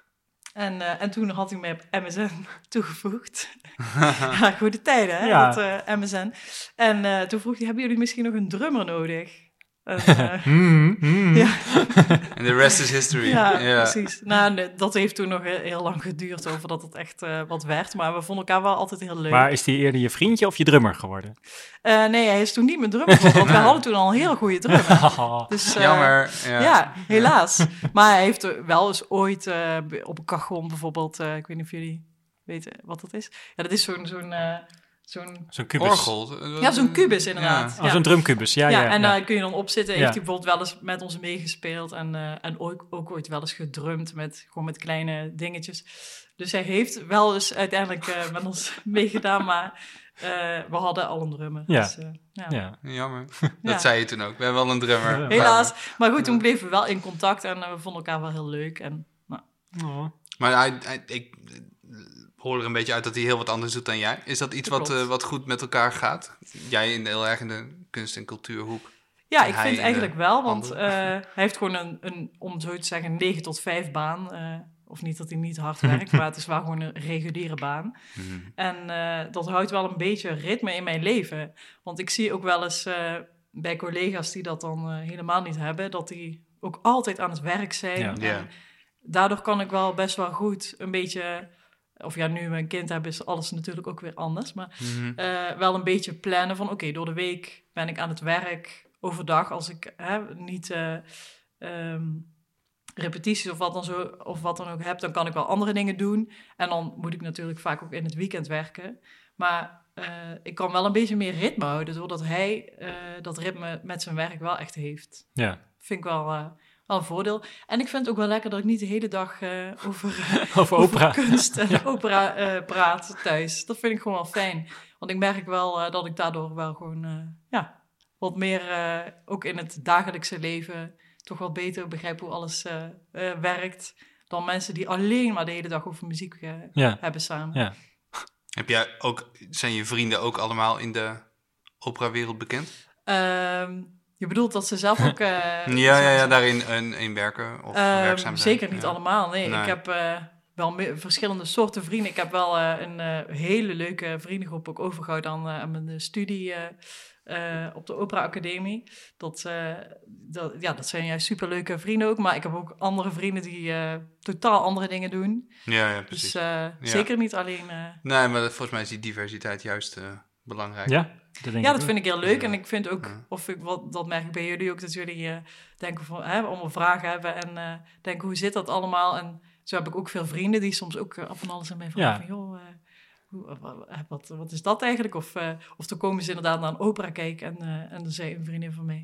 En, uh, en toen had hij mij op M S N toegevoegd. Ja, goede tijden, hè? Ja. Dat uh, M S N. En uh, toen vroeg hij, hebben jullie misschien nog een drummer nodig? En, uh, mm, mm. Ja. And the rest is history. Ja, yeah. precies. Nou, nee, dat heeft toen nog heel, heel lang geduurd over dat het echt uh, wat werd. Maar we vonden elkaar wel altijd heel leuk. Maar is die eerder je vriendje of je drummer geworden? Uh, nee, hij is toen niet mijn drummer geworden. Want wij hadden toen al een heel goede drummer. Dus, uh, Jammer. Ja. ja, helaas. Maar hij heeft wel eens ooit uh, op een cajon bijvoorbeeld... Uh, ik weet niet of jullie weten wat dat is. Ja, dat is zo'n... zo'n uh, Zo'n, zo'n kubus. Orgel. Ja, zo'n kubus inderdaad. Ja. Oh, zo'n drumkubus, ja. Ja, ja, en ja. daar uh, kun je dan op zitten. Ja. Heeft hij bijvoorbeeld wel eens met ons meegespeeld. En, uh, en ook, ook ooit wel eens gedrumd met, gewoon met kleine dingetjes. Dus hij heeft wel eens uiteindelijk uh, met ons meegedaan. Maar uh, we hadden al een drummer. Ja. Dus, uh, ja. Ja. Jammer. Ja. Dat zei je toen ook. We hebben wel een drummer. Ja. Helaas. Maar goed, toen bleven we wel in contact. En uh, we vonden elkaar wel heel leuk. En, nou. Oh. Maar hij, hij, ik hoor er een beetje uit dat hij heel wat anders doet dan jij. Is dat iets Dat wat, uh, wat goed met elkaar gaat? Jij in, heel erg in de kunst- en cultuurhoek. Ja, ik Hij vind eigenlijk wel. Want uh, hij heeft gewoon een, een, om zo te zeggen, negen tot vijf baan. Uh, of niet dat hij niet hard werkt, maar het is wel gewoon een reguliere baan. Mm. En uh, dat houdt wel een beetje ritme in mijn leven. Want ik zie ook wel eens uh, bij collega's die dat dan uh, helemaal niet hebben... dat die ook altijd aan het werk zijn. Ja. En Yeah. daardoor kan ik wel best wel goed een beetje... Of ja, nu we een kind hebben is alles natuurlijk ook weer anders. Maar Mm-hmm. uh, wel een beetje plannen van... oké, okay, door de week ben ik aan het werk. Overdag, als ik hè, niet uh, um, repetities of wat, dan zo, of wat dan ook heb... dan kan ik wel andere dingen doen. En dan moet ik natuurlijk vaak ook in het weekend werken. Maar uh, ik kan wel een beetje meer ritme houden... doordat hij uh, dat ritme met zijn werk wel echt heeft. Ja. Vind ik wel... Uh, Wel een voordeel. En ik vind het ook wel lekker dat ik niet de hele dag uh, over, uh, over, opera. over kunst en opera uh, praat thuis. Dat vind ik gewoon wel fijn. Want ik merk wel uh, dat ik daardoor wel gewoon uh, ja, wat meer uh, ook in het dagelijkse leven toch wel beter begrijp hoe alles uh, uh, werkt dan mensen die alleen maar de hele dag over muziek uh, ja. hebben samen. Ja. Heb jij ook, zijn je vrienden ook allemaal in de operawereld bekend? Um, Je bedoelt dat ze zelf ook... Uh, ja, ja, ja, daarin in, in werken of uh, werkzaam zijn? Zeker niet ja. allemaal, nee. nee. Ik heb uh, wel me- verschillende soorten vrienden. Ik heb wel uh, een uh, hele leuke vriendengroep ook overgehouden aan, uh, aan mijn studie uh, uh, op de Opera Academie. Dat, uh, dat, ja, dat zijn juist superleuke vrienden ook. Maar ik heb ook andere vrienden die uh, totaal andere dingen doen. Ja, ja, precies. Dus uh, ja. zeker niet alleen... Uh, nee, maar volgens mij is die diversiteit juist uh, belangrijk. Ja? Dat denk ja, ik dat vind ik heel leuk. En ik vind ook, Ja. of ik, wat, dat merk ik bij jullie ook, dat jullie uh, denken van, hè, allemaal vragen hebben en uh, denken, hoe zit dat allemaal? En zo heb ik ook veel vrienden die soms ook uh, af en alles aan mij vragen Ja. van, joh, uh, hoe, wat, wat is dat eigenlijk? Of, uh, of dan komen ze inderdaad naar een opera kijken en, uh, en dan zei een vriendin van mij,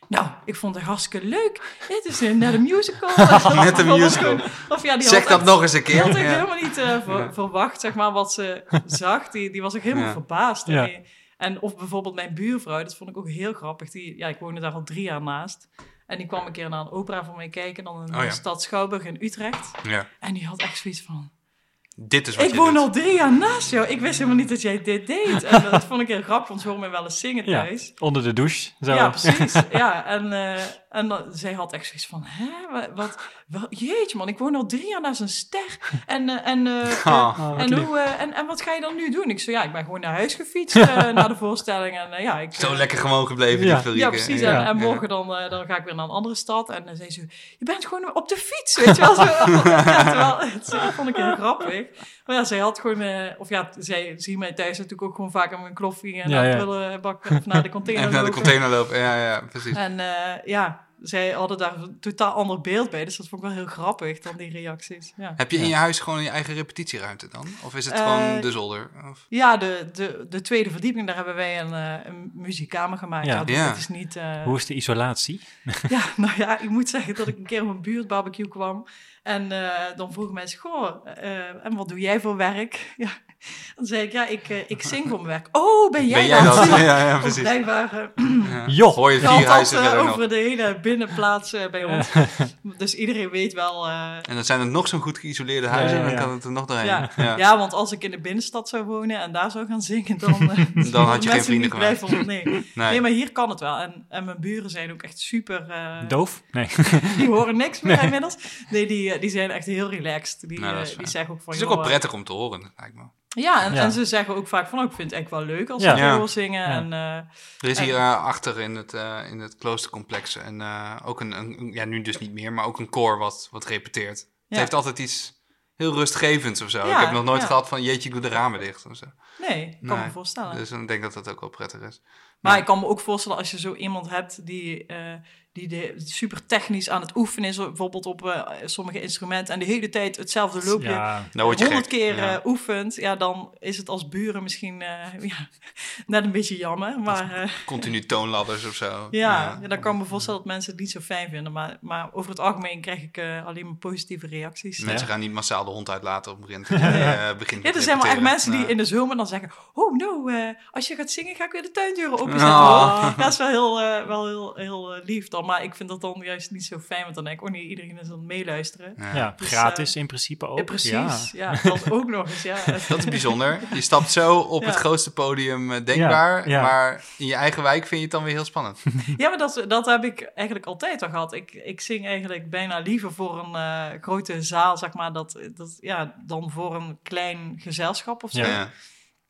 Nou, ik vond het hartstikke leuk. Het is een, net een musical. Net een musical. Of, ja, die Zeg had dat echt- nog eens een Die had keer. ik Ja. helemaal niet uh, ver, Ja. verwacht, zeg maar, wat ze zag. Die, die was ook helemaal Ja. verbaasd. Ja. En, die- en of bijvoorbeeld mijn buurvrouw, dat vond ik ook heel grappig. Die, ja, ik woonde daar al drie jaar naast. En die kwam een keer naar een opera voor mij kijken. Dan in Oh, de ja. stad Schouwburg in Utrecht. Ja. En die had echt zoiets van... Dit is wat Ik je woon doet. al drie jaar naast jou. Ik wist helemaal niet dat jij dit deed. En dat vond ik heel grappig, want ze hoorden mij wel eens zingen Ja, thuis. onder de douche. Zo. Ja, precies. Ja, en, uh, en dan, zij had echt zoiets van... Hè, wat, wat, wat... Jeetje man, ik woon al drie jaar naast een ster. En, uh, en, uh, Ah. uh, Oh, wat en, lief. hoe, uh, en, en wat ga je dan nu doen? Ik zei, ja, ik ben gewoon naar huis gefietst uh, naar de voorstelling. En, uh, ja, ik, Zo uh, lekker gewoon gebleven, Ja. die Friederike. Ja, precies. Ja. En, en Ja. morgen dan, uh, dan ga ik weer naar een andere stad. En dan zei ze, je bent gewoon op de fiets, weet je wel. Zo, ja, terwijl, dat vond ik heel grappig. Maar ja, zij had gewoon... Uh, of ja, zij zien mij thuis natuurlijk ook gewoon vaak aan mijn kloffie... en Ja, naar ja. de prullenbak of naar de container En naar de lopen. container lopen. Ja, ja, precies. En uh, ja, zij hadden daar een totaal ander beeld bij. Dus dat vond ik wel heel grappig, dan die reacties. Ja, Heb je in Ja. je huis gewoon je eigen repetitieruimte dan? Of is het Eh, gewoon de zolder? Of... ja de, de, de tweede verdieping, daar hebben wij een, uh, een muziekkamer gemaakt. Ja. Ja, dus Ja. dat is niet... Uh, Hoe is de isolatie? Ja, nou ja, ik moet zeggen dat ik een keer op een buurtbarbecue kwam. En uh, dan vroegen mensen, goh, uh, en wat doe jij voor werk? Ja, dan zei ik, ja, ik, uh, ik zing voor mijn werk. Oh, ben jij Ben jij dat? dat? Ja, ja, Ook precies. blijkbaar uh, Ja. Joh. Hoor je geldt vier dat huizen uh, verder nog. over de hele binnenplaats uh, bij ons. Dus iedereen weet wel... Uh, En dan zijn het nog zo'n goed geïsoleerde huizen, Ja, ja, ja. dan kan het er nog doorheen. ja. Ja. Ja, want als ik in de binnenstad zou wonen en daar zou gaan zingen, dan, uh, Dan had je geen vrienden niet gemaakt. blij van. Nee. Nee. nee, maar hier kan het wel. En, en mijn buren zijn ook echt super... Uh, Doof? Nee. Die horen niks meer inmiddels. Nee, die, die zijn echt heel relaxed. Die, Nou, dat is uh, die fijn. zeggen ook van... Het is ook wel joh, prettig om te horen, lijkt me. Ja, en, Ja. en ze zeggen ook vaak van... Oh, ik vind het echt wel leuk als Ja. ze Ja. hoor zingen. Ja. En, uh, Er is En- hier uh, achter in het, uh, in het kloostercomplex en uh, ook een, een, ja nu dus niet meer, maar ook een koor wat, wat repeteert. Het Ja. heeft altijd iets heel rustgevends of zo. Ja, ik heb nog nooit ja. gehad van jeetje, ik doe de ramen dicht of zo. nee, ik kan Nee. me voorstellen. Dus ik denk dat dat ook wel prettig is. Maar Ja. ik kan me ook voorstellen als je zo iemand hebt die, uh, die de, super technisch aan het oefenen is, bijvoorbeeld op uh, sommige instrumenten, en de hele tijd hetzelfde loopje Ja, Nou word je honderd gek. keer Ja. uh, oefent, ja, dan is het als buren misschien uh, ja, net een beetje jammer. Maar uh, Continu toonladders of zo. ja, ja, dan kan ik me voorstellen dat mensen het niet zo fijn vinden. Maar, maar over het algemeen krijg ik uh, alleen maar positieve reacties. Mensen Ja. gaan niet massaal de hond uitlaten op begint. Uh, begint Ja, met er zijn wel echt repeteren. mensen die Ja. in de zomer dan zeggen... Oh, nou, uh, als je gaat zingen, ga ik weer de tuindeuren openzetten. Oh. hoor. Dat is wel heel, uh, wel heel, heel uh, lief dan. Maar ik vind dat dan juist niet zo fijn. Want dan denk ik, oh nee, iedereen is aan het meeluisteren. Ja. ja, Dus, gratis in principe ook. Ja, precies. Ja. Ja. dat ook nog eens, ja. Dat is bijzonder. Je stapt zo op Ja. het grootste podium uh, denkbaar, Ja, ja. maar in je eigen wijk vind je het dan weer heel spannend. Ja, maar dat, dat heb ik eigenlijk altijd al gehad. Ik, ik zing eigenlijk bijna liever voor een uh, grote zaal, zeg maar, dat, dat, ja, dan voor een klein gezelschap of zo. Ja. Ja.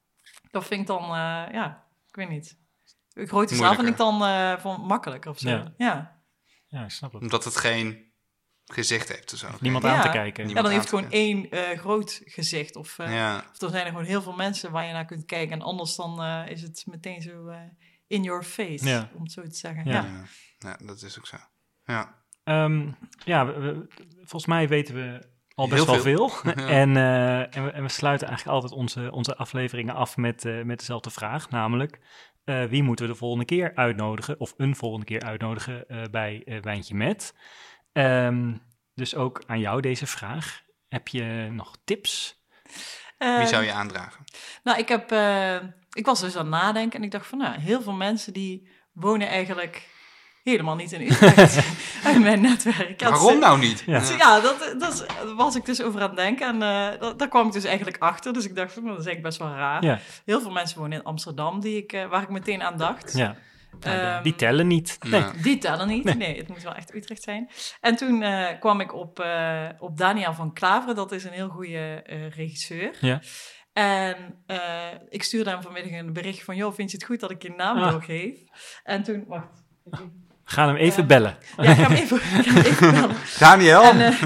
Dat vind ik dan, uh, ja, ik weet niet. Een grote zaal vind ik dan uh, van makkelijker of zo. Ja. Ja. Ja, ik snap het. Omdat het geen gezicht heeft of zo. Niemand Ja. aan te kijken. Ja, dan aan heeft te het gewoon één uh, groot gezicht. Of, uh, Ja. of er zijn er gewoon heel veel mensen waar je naar kunt kijken. En anders dan uh, is het meteen zo uh, in your face, Ja. om het zo te zeggen. Ja. Ja. Ja. Ja, dat is ook zo. Ja. Ehm, ja, we- we- volgens mij weten we al best Heel wel veel. Ja. En, eh, en, we, en we sluiten eigenlijk altijd onze, onze afleveringen af met, uh, met dezelfde vraag. Namelijk, uh, wie moeten we de volgende keer uitnodigen? Of een volgende keer uitnodigen uh, bij uh, Wijntje Met? Um, dus ook aan jou deze vraag. Heb je nog tips? Uh, Wie zou je aandragen? Nou, ik, heb, uh, ik was dus aan het nadenken en ik dacht van, nou, heel veel mensen die wonen eigenlijk helemaal niet in Utrecht uit mijn netwerk. Ja, Waarom het- nou niet? Ja. Dus ja, dat, dat is- daar was ik dus over aan het denken en uh, dat, daar kwam ik dus eigenlijk achter. Dus ik dacht van, nou, dat is eigenlijk best wel raar. Ja, Heel veel mensen wonen in Amsterdam, die ik, uh, waar ik meteen aan dacht. ja. Nou, Ehm, die tellen niet. Nee. Ja. Die tellen niet. Nee. Nee. Het moet wel echt Utrecht zijn. En toen uh, kwam ik op, uh, op Daniel van Klaveren. Dat is een heel goede uh, regisseur. Ja. En uh, ik stuurde hem vanmiddag een bericht van... joh, vind je het goed dat ik je naam Ah. doorgeef? En toen... Wacht. Ga hem even Ja. bellen. Ja, ik ga hem even, ik ga hem even bellen. Daniel? En, uh,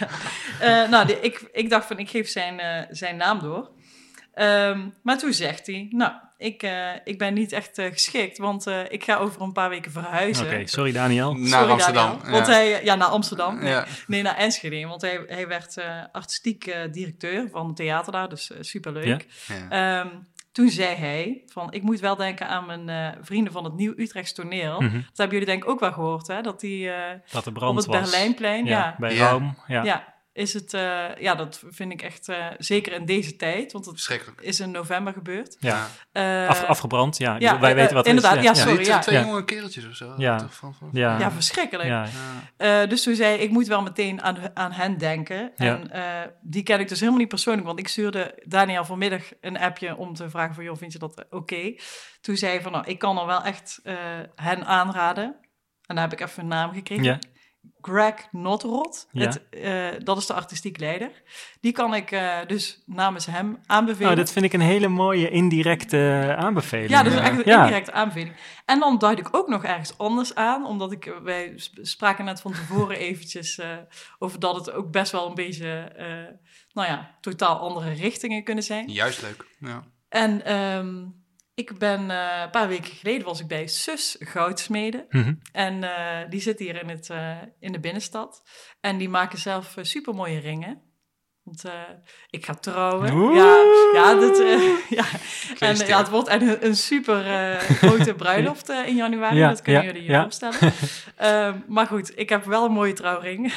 uh, nou, die, ik, ik dacht van, ik geef zijn, uh, zijn naam door. Um, maar toen zegt hij... Nou, ik, uh, ik ben niet echt uh, geschikt, want uh, ik ga over een paar weken verhuizen. Oké, okay, sorry Daniel. Naar Sorry, Amsterdam. Daniel. Ja. Want hij, ja, naar Amsterdam. Nee, Ja. nee naar Enschede. Want hij, hij werd uh, artistiek uh, directeur van het theater daar, dus uh, superleuk. Ja? Ja. Um, toen zei hij van, ik moet wel denken aan mijn uh, vrienden van het Nieuw Utrechts Toneel. Mhm. Dat hebben jullie denk ik ook wel gehoord, hè? Dat die uh, Dat er brand op het was. Berlijnplein, Ja, ja. bij Ja. Rome. Ja. Ja, is het, uh, ja, dat vind ik echt, uh, zeker in deze tijd, want het Verschrikkelijk. is in november gebeurd. Ja. Uh, Af, afgebrand, ja. ja, Wij uh, weten wat inderdaad, het is. ja, sorry. Twee, ja. twee Ja. jonge kereltjes of zo. Ja. Toch van, van, Ja. Ja, verschrikkelijk. Ja. Ja. Uh, dus toen zei ik, ik moet wel meteen aan, aan hen denken. Ja. En uh, die ken ik dus helemaal niet persoonlijk, want ik stuurde Daniel vanmiddag een appje om te vragen van, joh, vind je dat oké? Okay? Toen zei hij van, nou, ik kan er wel echt uh, hen aanraden. En daar heb ik even een naam gekregen. Ja. Greg Notrot, Ja. het, uh, dat is de artistiek leider. Die kan ik uh, dus namens hem aanbevelen. Oh, dat vind ik een hele mooie indirecte aanbeveling. Ja, dat is Ja. echt een Ja. indirecte aanbeveling. En dan duid ik ook nog ergens anders aan, omdat ik, wij spraken net van tevoren eventjes uh, over dat het ook best wel een beetje, uh, nou ja, totaal andere richtingen kunnen zijn. Juist leuk. Ja. En um, ik ben, uh, een paar weken geleden was ik bij Sus Goudsmeden. Mm-hmm. En uh, die zit hier in, het, uh, in de binnenstad. En die maken zelf uh, supermooie ringen. Want uh, ik ga trouwen. Oeh. Ja, ja, dit, uh, ja. En uh, ja, het wordt een, een super uh, grote bruiloft uh, in januari. Ja, dat kunnen ja, jullie je ja. voorstellen. Uh, maar goed, ik heb wel een mooie trouwring.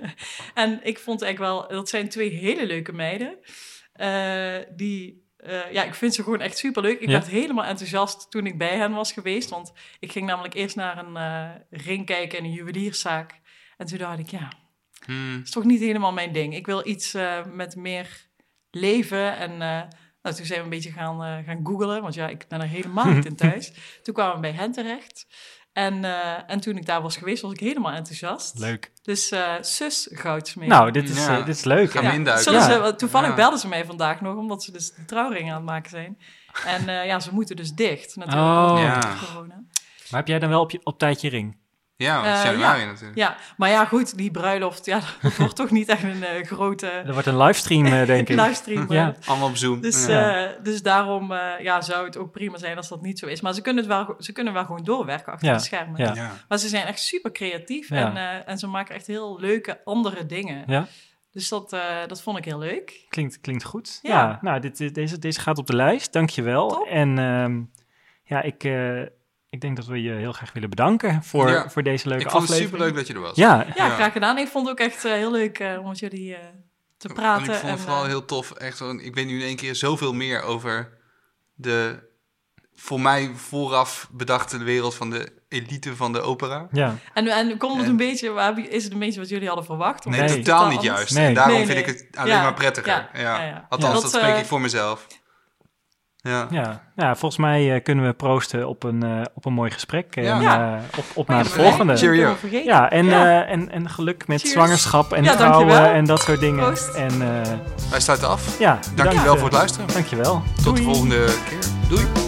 En ik vond eigenlijk wel, dat zijn twee hele leuke meiden. Uh, die... Uh, ja, ik vind ze gewoon echt superleuk. Ik ja. werd helemaal enthousiast toen ik bij hen was geweest. Want ik ging namelijk eerst naar een uh, ring kijken in een juwelierszaak. En toen dacht ik, ja, Hmm. dat is toch niet helemaal mijn ding. Ik wil iets uh, met meer leven. En uh, nou, toen zijn we een beetje gaan, uh, gaan googlen. Want ja, ik ben er helemaal niet in thuis. Toen kwamen we bij hen terecht. En, uh, en toen ik daar was geweest, was ik helemaal enthousiast. Leuk. Dus uh, Sus Goudsmeden. Nou, dit is, Ja. uh, dit is leuk. Gaan En- we induiken. Zullen Ja. ze, toevallig Ja. belden ze mij vandaag nog, omdat ze dus de trouwring aan het maken zijn. En uh, ja, ze moeten dus dicht, natuurlijk. Oh. door Ja. corona. Maar heb jij dan wel op, je, op tijd je ring? Ja, want het is Uh, januari ja. natuurlijk. Ja, maar ja, goed, die bruiloft, ja, dat wordt toch niet echt een uh, grote Er wordt een livestream, uh, denk ik. livestream. Ja. uh, Allemaal op Zoom. Dus, ja. uh, dus daarom uh, ja, zou het ook prima zijn als dat niet zo is. Maar ze kunnen, het wel, ze kunnen wel gewoon doorwerken achter Ja. de schermen. Ja. Ja. Maar ze zijn echt super creatief Ja. en, uh, en ze maken echt heel leuke andere dingen. Ja. Dus dat, uh, dat vond ik heel leuk. Klinkt, klinkt goed. Ja, Ja. nou, dit, dit- deze, deze gaat op de lijst. Dank je wel. Top. En um, ja, ik, uh, ik denk dat we je heel graag willen bedanken voor, Ja. voor deze leuke Ik vond het aflevering. superleuk dat je er was. Ja, Ja, Ja. graag gedaan. Ik vond het ook echt uh, heel leuk uh, om met jullie uh, te En praten. ik vond het en, vooral uh, heel tof. Echt zo, ik weet nu in één keer zoveel meer over de voor mij vooraf bedachte wereld van de elite van de opera. ja. en, en komt het En- een beetje, waar- is het een beetje wat jullie hadden verwacht? Of Nee, is het totaal niet anders? juist. Nee. En daarom Nee, vind nee. ik het alleen Ja, maar prettiger. ja, Ja. ja, ja. Althans, Dat, dat spreek uh, ik voor mezelf. Ja. Ja. ja, volgens mij uh, kunnen we proosten op een, uh, op een mooi gesprek. En Ja. uh, op, op Maar naar ja, de maar volgende. nee, Cheerio. dat kunnen we vergeten. Ja, en, Ja. uh, en, en geluk met Cheers. zwangerschap en Ja, trouwen dankjewel. en dat soort dingen. Proost. En uh, Wij sluiten af. ja, Dankjewel bedankt, voor het luisteren. Dankjewel. Tot de Doei. volgende keer. Doei.